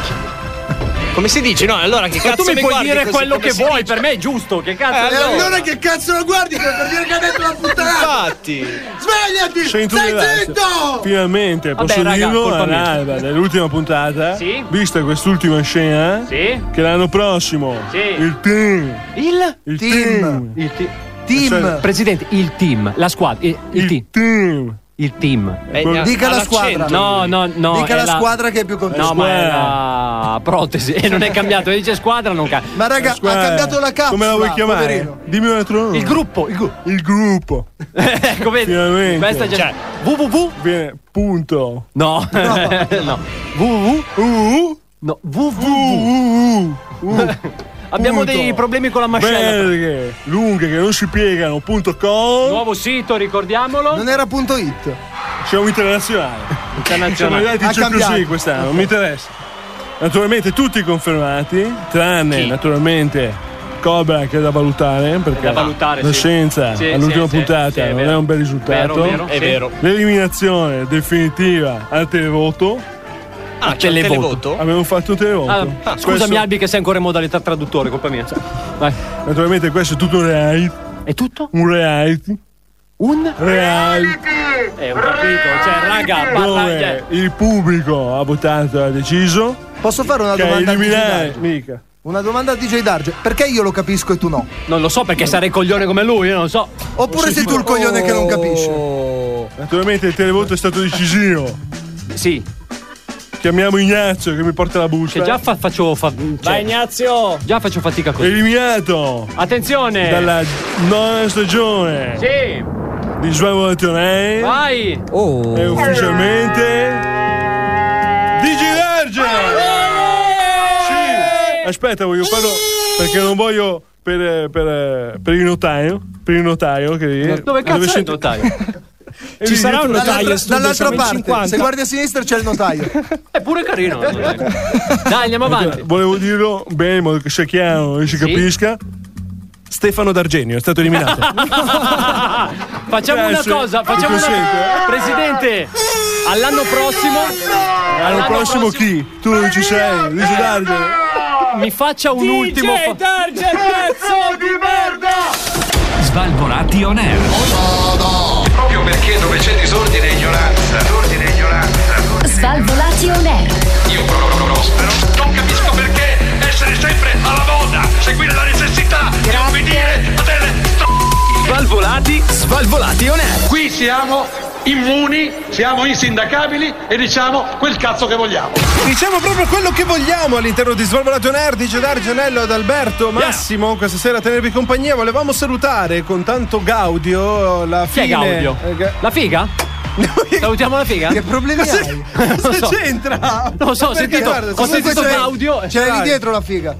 Speaker 9: Come si dice? No, allora che
Speaker 6: Ma
Speaker 9: cazzo
Speaker 6: tu mi puoi
Speaker 9: guardi
Speaker 6: dire
Speaker 9: così?
Speaker 6: quello
Speaker 9: Come
Speaker 6: che
Speaker 9: si
Speaker 6: vuoi,
Speaker 9: dice?
Speaker 6: per me è giusto. Che
Speaker 9: Eh,
Speaker 6: cazzo?
Speaker 8: E
Speaker 9: allora.
Speaker 8: allora che cazzo lo guardi per per dire che ha detto la puttanata?
Speaker 9: Infatti.
Speaker 8: Svegliati!
Speaker 7: Sento
Speaker 8: Stai
Speaker 7: delle-
Speaker 8: zitto!
Speaker 7: Finalmente
Speaker 6: Vabbè,
Speaker 7: posso
Speaker 6: raga,
Speaker 7: dirlo
Speaker 6: colpa mia.
Speaker 7: all'alba dell'ultima puntata.
Speaker 6: Sì.
Speaker 7: Vista quest'ultima scena.
Speaker 6: Sì.
Speaker 7: Che l'anno prossimo
Speaker 6: Sì.
Speaker 7: il team.
Speaker 6: Il?
Speaker 7: Il
Speaker 8: Team.
Speaker 7: team.
Speaker 6: Il team.
Speaker 8: Team.
Speaker 6: Presidente, il team, la squadra, il, il
Speaker 7: Il
Speaker 6: team.
Speaker 7: team.
Speaker 6: Il team.
Speaker 9: Eh,
Speaker 8: Dica la
Speaker 9: all'accento.
Speaker 8: squadra.
Speaker 6: No, no, no.
Speaker 8: Dica
Speaker 6: è
Speaker 8: la squadra che è più contenta.
Speaker 6: No, ma è
Speaker 7: Squadra.
Speaker 6: la protesi e non è cambiato. Dice squadra, non cambia.
Speaker 8: Ma raga, ha
Speaker 7: Squadra.
Speaker 8: cambiato la capsula.
Speaker 7: Come la vuoi chiamare?
Speaker 8: Poverino.
Speaker 7: Dimmi un altro nome.
Speaker 6: Il gruppo, il gruppo.
Speaker 7: Il gruppo.
Speaker 6: Ecco, vedi.
Speaker 7: Finalmente.
Speaker 6: Questa è già.
Speaker 9: Cioè,
Speaker 6: www.
Speaker 7: Viene punto.
Speaker 6: No, no. www.
Speaker 7: Uh,
Speaker 6: No, www.
Speaker 7: uh, uh, uh.
Speaker 6: Abbiamo
Speaker 7: Punto.
Speaker 6: dei problemi con la mascella.
Speaker 7: Belghe, lunghe che non si piegano. Punto com.
Speaker 6: Nuovo sito, ricordiamolo.
Speaker 8: Non era punto it.
Speaker 7: Siamo internazionali. Siamo
Speaker 6: Internazionale.
Speaker 7: andati
Speaker 8: Ha
Speaker 7: giù così
Speaker 8: cambiato.
Speaker 7: quest'anno. Non mi interessa.
Speaker 12: naturalmente tutti confermati, tranne
Speaker 6: Chi?
Speaker 12: naturalmente Cobra che è da valutare, perché
Speaker 6: da valutare,
Speaker 12: la
Speaker 6: sì.
Speaker 12: scienza
Speaker 6: Sì,
Speaker 12: all'ultima
Speaker 6: sì,
Speaker 12: puntata
Speaker 6: sì, sì, è
Speaker 12: non
Speaker 6: vero.
Speaker 12: è un bel risultato.
Speaker 6: Vero, vero,
Speaker 12: è
Speaker 6: sì.
Speaker 12: vero. L'eliminazione definitiva al televoto.
Speaker 6: Ah, c'è il televoto?
Speaker 12: Abbiamo fatto un televoto.
Speaker 6: Ah, ah, scusami
Speaker 12: Questo-
Speaker 6: Albi che sei ancora in modalità traduttore, colpa mia. Vai.
Speaker 12: Naturalmente questo è tutto un reality.
Speaker 6: È tutto?
Speaker 12: Un reality.
Speaker 6: Un
Speaker 12: reality.
Speaker 6: Eh, ho capito, cioè raga, parla,
Speaker 12: Dove
Speaker 6: cioè,
Speaker 12: il pubblico ha votato e ha deciso.
Speaker 8: Posso fare una
Speaker 12: che
Speaker 8: domanda a D J
Speaker 12: eliminare.
Speaker 8: Darge?
Speaker 12: Mica.
Speaker 8: Una domanda a D J Darge. Perché io lo capisco e tu no?
Speaker 6: non lo so perché sarei coglione come lui, io non lo so.
Speaker 8: Oppure sei tu il coglione che non capisce?
Speaker 12: Naturalmente il televoto è stato decisivo.
Speaker 6: Sì.
Speaker 12: Chiamiamo Ignazio che mi porta la busta.
Speaker 6: Che già fa- faccio fa- cioè,
Speaker 9: Vai Ignazio!
Speaker 6: già faccio fatica così.
Speaker 12: Eliminato
Speaker 6: Attenzione!
Speaker 12: dalla nona stagione
Speaker 6: Sì!
Speaker 12: di Svalvolazione.
Speaker 6: Vai!
Speaker 9: Oh!
Speaker 12: E ufficialmente D J Darge! Sì! Aspetta, voglio farlo perché non voglio per, per, per il notaio. Per il notaio che
Speaker 6: Dove cazzo è il
Speaker 12: sento-
Speaker 6: notaio?
Speaker 9: Ci sarà un notaio in studio,
Speaker 8: Dall'altra
Speaker 9: siamo in
Speaker 8: parte,
Speaker 9: cinquanta.
Speaker 8: se guardi a sinistra c'è il notaio.
Speaker 6: È pure carino. Dai, andiamo avanti.
Speaker 12: Volevo dirlo bene in modo che sia chiaro e si
Speaker 6: Sì?
Speaker 12: capisca. Stefano D'Argenio è stato eliminato.
Speaker 6: Facciamo una
Speaker 12: Grazie.
Speaker 6: cosa, facciamo
Speaker 12: Mi
Speaker 6: una
Speaker 12: consente?
Speaker 6: Presidente, all'anno prossimo
Speaker 12: L'anno prossimo chi? Tu non ci sei, dice Darge.
Speaker 6: mi faccia un ultimo fa-
Speaker 9: Darge, pezzo di merda!
Speaker 1: Svalvolati on air.
Speaker 15: Proprio perché dove c'è disordine e ignoranza. Disordine e ignoranza.
Speaker 17: Svalvolati on air.
Speaker 15: Io proprio prospero. Non capisco perché essere sempre alla moda, seguire la necessità di obbedire a delle
Speaker 1: Svalvolati, svalvolati on air.
Speaker 15: Qui siamo immuni, siamo insindacabili e diciamo quel cazzo che vogliamo.
Speaker 7: Diciamo proprio quello che vogliamo all'interno di Svalvolato on Air. D J Darge, Anello, ad Alberto, Massimo, questa sera a tenervi compagnia. Volevamo salutare con tanto gaudio la
Speaker 6: Chi è
Speaker 7: fine.
Speaker 6: Gaudio?
Speaker 7: eh,
Speaker 6: La figa? Salutiamo la figa?
Speaker 8: Che problemi hai?
Speaker 6: Non
Speaker 7: Cosa
Speaker 6: so.
Speaker 7: c'entra?
Speaker 6: Non lo so, ho
Speaker 7: Perché,
Speaker 6: sentito,
Speaker 7: guarda,
Speaker 6: ho
Speaker 7: comunque
Speaker 6: sentito
Speaker 8: c'è-
Speaker 6: Gaudio.
Speaker 8: C'è lì
Speaker 7: Dai.
Speaker 8: dietro la figa.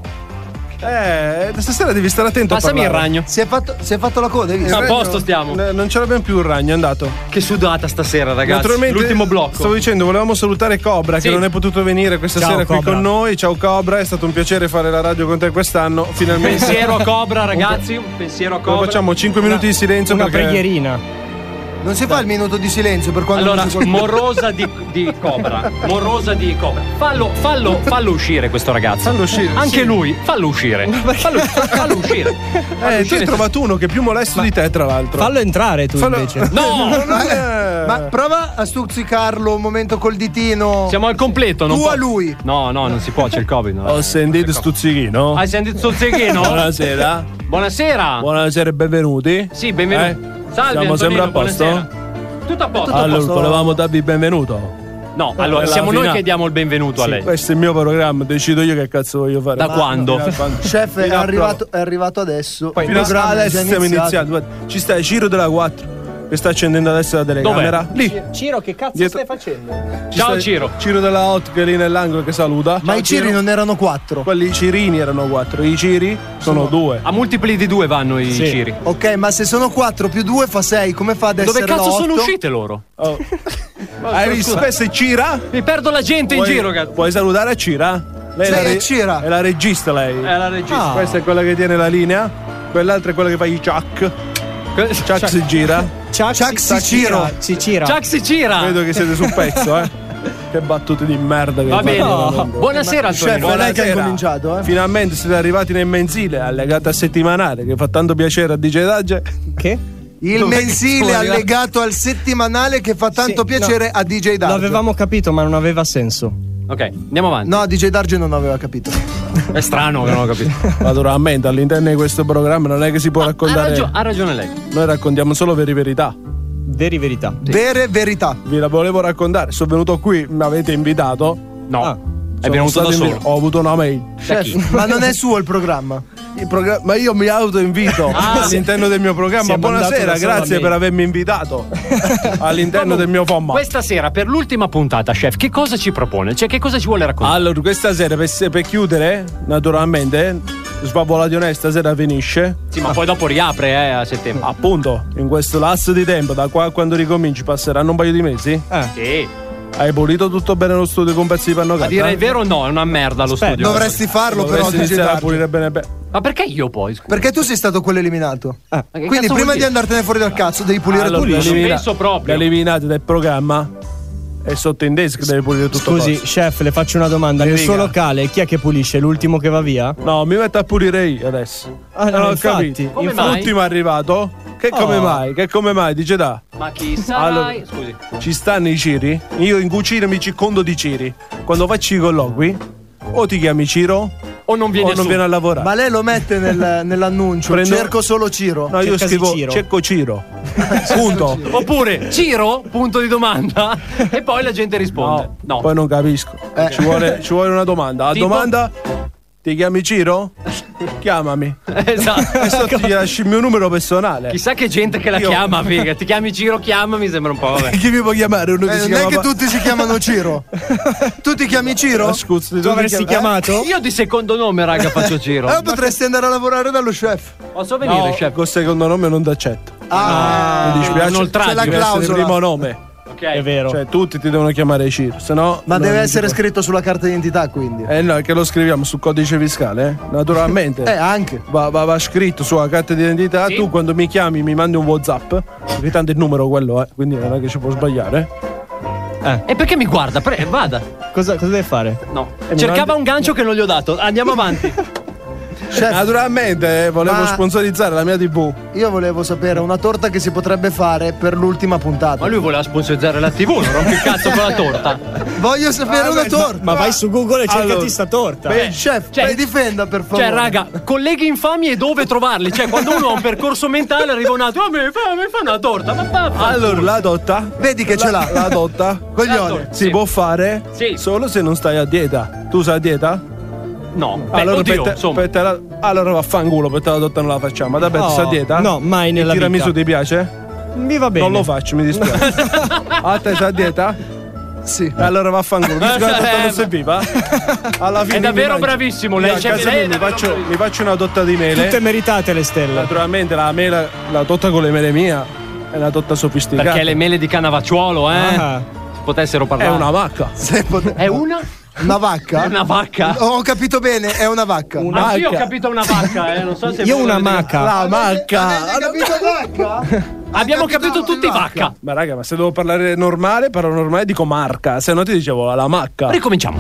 Speaker 7: Eh, stasera devi stare attento
Speaker 6: Passami
Speaker 7: a
Speaker 6: il
Speaker 7: parlare.
Speaker 6: ragno.
Speaker 8: Si è fatto, si è fatto la coda, hai visto?
Speaker 6: A
Speaker 7: Il
Speaker 6: posto
Speaker 7: ragno-
Speaker 6: stiamo.
Speaker 7: n- Non ce l'abbiamo più il ragno, è andato.
Speaker 6: Che sudata stasera, ragazzi.
Speaker 7: Naturalmente,
Speaker 6: L'ultimo blocco.
Speaker 7: Stavo dicendo, volevamo salutare Cobra
Speaker 6: Sì.
Speaker 7: che non è potuto venire questa
Speaker 9: Ciao,
Speaker 7: sera qui
Speaker 9: Cobra.
Speaker 7: con noi. Ciao Cobra, è stato un piacere fare la radio con te quest'anno. Finalmente.
Speaker 6: Pensiero a Cobra, ragazzi. Un pensiero a
Speaker 7: Lo
Speaker 6: Cobra.
Speaker 7: facciamo cinque minuti di silenzio
Speaker 9: Una
Speaker 7: perché
Speaker 9: preghierina.
Speaker 8: Non si fa il minuto di silenzio per quando
Speaker 6: Allora,
Speaker 8: non si può...
Speaker 6: morosa di, di Cobra. Morosa di Cobra. Fallo, fallo, fallo uscire questo ragazzo.
Speaker 7: Fallo uscire,
Speaker 6: Anche
Speaker 7: sì.
Speaker 6: lui, fallo uscire. Fallo, fallo uscire. Fallo
Speaker 7: Eh, tu
Speaker 6: uscire.
Speaker 7: hai trovato uno che è più molesto di te, tra l'altro.
Speaker 9: Fallo entrare tu
Speaker 7: Fallo-
Speaker 9: invece.
Speaker 6: No!
Speaker 7: Non è-
Speaker 8: Ma prova a stuzzicarlo un momento col ditino.
Speaker 6: Siamo al completo, non
Speaker 8: Tu
Speaker 6: può-
Speaker 8: a lui.
Speaker 6: No, no, non si può, c'è il Covid. No.
Speaker 7: Ho sentito stuzzichino.
Speaker 6: Hai sentito Stuzzichino?
Speaker 7: Buonasera.
Speaker 6: Buonasera.
Speaker 7: Buonasera e benvenuti.
Speaker 6: Sì, benvenuti.
Speaker 7: Eh?
Speaker 6: Salve,
Speaker 7: Siamo
Speaker 6: Antonino,
Speaker 7: sempre a posto?
Speaker 6: buonasera. Tutto a posto.
Speaker 7: Allora, volevamo darvi il benvenuto.
Speaker 6: No, allora
Speaker 7: Alla
Speaker 6: siamo noi
Speaker 7: finale.
Speaker 6: che diamo il benvenuto a
Speaker 7: Sì,
Speaker 6: lei.
Speaker 7: questo è il mio programma, decido io che cazzo voglio fare.
Speaker 6: Da
Speaker 7: Ma-
Speaker 6: quando?
Speaker 7: fino a quando-
Speaker 8: Chef è
Speaker 7: fino a
Speaker 8: arrivato, è arrivato adesso.
Speaker 7: Poi
Speaker 8: Il
Speaker 7: fino a
Speaker 8: programma è
Speaker 7: adesso
Speaker 8: già
Speaker 7: stiamo
Speaker 8: iniziato.
Speaker 7: iniziando. Guarda, ci sta Ciro della quattro che sta accendendo adesso la telecamera. Lì.
Speaker 9: Ciro, che cazzo
Speaker 7: Dietro-
Speaker 9: stai facendo?
Speaker 7: Ci
Speaker 6: Ciao
Speaker 7: sta
Speaker 6: Ciro.
Speaker 7: Ciro della Hot che è lì nell'angolo che saluta.
Speaker 8: Ma i Ciri non erano quattro.
Speaker 7: Quelli Cirini erano quattro, i Ciri sono due.
Speaker 6: A multipli di due vanno i
Speaker 7: Sì.
Speaker 6: Ciri.
Speaker 8: Ok, ma se sono quattro più due fa sei, come fa ad essere
Speaker 6: Dove cazzo
Speaker 8: l'otto?
Speaker 6: sono uscite loro?
Speaker 7: Oh. Hai visto? Questa è Cira?
Speaker 6: Mi perdo la gente
Speaker 7: Puoi-
Speaker 6: in giro, cazzo.
Speaker 7: Puoi salutare Cira? Lei
Speaker 8: Sì,
Speaker 7: la
Speaker 8: è Cira.
Speaker 7: È la regista lei.
Speaker 6: È la regista.
Speaker 7: Ah. Questa è quella che tiene la linea. Quell'altra è quella che fa i chuck. Chuck si gira.
Speaker 8: Chuck si Ciro.
Speaker 9: Si gira.
Speaker 6: Chuck si gira.
Speaker 7: Vedo che siete sul pezzo, eh. Che battute di merda che
Speaker 6: Va
Speaker 7: fate.
Speaker 6: bene.
Speaker 7: No.
Speaker 6: Buonasera
Speaker 8: Chef,
Speaker 6: Antonino.
Speaker 8: è lei che ha
Speaker 7: Buonasera.
Speaker 8: cominciato, eh?
Speaker 7: Finalmente siete arrivati nel mensile, allegato a settimanale, che fa tanto piacere a D J Darge.
Speaker 9: Che?
Speaker 8: Il
Speaker 7: Dov'è che
Speaker 8: mensile
Speaker 7: sono arrivato?
Speaker 8: allegato al settimanale che fa tanto
Speaker 9: Sì,
Speaker 8: piacere a D J Darge.
Speaker 9: L'avevamo capito, ma non aveva senso.
Speaker 6: Ok, andiamo avanti.
Speaker 8: No, D J Darge non aveva capito.
Speaker 6: È strano che non ho capito.
Speaker 7: Naturalmente all'interno di questo programma non è che si può
Speaker 6: Ha,
Speaker 7: raccontare.
Speaker 6: ragio- ha ragione lei.
Speaker 7: Noi raccontiamo solo veri verità.
Speaker 9: Veri verità.
Speaker 8: Vere verità.
Speaker 7: Vi la volevo raccontare. Sono venuto qui, mi avete invitato.
Speaker 6: No.
Speaker 9: Ah.
Speaker 6: È venuto da
Speaker 7: Sono stato
Speaker 6: solo.
Speaker 7: invi- Ho avuto una mail.
Speaker 8: Chef, ma non è suo il programma.
Speaker 7: Il programma- ma io mi autoinvito
Speaker 6: Ah,
Speaker 7: all'interno del mio
Speaker 9: si
Speaker 7: programma.
Speaker 9: è mandato
Speaker 7: Buonasera,
Speaker 9: da solo la
Speaker 7: grazie
Speaker 9: mail.
Speaker 7: per avermi invitato all'interno del mio formato.
Speaker 6: Questa sera, per l'ultima puntata, chef, che cosa ci propone? Cioè, che cosa ci vuole raccontare?
Speaker 7: Allora, questa sera per, per chiudere, naturalmente, Svalvolati on Air stasera finisce.
Speaker 6: Sì, ma poi dopo riapre, eh, a settembre.
Speaker 7: Appunto, in questo lasso di tempo, da qua a quando ricominci, passeranno un paio di mesi.
Speaker 9: Eh.
Speaker 6: Sì.
Speaker 7: Hai pulito tutto bene lo studio con pezzi di panno
Speaker 6: A dire il vero, no, è una merda lo
Speaker 8: Aspetta,
Speaker 6: studio.
Speaker 8: dovresti farlo,
Speaker 7: Dovresti
Speaker 8: però.
Speaker 7: iniziare a pulire bene bene.
Speaker 6: Ma perché io poi? Scusa?
Speaker 8: Perché tu sei stato quello eliminato.
Speaker 6: Ma che
Speaker 8: Quindi
Speaker 6: cazzo
Speaker 8: prima
Speaker 6: vuol
Speaker 8: di
Speaker 6: dire?
Speaker 8: andartene fuori dal cazzo devi pulire
Speaker 7: Allora,
Speaker 8: tu liscio.
Speaker 7: elimina-
Speaker 6: penso proprio.
Speaker 7: li eliminati dal programma. È sotto indice che devi pulire tutto.
Speaker 9: Scusi,
Speaker 7: cosa.
Speaker 9: chef, le faccio una domanda.
Speaker 7: Mi
Speaker 9: Nel
Speaker 7: dica.
Speaker 9: suo locale chi è che pulisce? L'ultimo che va via?
Speaker 7: No, mi metto a pulire io adesso.
Speaker 9: Ah, no,
Speaker 7: non ho
Speaker 9: infatti.
Speaker 7: capito.
Speaker 6: Come
Speaker 7: Il
Speaker 6: mai?
Speaker 7: L'ultimo è arrivato. Che come
Speaker 9: Oh.
Speaker 7: mai? Che come mai? Dice da.
Speaker 6: Ma chi sarai?
Speaker 7: Allora,
Speaker 6: Scusi.
Speaker 7: ci stanno i Ciri. Io in cucina mi circondo di Ciri. Quando faccio i colloqui, o ti chiami Ciro
Speaker 6: O non viene
Speaker 7: o non
Speaker 6: su.
Speaker 7: viene a lavorare.
Speaker 8: Ma lei lo mette nel- nell'annuncio.
Speaker 7: Prendo-
Speaker 8: Cerco solo Ciro.
Speaker 7: No, io
Speaker 9: cercasi
Speaker 7: scrivo
Speaker 9: Ciro.
Speaker 7: cerco Ciro. Punto.
Speaker 6: Oppure Ciro? Punto di domanda. E poi la gente risponde. No.
Speaker 7: Poi non capisco.
Speaker 8: Eh.
Speaker 7: Ci, vuole, ci vuole una domanda. La
Speaker 6: Tipo?
Speaker 7: domanda? Ti chiami Ciro? Chiamami.
Speaker 6: Esatto.
Speaker 7: E sotto gli lasci il mio numero personale.
Speaker 6: Chissà che gente che la
Speaker 7: Io-
Speaker 6: chiama, figa. Ti chiami Ciro, chiama, mi sembra un po'. Vabbè.
Speaker 7: Chi mi può chiamare? Uno che
Speaker 8: Eh,
Speaker 7: si
Speaker 8: non è
Speaker 7: chiama
Speaker 8: che
Speaker 7: Pa-
Speaker 8: tutti si chiamano Ciro. Tu ti chiami Ciro?
Speaker 7: Ah, scusi,
Speaker 9: Tu avresti
Speaker 7: ti chiami-
Speaker 9: chiamato?
Speaker 6: Io di secondo nome, raga, faccio Ciro.
Speaker 8: Eh, potresti andare a lavorare dallo chef.
Speaker 6: Posso venire,
Speaker 7: No,
Speaker 6: chef?
Speaker 7: col secondo nome non ti accetto.
Speaker 8: Ah,
Speaker 7: Mi dispiace.
Speaker 6: un oltraggio.
Speaker 8: c'è la
Speaker 7: Deve essere il
Speaker 8: clausola.
Speaker 7: primo nome.
Speaker 6: Ok.
Speaker 9: È vero.
Speaker 7: Cioè, tutti ti devono chiamare Ciro. Se no.
Speaker 8: Ma
Speaker 7: non
Speaker 8: deve
Speaker 7: ti
Speaker 8: essere
Speaker 7: può-
Speaker 8: scritto sulla carta d'identità, quindi.
Speaker 7: Eh no, è che lo scriviamo sul codice fiscale, eh? Naturalmente.
Speaker 8: Eh, anche.
Speaker 7: Va, va- va scritto sulla carta d'identità.
Speaker 6: Sì.
Speaker 7: Tu quando mi chiami mi mandi un WhatsApp. Perché tanto il numero quello è, quindi non è che ci può sbagliare.
Speaker 6: E perché mi guarda? Pre- vada.
Speaker 9: Cosa, cosa deve fare?
Speaker 6: No.
Speaker 7: mi
Speaker 6: Cercava
Speaker 7: mandi-
Speaker 6: un gancio che non gli ho dato. Andiamo avanti.
Speaker 8: Chef,
Speaker 7: Naturalmente eh, volevo
Speaker 8: Ma-
Speaker 7: sponsorizzare la mia tivù.
Speaker 8: io volevo sapere una torta che si potrebbe fare per l'ultima puntata.
Speaker 6: Ma lui voleva sponsorizzare la tivù, non rompi il cazzo con la torta.
Speaker 8: Voglio sapere
Speaker 7: Ah,
Speaker 8: una
Speaker 7: beh,
Speaker 8: torta.
Speaker 9: Ma vai su Google e cercati
Speaker 7: Allora,
Speaker 9: sta torta.
Speaker 8: Beh, chef,
Speaker 6: cioè-
Speaker 8: mi difenda per favore.
Speaker 6: Cioè, raga, colleghi infami e dove trovarli? Cioè, quando uno ha un percorso mentale arriva un altro, "Ah, mi fa, mi fa una torta, ma va,
Speaker 7: Allora, la dotta.
Speaker 8: Vedi che ce l'ha.
Speaker 7: La dotta
Speaker 8: Coglione.
Speaker 7: si
Speaker 6: Sì.
Speaker 7: può fare
Speaker 6: Sì.
Speaker 7: solo se non stai a dieta. Tu sei a dieta?
Speaker 6: No, beh,
Speaker 7: allora,
Speaker 6: oddio,
Speaker 7: per te-
Speaker 6: insomma.
Speaker 7: per te la- allora vaffanculo, per te la dotta non la facciamo. Vabbè, tu
Speaker 9: No,
Speaker 7: sei a dieta?
Speaker 9: no, mai nella
Speaker 7: Il tiramisù
Speaker 9: vita.
Speaker 7: ti piace?
Speaker 9: Mi va bene.
Speaker 7: Non lo faccio, mi dispiace. A te sei a dieta?
Speaker 8: Sì.
Speaker 7: E allora vaffanculo. Visto che la dotta non serviva? Alla fine
Speaker 6: È
Speaker 7: mi
Speaker 6: davvero
Speaker 7: mangio.
Speaker 6: bravissimo,
Speaker 7: Io
Speaker 6: lei,
Speaker 7: a
Speaker 6: cioè,
Speaker 7: casa
Speaker 6: lei è
Speaker 7: mia mi
Speaker 6: davvero
Speaker 7: faccio,
Speaker 6: bravissimo.
Speaker 7: mi faccio una dotta di mele.
Speaker 9: Tutte meritate le stelle.
Speaker 7: Naturalmente la mela, la dotta con le mele mia è una dotta sofisticata.
Speaker 6: Perché le mele di Cannavacciuolo, eh?
Speaker 9: Ah.
Speaker 6: Potessero parlare.
Speaker 7: È una vacca.
Speaker 8: Se pot-
Speaker 6: È una?
Speaker 8: Una vacca?
Speaker 6: È una vacca?
Speaker 8: Ho capito bene, è una vacca.
Speaker 7: Una-
Speaker 6: Anch'io ho
Speaker 7: vacca.
Speaker 6: capito una vacca, eh. Non so se
Speaker 9: Io
Speaker 6: voi
Speaker 9: una
Speaker 6: l'avete-
Speaker 9: maca.
Speaker 7: La vacca.
Speaker 8: Hai capito vacca?
Speaker 6: Abbiamo capito tutti vacca.
Speaker 7: Ma raga, ma se devo parlare normale, parlo normale, dico marca. Se no ti dicevo la macca.
Speaker 6: Ricominciamo.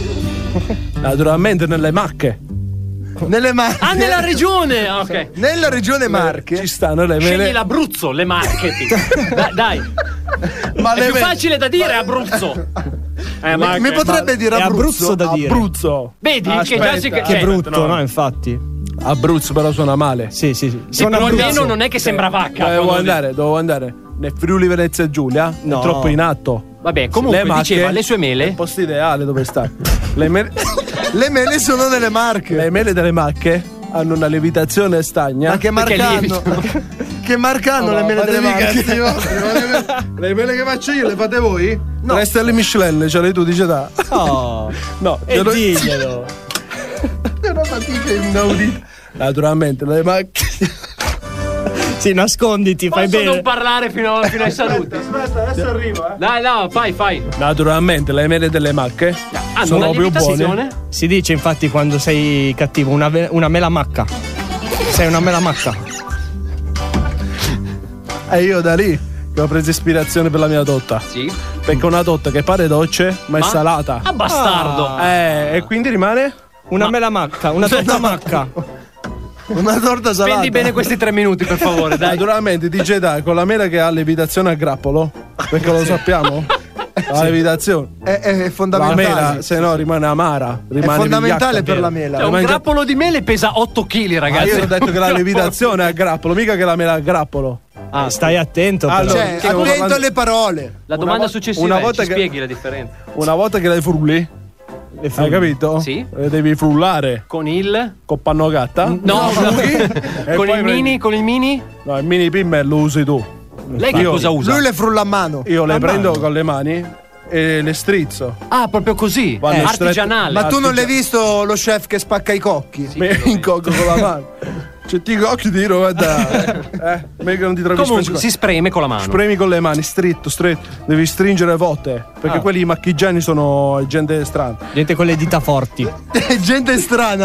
Speaker 7: Naturalmente nelle macche.
Speaker 8: Nelle Marche.
Speaker 6: Ah, nella regione! Ah, ok.
Speaker 8: Nella regione Marche.
Speaker 7: Ci stanno le
Speaker 6: Scegli
Speaker 7: mele.
Speaker 6: l'Abruzzo, le Marche. dai, dai.
Speaker 8: Ma
Speaker 6: È
Speaker 8: le
Speaker 6: più
Speaker 8: mele-
Speaker 6: facile da dire Abruzzo. Eh,
Speaker 8: Mi, mi potrebbe dire
Speaker 9: È
Speaker 8: Abruzzo?
Speaker 9: Abruzzo da dire.
Speaker 7: Abruzzo.
Speaker 6: Vedi che
Speaker 7: Aspetta,
Speaker 6: già si
Speaker 9: Che
Speaker 6: cioè,
Speaker 9: brutto,
Speaker 7: no.
Speaker 9: no, infatti.
Speaker 7: Abruzzo però suona male.
Speaker 9: Sì, sì, sì.
Speaker 6: Sì,
Speaker 9: Sono
Speaker 6: però
Speaker 9: Abruzzo.
Speaker 6: almeno non è che sembra vacca.
Speaker 7: Dovevo
Speaker 6: quando
Speaker 7: andare, dovevo andare. Nel Friuli Venezia Giulia
Speaker 9: No.
Speaker 7: è troppo in atto.
Speaker 6: dici- Vabbè, comunque
Speaker 7: Le macche-
Speaker 6: diceva le sue
Speaker 7: È il
Speaker 6: mele.
Speaker 7: posto ideale dove sta. Le mele,
Speaker 8: Le mele sono nelle Marche.
Speaker 7: le mele delle macche hanno una lievitazione stagna.
Speaker 8: Ma che
Speaker 6: Perché
Speaker 8: marca hanno?
Speaker 6: lievitano.
Speaker 8: Che marca hanno
Speaker 7: No,
Speaker 8: le
Speaker 7: no,
Speaker 8: mele delle
Speaker 7: fatevi i
Speaker 8: Marche?
Speaker 7: cazzi vostri, ma le mele- Le mele che faccio io le fate voi? No. Resta alle Michelin, ce l'hai tu, dice da.
Speaker 9: Oh.
Speaker 7: No,
Speaker 9: E
Speaker 7: glielo-
Speaker 9: diglielo.
Speaker 8: È una fatica inaudita.
Speaker 7: Naturalmente, le macche.
Speaker 9: Sì, nasconditi, fai
Speaker 6: Posso non
Speaker 9: bene.
Speaker 6: parlare fino, fino ai saluti?
Speaker 7: Aspetta, adesso arrivo, eh.
Speaker 6: Dai, no, fai, fai.
Speaker 7: Naturalmente, le mele delle macche
Speaker 6: Hanno
Speaker 7: sono
Speaker 6: una
Speaker 7: più buone.
Speaker 6: lievitazione?
Speaker 9: Si dice infatti quando sei cattivo, una, ve- una mela macca. Sei una mela macca.
Speaker 7: E io da lì che ho preso ispirazione per la mia dotta.
Speaker 6: Sì.
Speaker 7: Perché è una dotta che pare dolce, ma,
Speaker 6: Ma?
Speaker 7: è salata.
Speaker 6: Ah, bastardo.
Speaker 7: Eh, e quindi rimane?
Speaker 9: Una mela macca, una torta macca.
Speaker 8: Una torta salata.
Speaker 6: Spendi bene questi tre minuti, per favore, dai.
Speaker 7: Naturalmente D J Dai con la mela che ha levitazione a grappolo, perché lo sappiamo. La levitazione.
Speaker 8: È, è
Speaker 7: La
Speaker 8: fondamentale.
Speaker 7: mela, se no rimane amara.
Speaker 8: È
Speaker 7: Rimane
Speaker 8: fondamentale
Speaker 7: vigliacca.
Speaker 8: per la mela.
Speaker 6: Cioè, un
Speaker 7: mangia-
Speaker 6: grappolo di mele pesa otto chili,
Speaker 7: Ma
Speaker 6: ragazzi.
Speaker 7: io ho detto che la levitazione è a grappolo, mica che la mela è a grappolo.
Speaker 9: Ah, stai attento. Però.
Speaker 7: Allora,
Speaker 8: Cioè,
Speaker 7: stiamo
Speaker 8: attento
Speaker 7: parlando-
Speaker 8: alle parole.
Speaker 6: La
Speaker 7: Una
Speaker 6: domanda
Speaker 7: vo-
Speaker 6: successiva
Speaker 7: una
Speaker 6: è,
Speaker 7: volta
Speaker 6: ci
Speaker 7: che-
Speaker 6: spieghi la differenza.
Speaker 7: Una volta che le frulli,
Speaker 9: Le
Speaker 7: hai capito?
Speaker 6: Sì.
Speaker 7: Le devi frullare
Speaker 6: Con il...
Speaker 7: con panno gatta.
Speaker 6: No,
Speaker 7: Frulli, e
Speaker 6: con
Speaker 7: poi
Speaker 6: il
Speaker 7: prendi-
Speaker 6: mini, con il mini?
Speaker 7: No, il mini pimmer lo usi tu.
Speaker 6: Lei che
Speaker 7: Io-
Speaker 6: cosa usa?
Speaker 8: Lui le frulla a mano.
Speaker 7: Io le
Speaker 9: A
Speaker 7: prendo
Speaker 9: mano.
Speaker 7: con le mani e le strizzo.
Speaker 6: Ah, proprio così?
Speaker 7: Vanno
Speaker 6: Eh,
Speaker 7: strette-
Speaker 6: artigianale.
Speaker 8: Ma tu non l'hai
Speaker 7: artigia-
Speaker 8: visto lo chef che spacca i cocchi?
Speaker 7: Mi incocco con la mano. C'è ti occhi di guarda. Eh, meglio che non ti trovi
Speaker 6: Comunque
Speaker 7: specie-
Speaker 6: si spreme con la mano.
Speaker 7: Spremi con le mani, stritto, stretto. Devi stringere volte. Perché
Speaker 6: Ah.
Speaker 7: quelli macchigiani sono gente strana.
Speaker 9: Gente con le dita forti.
Speaker 8: Gente strana.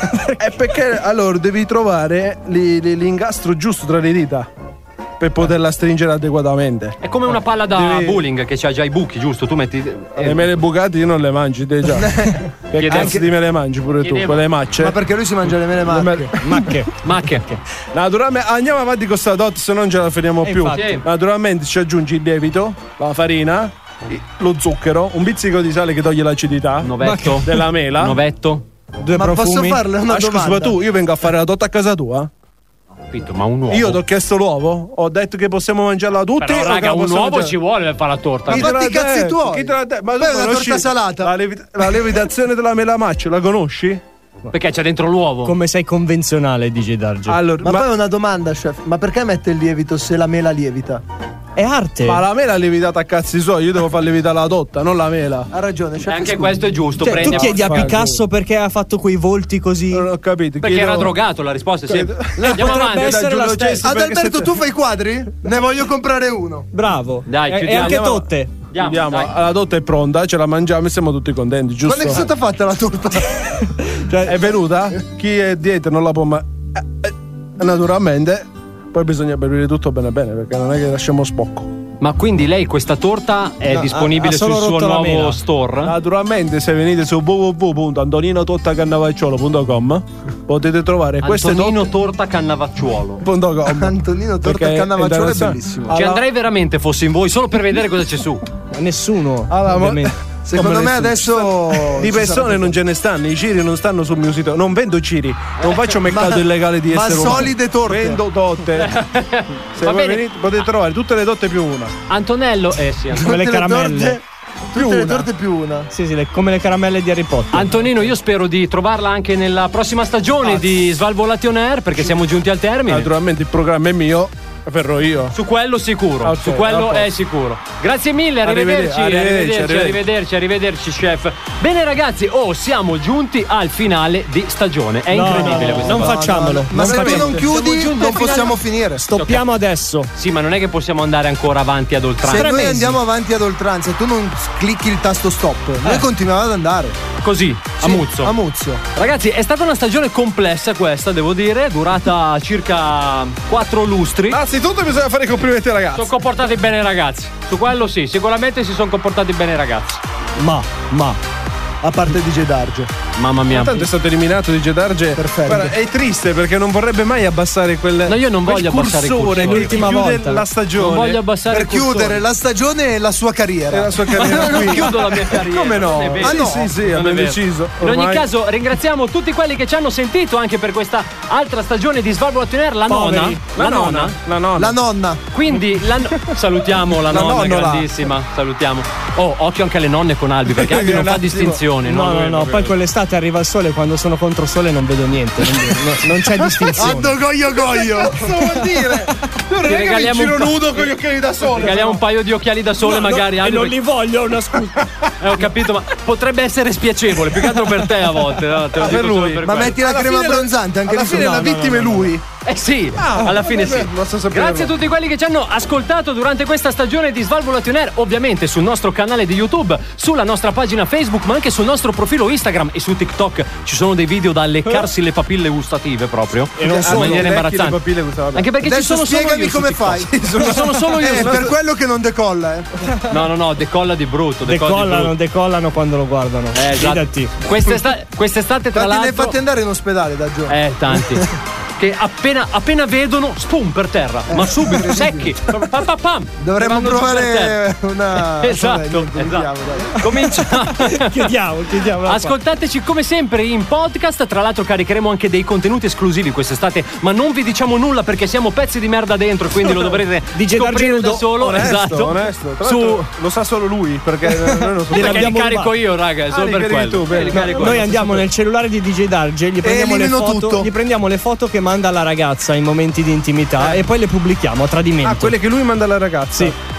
Speaker 7: È perché allora devi trovare li- li- l'ingastro giusto tra le dita per poterla stringere adeguatamente.
Speaker 6: È come una palla da
Speaker 7: Devi-
Speaker 6: bowling che c'ha già i buchi, giusto? Tu metti.
Speaker 7: Le mele bucate io non le mangi, te già. Che
Speaker 6: Chiedevo-
Speaker 7: cazzo di me le mangi pure tu,
Speaker 6: Chiedevo-
Speaker 7: quelle macce?
Speaker 8: Ma perché lui si mangia le mele macche?
Speaker 7: Macche.
Speaker 6: Macche.
Speaker 7: Naturalmente andiamo avanti con sta dot, se non ce la finiamo
Speaker 6: Eh,
Speaker 7: più.
Speaker 6: infatti.
Speaker 7: Naturalmente ci aggiungi il lievito, la farina, lo zucchero, un pizzico di sale che toglie l'acidità.
Speaker 6: Novetto.
Speaker 7: Della mela.
Speaker 6: Novetto.
Speaker 9: Due
Speaker 8: Ma
Speaker 9: profumi.
Speaker 8: posso farle una
Speaker 7: Ah, scusa,
Speaker 8: domanda?
Speaker 7: ma tu, io vengo a fare la torta a casa tua?
Speaker 6: Capito, ma un uovo.
Speaker 7: Io ti ho chiesto l'uovo, ho detto che possiamo mangiarla tutti.
Speaker 6: Però,
Speaker 7: o che
Speaker 6: raga,
Speaker 7: la
Speaker 6: un
Speaker 7: possiamo
Speaker 6: uovo
Speaker 7: mangiare-
Speaker 6: ci vuole per fare la torta.
Speaker 7: Chi te
Speaker 8: fatti
Speaker 7: l'ha
Speaker 8: i cazzi
Speaker 7: detto?
Speaker 8: tuoi.
Speaker 7: Chi te l'ha detto? Ma tu
Speaker 8: Poi è una
Speaker 7: conosci
Speaker 8: torta salata.
Speaker 7: La, levi- la lievitazione della mela maccia, la conosci?
Speaker 6: Perché c'è dentro l'uovo.
Speaker 9: Come sei convenzionale, D J Darge.
Speaker 7: Allora,
Speaker 8: Ma,
Speaker 7: ma,
Speaker 8: poi una domanda, chef. Ma perché mette il lievito se la mela lievita?
Speaker 9: È arte.
Speaker 7: ma la mela è lievitata a cazzi suoi, io devo far lievitare la torta, non la mela.
Speaker 8: Ha ragione,
Speaker 6: E
Speaker 8: chef.
Speaker 6: anche
Speaker 8: scusi.
Speaker 6: questo è giusto.
Speaker 9: Cioè, tu
Speaker 6: prendi-
Speaker 9: chiedi a
Speaker 7: Fa-
Speaker 9: Picasso perché ha fatto quei volti così.
Speaker 7: Non ho capito.
Speaker 6: Perché
Speaker 7: chiedo-
Speaker 6: era drogato, la risposta è sì.
Speaker 7: Chiedo-
Speaker 6: Andiamo
Speaker 9: potrebbe
Speaker 6: avanti.
Speaker 9: essere
Speaker 7: Giulio
Speaker 9: la stessa.
Speaker 7: Cessi, perché
Speaker 8: Adalberto,
Speaker 7: se-
Speaker 8: tu fai i quadri? Ne voglio comprare uno.
Speaker 9: Bravo.
Speaker 6: Dai,
Speaker 9: E- e,
Speaker 6: chiudiamo.
Speaker 9: anche
Speaker 6: Andiamo-
Speaker 9: Totte.
Speaker 6: Andiamo,
Speaker 7: Andiamo,
Speaker 6: dai.
Speaker 7: la dotta è pronta, ce la mangiamo e siamo tutti contenti, giusto?
Speaker 8: Quando è che è stata fatta la torta?
Speaker 7: Cioè, è venuta? Chi è dietro non la può mai. Eh, eh, naturalmente, poi bisogna berire tutto bene bene, perché non è che lasciamo spocco.
Speaker 6: Ma quindi lei questa torta è
Speaker 9: No,
Speaker 6: disponibile
Speaker 9: ha- ha
Speaker 6: sul
Speaker 9: solo
Speaker 6: suo
Speaker 9: rotto la
Speaker 6: nuovo
Speaker 9: mela.
Speaker 6: store?
Speaker 7: Naturalmente, se venite su w w w punto antonino torta cannavacciolo punto com potete trovare queste
Speaker 6: Antonino Torta Cannavacciuolo.
Speaker 7: punto com.
Speaker 8: Antonino torta
Speaker 7: Perché
Speaker 8: cannavacciolo è
Speaker 7: interessante.
Speaker 8: bellissimo.
Speaker 6: Ci
Speaker 7: Alla-
Speaker 6: andrei veramente fossi in voi solo per vedere cosa c'è su.
Speaker 9: Nessuno.
Speaker 7: Allora, ma-
Speaker 9: ovviamente.
Speaker 8: Secondo
Speaker 7: Come
Speaker 8: me
Speaker 7: nessuno.
Speaker 8: adesso
Speaker 7: Di
Speaker 8: ci
Speaker 7: persone
Speaker 8: sarà-
Speaker 7: non ce ne stanno, i ciri non stanno sul mio sito. Non vendo ciri, non faccio mercato
Speaker 8: Ma-
Speaker 7: illegale di
Speaker 8: ma
Speaker 7: essere umano.
Speaker 8: solide torte.
Speaker 7: Vendo dotte. Se
Speaker 6: Va
Speaker 7: voi
Speaker 6: bene.
Speaker 7: venite, potete trovare tutte le dotte più una.
Speaker 6: Antonello, eh sì. Antonino.
Speaker 9: Come le
Speaker 8: Tutte
Speaker 9: caramelle.
Speaker 8: torte-
Speaker 7: Più
Speaker 8: Tutte le
Speaker 7: una.
Speaker 8: torte più una.
Speaker 9: Sì, sì, le- come le caramelle di Harry Potter.
Speaker 6: Antonino, io spero di trovarla anche nella prossima stagione di Svalvolation Air perché siamo giunti al termine.
Speaker 7: Naturalmente il programma è mio, verrò io.
Speaker 6: Su quello sicuro,
Speaker 7: Ok,
Speaker 6: su quello
Speaker 7: a posto.
Speaker 6: è sicuro. Grazie mille,
Speaker 7: Arrivederci,
Speaker 6: arrivederci,
Speaker 7: arrivederci,
Speaker 6: arrivederci, arrivederci, arrivederci, chef. Bene ragazzi, oh, siamo giunti al finale di stagione. È
Speaker 9: No,
Speaker 6: incredibile
Speaker 9: no,
Speaker 6: questa
Speaker 9: non
Speaker 6: cosa.
Speaker 9: facciamolo.
Speaker 8: Ma
Speaker 9: Non
Speaker 8: se tu
Speaker 9: facciamo-
Speaker 8: non chiudi,
Speaker 6: Siamo giunti
Speaker 8: non
Speaker 6: al finale.
Speaker 8: possiamo finire.
Speaker 9: Stoppiamo adesso.
Speaker 6: Sì, ma non è che possiamo andare ancora avanti ad
Speaker 8: Se
Speaker 6: oltranza.
Speaker 9: Tre
Speaker 8: noi
Speaker 9: mesi.
Speaker 8: andiamo avanti ad oltranza e tu non clicchi il tasto stop, noi continuiamo ad andare.
Speaker 6: Così, a muzzo.
Speaker 8: A muzzo.
Speaker 6: Ragazzi, è stata una stagione complessa questa, devo dire, durata circa quattro lustri.
Speaker 7: Innanzitutto bisogna fare i complimenti ai ragazzi.
Speaker 6: Sono comportati bene i ragazzi. Su quello sì, sicuramente si sono comportati bene i ragazzi.
Speaker 9: Ma, ma.
Speaker 8: A parte D J Darge.
Speaker 6: Mamma mia.
Speaker 7: Tanto è stato eliminato di Gedarge.
Speaker 8: Perfetto.
Speaker 7: Guarda, è triste perché non vorrebbe mai abbassare quel.
Speaker 6: No, io non
Speaker 7: quel
Speaker 6: voglio abbassare il
Speaker 7: cursore
Speaker 6: cursore.
Speaker 7: che
Speaker 9: L'ultima
Speaker 7: chiude
Speaker 9: volta.
Speaker 7: la stagione.
Speaker 6: Non voglio abbassare
Speaker 8: Per
Speaker 6: il cursore.
Speaker 8: chiudere la stagione e la sua carriera.
Speaker 7: E la sua carriera
Speaker 6: Non
Speaker 7: qui.
Speaker 6: chiudo la mia carriera.
Speaker 7: Come no?
Speaker 6: non è vero.
Speaker 7: Ah, no? Sì, sì,
Speaker 6: Non è
Speaker 7: abbiamo
Speaker 6: vero.
Speaker 7: deciso.
Speaker 6: In ogni
Speaker 7: Ormai-
Speaker 6: caso, ringraziamo tutti quelli che ci hanno sentito anche per questa altra stagione di Svalvolation Air, la
Speaker 9: Poveri.
Speaker 6: nonna.
Speaker 7: La nonna. La nonna.
Speaker 8: La nonna.
Speaker 6: Quindi la no- salutiamo la,
Speaker 7: La
Speaker 6: nonna
Speaker 7: nonnola.
Speaker 6: grandissima, salutiamo. Oh, occhio anche alle nonne con Albi perché Albi non
Speaker 7: Un
Speaker 6: fa
Speaker 7: attimo.
Speaker 6: distinzioni,
Speaker 9: No, no,
Speaker 6: Lui
Speaker 9: no,
Speaker 6: proprio-
Speaker 9: poi con l'estate arriva il sole, quando sono contro sole non vedo niente, quindi no- non c'è distinzione.
Speaker 8: Ando goio goio.
Speaker 7: Cosa vuol dire? Tu non è che mi
Speaker 6: regaliamo
Speaker 7: giro
Speaker 6: un po'-
Speaker 7: nudo con gli occhiali da sole.
Speaker 6: Regaliamo un paio di occhiali da sole,
Speaker 9: No, no,
Speaker 6: magari
Speaker 9: e
Speaker 6: Albi,
Speaker 9: non
Speaker 6: perché-
Speaker 9: li voglio, una scusa.
Speaker 6: Eh, ho capito, ma potrebbe essere spiacevole, più che altro per te a volte. No? Te lo
Speaker 7: Ah,
Speaker 6: dico
Speaker 7: per
Speaker 6: solo
Speaker 7: lui.
Speaker 6: per
Speaker 8: Ma
Speaker 6: quello.
Speaker 8: metti la
Speaker 7: Alla
Speaker 8: crema
Speaker 7: fine la-
Speaker 8: abbronzante anche
Speaker 7: alla
Speaker 8: lì
Speaker 7: fine
Speaker 8: su.
Speaker 7: la
Speaker 8: No, no,
Speaker 7: vittima è lui.
Speaker 6: Eh sì,
Speaker 7: Ah,
Speaker 6: alla fine
Speaker 7: vabbè,
Speaker 6: sì.
Speaker 7: basta saperlo.
Speaker 6: Grazie a tutti quelli che ci hanno ascoltato durante questa stagione di Svalvolation Air, ovviamente sul nostro canale di YouTube, sulla nostra pagina Facebook, ma anche sul nostro profilo Instagram e su TikTok. Ci sono dei video da leccarsi le papille gustative proprio.
Speaker 7: E non
Speaker 6: in
Speaker 7: solo,
Speaker 6: maniera
Speaker 7: lecchi le
Speaker 6: imbarazzante.
Speaker 7: papille gustative.
Speaker 6: Anche perché ci
Speaker 8: Adesso
Speaker 6: sono solo
Speaker 8: spiegami
Speaker 6: io su
Speaker 8: come
Speaker 6: TikTok.
Speaker 8: fai.
Speaker 6: Ci sono solo io
Speaker 8: È
Speaker 6: su-
Speaker 8: per quello che non decolla, eh.
Speaker 6: No, no, no, decolla di brutto. Decolla di
Speaker 9: Decollano,
Speaker 6: brutto.
Speaker 9: decollano quando lo guardano.
Speaker 6: Eh, esatto.
Speaker 9: Fidati.
Speaker 6: Quest'esta- quest'estate, tra
Speaker 8: Quanti ne hai
Speaker 6: l'altro.
Speaker 8: fatti andare in ospedale da giorno?
Speaker 6: Eh, tanti. Che appena, appena vedono, spum per terra. Ma subito, secchi. Pam, pam, pam.
Speaker 8: Dovremmo
Speaker 6: Vanno giù per terra.
Speaker 8: provare una.
Speaker 6: Esatto,
Speaker 8: Vabbè, niente,
Speaker 6: esatto.
Speaker 8: chiudiamo, dai.
Speaker 6: Cominciamo.
Speaker 9: Chiediamo, chiediamo.
Speaker 6: Ascoltateci come sempre in podcast. Tra l'altro caricheremo anche dei contenuti esclusivi quest'estate, ma non vi diciamo nulla perché siamo pezzi di merda dentro, quindi lo dovrete
Speaker 9: D J
Speaker 6: scoprire
Speaker 9: Dargenudo.
Speaker 6: da solo.
Speaker 7: Onesto,
Speaker 6: esatto.
Speaker 7: onesto. Tra
Speaker 6: Su
Speaker 7: l'altro lo sa solo lui perché noi non
Speaker 6: perché li
Speaker 9: Gliel'abbiamo
Speaker 6: carico
Speaker 9: rubato.
Speaker 6: io, raga, è
Speaker 7: Ah,
Speaker 6: solo
Speaker 7: li
Speaker 6: per
Speaker 7: carichi
Speaker 6: quello.
Speaker 7: tu, bene.
Speaker 6: Eh, li
Speaker 7: No,
Speaker 6: carico
Speaker 9: Noi
Speaker 6: io.
Speaker 9: andiamo nel cellulare di D J Darge, gli prendiamo, le
Speaker 8: elimino
Speaker 9: foto,
Speaker 8: tutto.
Speaker 9: gli prendiamo le foto che manda la ragazza in momenti di intimità e poi le pubblichiamo a tradimento.
Speaker 7: Ah, quelle che lui manda alla ragazza.
Speaker 9: Sì.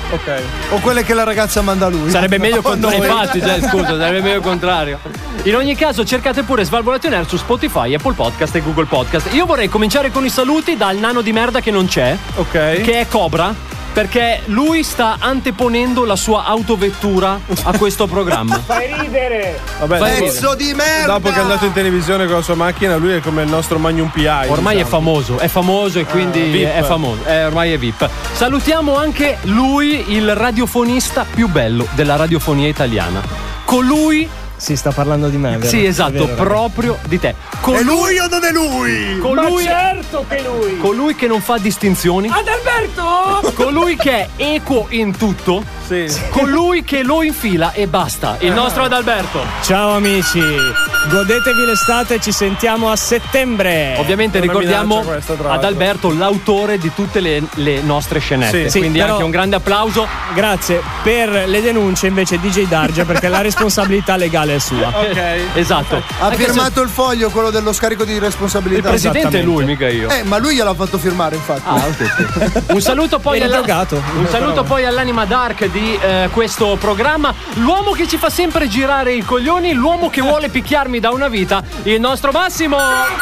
Speaker 7: Ok.
Speaker 8: O quelle che la ragazza manda a lui.
Speaker 6: Sarebbe meglio
Speaker 8: No,
Speaker 6: contrario.
Speaker 8: noi.
Speaker 6: Infatti, cioè, scusa, sarebbe meglio il contrario. In ogni caso, cercate pure Svalvolati On Air su Spotify, Apple Podcast e Google Podcast. Io vorrei cominciare con i saluti dal nano di merda che non c'è.
Speaker 7: Ok.
Speaker 6: Che è Cobra. Perché lui sta anteponendo la sua autovettura a questo programma.
Speaker 16: Fai ridere!
Speaker 7: Vabbè,
Speaker 8: Pezzo di merda!
Speaker 7: Dopo che è andato in televisione con la sua macchina, lui è come il nostro Magnum P I.
Speaker 6: Ormai
Speaker 7: diciamo.
Speaker 6: è famoso, è famoso e quindi
Speaker 7: V I P.
Speaker 6: è famoso, eh, ormai è V I P. Salutiamo anche lui, il radiofonista più bello della radiofonia italiana. Colui.
Speaker 9: Si sta parlando di me, vero?
Speaker 6: Sì, esatto,
Speaker 9: È vero,
Speaker 6: proprio di te.
Speaker 8: È lui o non è lui?
Speaker 6: Colui,
Speaker 16: Ma certo che lui!
Speaker 6: colui che non fa distinzioni.
Speaker 16: Adalberto!
Speaker 6: Colui che è equo in tutto.
Speaker 7: Sì.
Speaker 6: Colui che lo infila e basta. Il nostro Adalberto.
Speaker 9: Ciao amici, godetevi l'estate, ci sentiamo a settembre.
Speaker 6: Ovviamente
Speaker 7: Una
Speaker 6: ricordiamo
Speaker 7: minaccia questa, tra
Speaker 6: ad
Speaker 7: l'altro.
Speaker 6: Alberto l'autore di tutte le, le nostre scenette.
Speaker 7: Sì, sì,
Speaker 6: quindi
Speaker 9: però-
Speaker 6: anche un grande applauso.
Speaker 9: Grazie. Per le denunce invece D J Dargia, perché la responsabilità legale è sua.
Speaker 7: Ok.
Speaker 6: Esatto.
Speaker 8: Ha
Speaker 6: Anche se
Speaker 8: firmato il foglio, quello dello scarico di
Speaker 6: il
Speaker 8: responsabilità.
Speaker 6: presidente è lui, mica io.
Speaker 8: Eh, ma lui gliel'ha fatto firmare, infatti.
Speaker 6: Ah, ok, sì. Un saluto poi
Speaker 9: Viene
Speaker 6: alla-
Speaker 9: drogato.
Speaker 6: un saluto poi all'anima dark di eh, questo programma, l'uomo che ci fa sempre girare i coglioni, l'uomo che vuole picchiarmi da una vita, il nostro Massimo.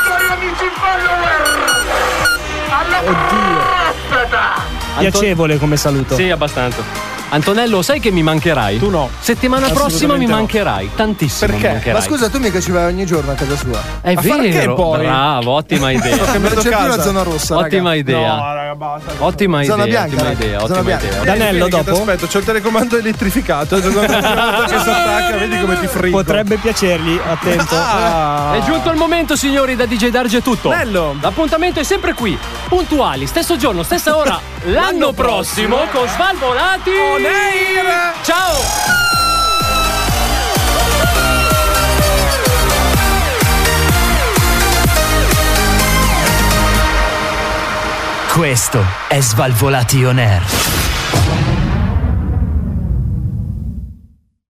Speaker 9: Piacevole come saluto.
Speaker 6: Sì, abbastanza. Antonello, sai che mi mancherai?
Speaker 7: Tu no.
Speaker 6: Settimana prossima mi
Speaker 7: Assolutamente no.
Speaker 6: mancherai, tantissimo.
Speaker 7: Perché?
Speaker 6: mi mancherai.
Speaker 8: Ma scusa, tu mica ci vai ogni giorno a casa sua?
Speaker 6: È
Speaker 7: Ma perché
Speaker 6: vero,
Speaker 7: poi?
Speaker 6: bravo, ottima idea.
Speaker 8: Non
Speaker 7: cambiato
Speaker 8: c'è più
Speaker 7: casa.
Speaker 8: la zona rossa,
Speaker 6: Ottima
Speaker 8: raga.
Speaker 6: idea.
Speaker 7: No, raga, basta.
Speaker 6: Ottima idea,
Speaker 8: Zona bianca,
Speaker 6: ottima
Speaker 8: raga.
Speaker 6: idea,
Speaker 8: Zona
Speaker 6: ottima
Speaker 8: bianca.
Speaker 6: idea.
Speaker 9: Danello,
Speaker 7: Vieni che
Speaker 9: dopo?
Speaker 7: Aspetta, c'ho il telecomando elettrificato. Quando che si attacca, vedi come ti frigo.
Speaker 9: Potrebbe piacergli, attento.
Speaker 7: Ah.
Speaker 6: È giunto il momento, signori, da D J Darge è tutto.
Speaker 7: Bello.
Speaker 6: L'appuntamento è sempre qui, puntuali, stesso giorno, stessa ora, l'anno prossimo con Svalvolati
Speaker 7: On Air.
Speaker 6: Ciao!
Speaker 1: Questo è Svalvolati On Air.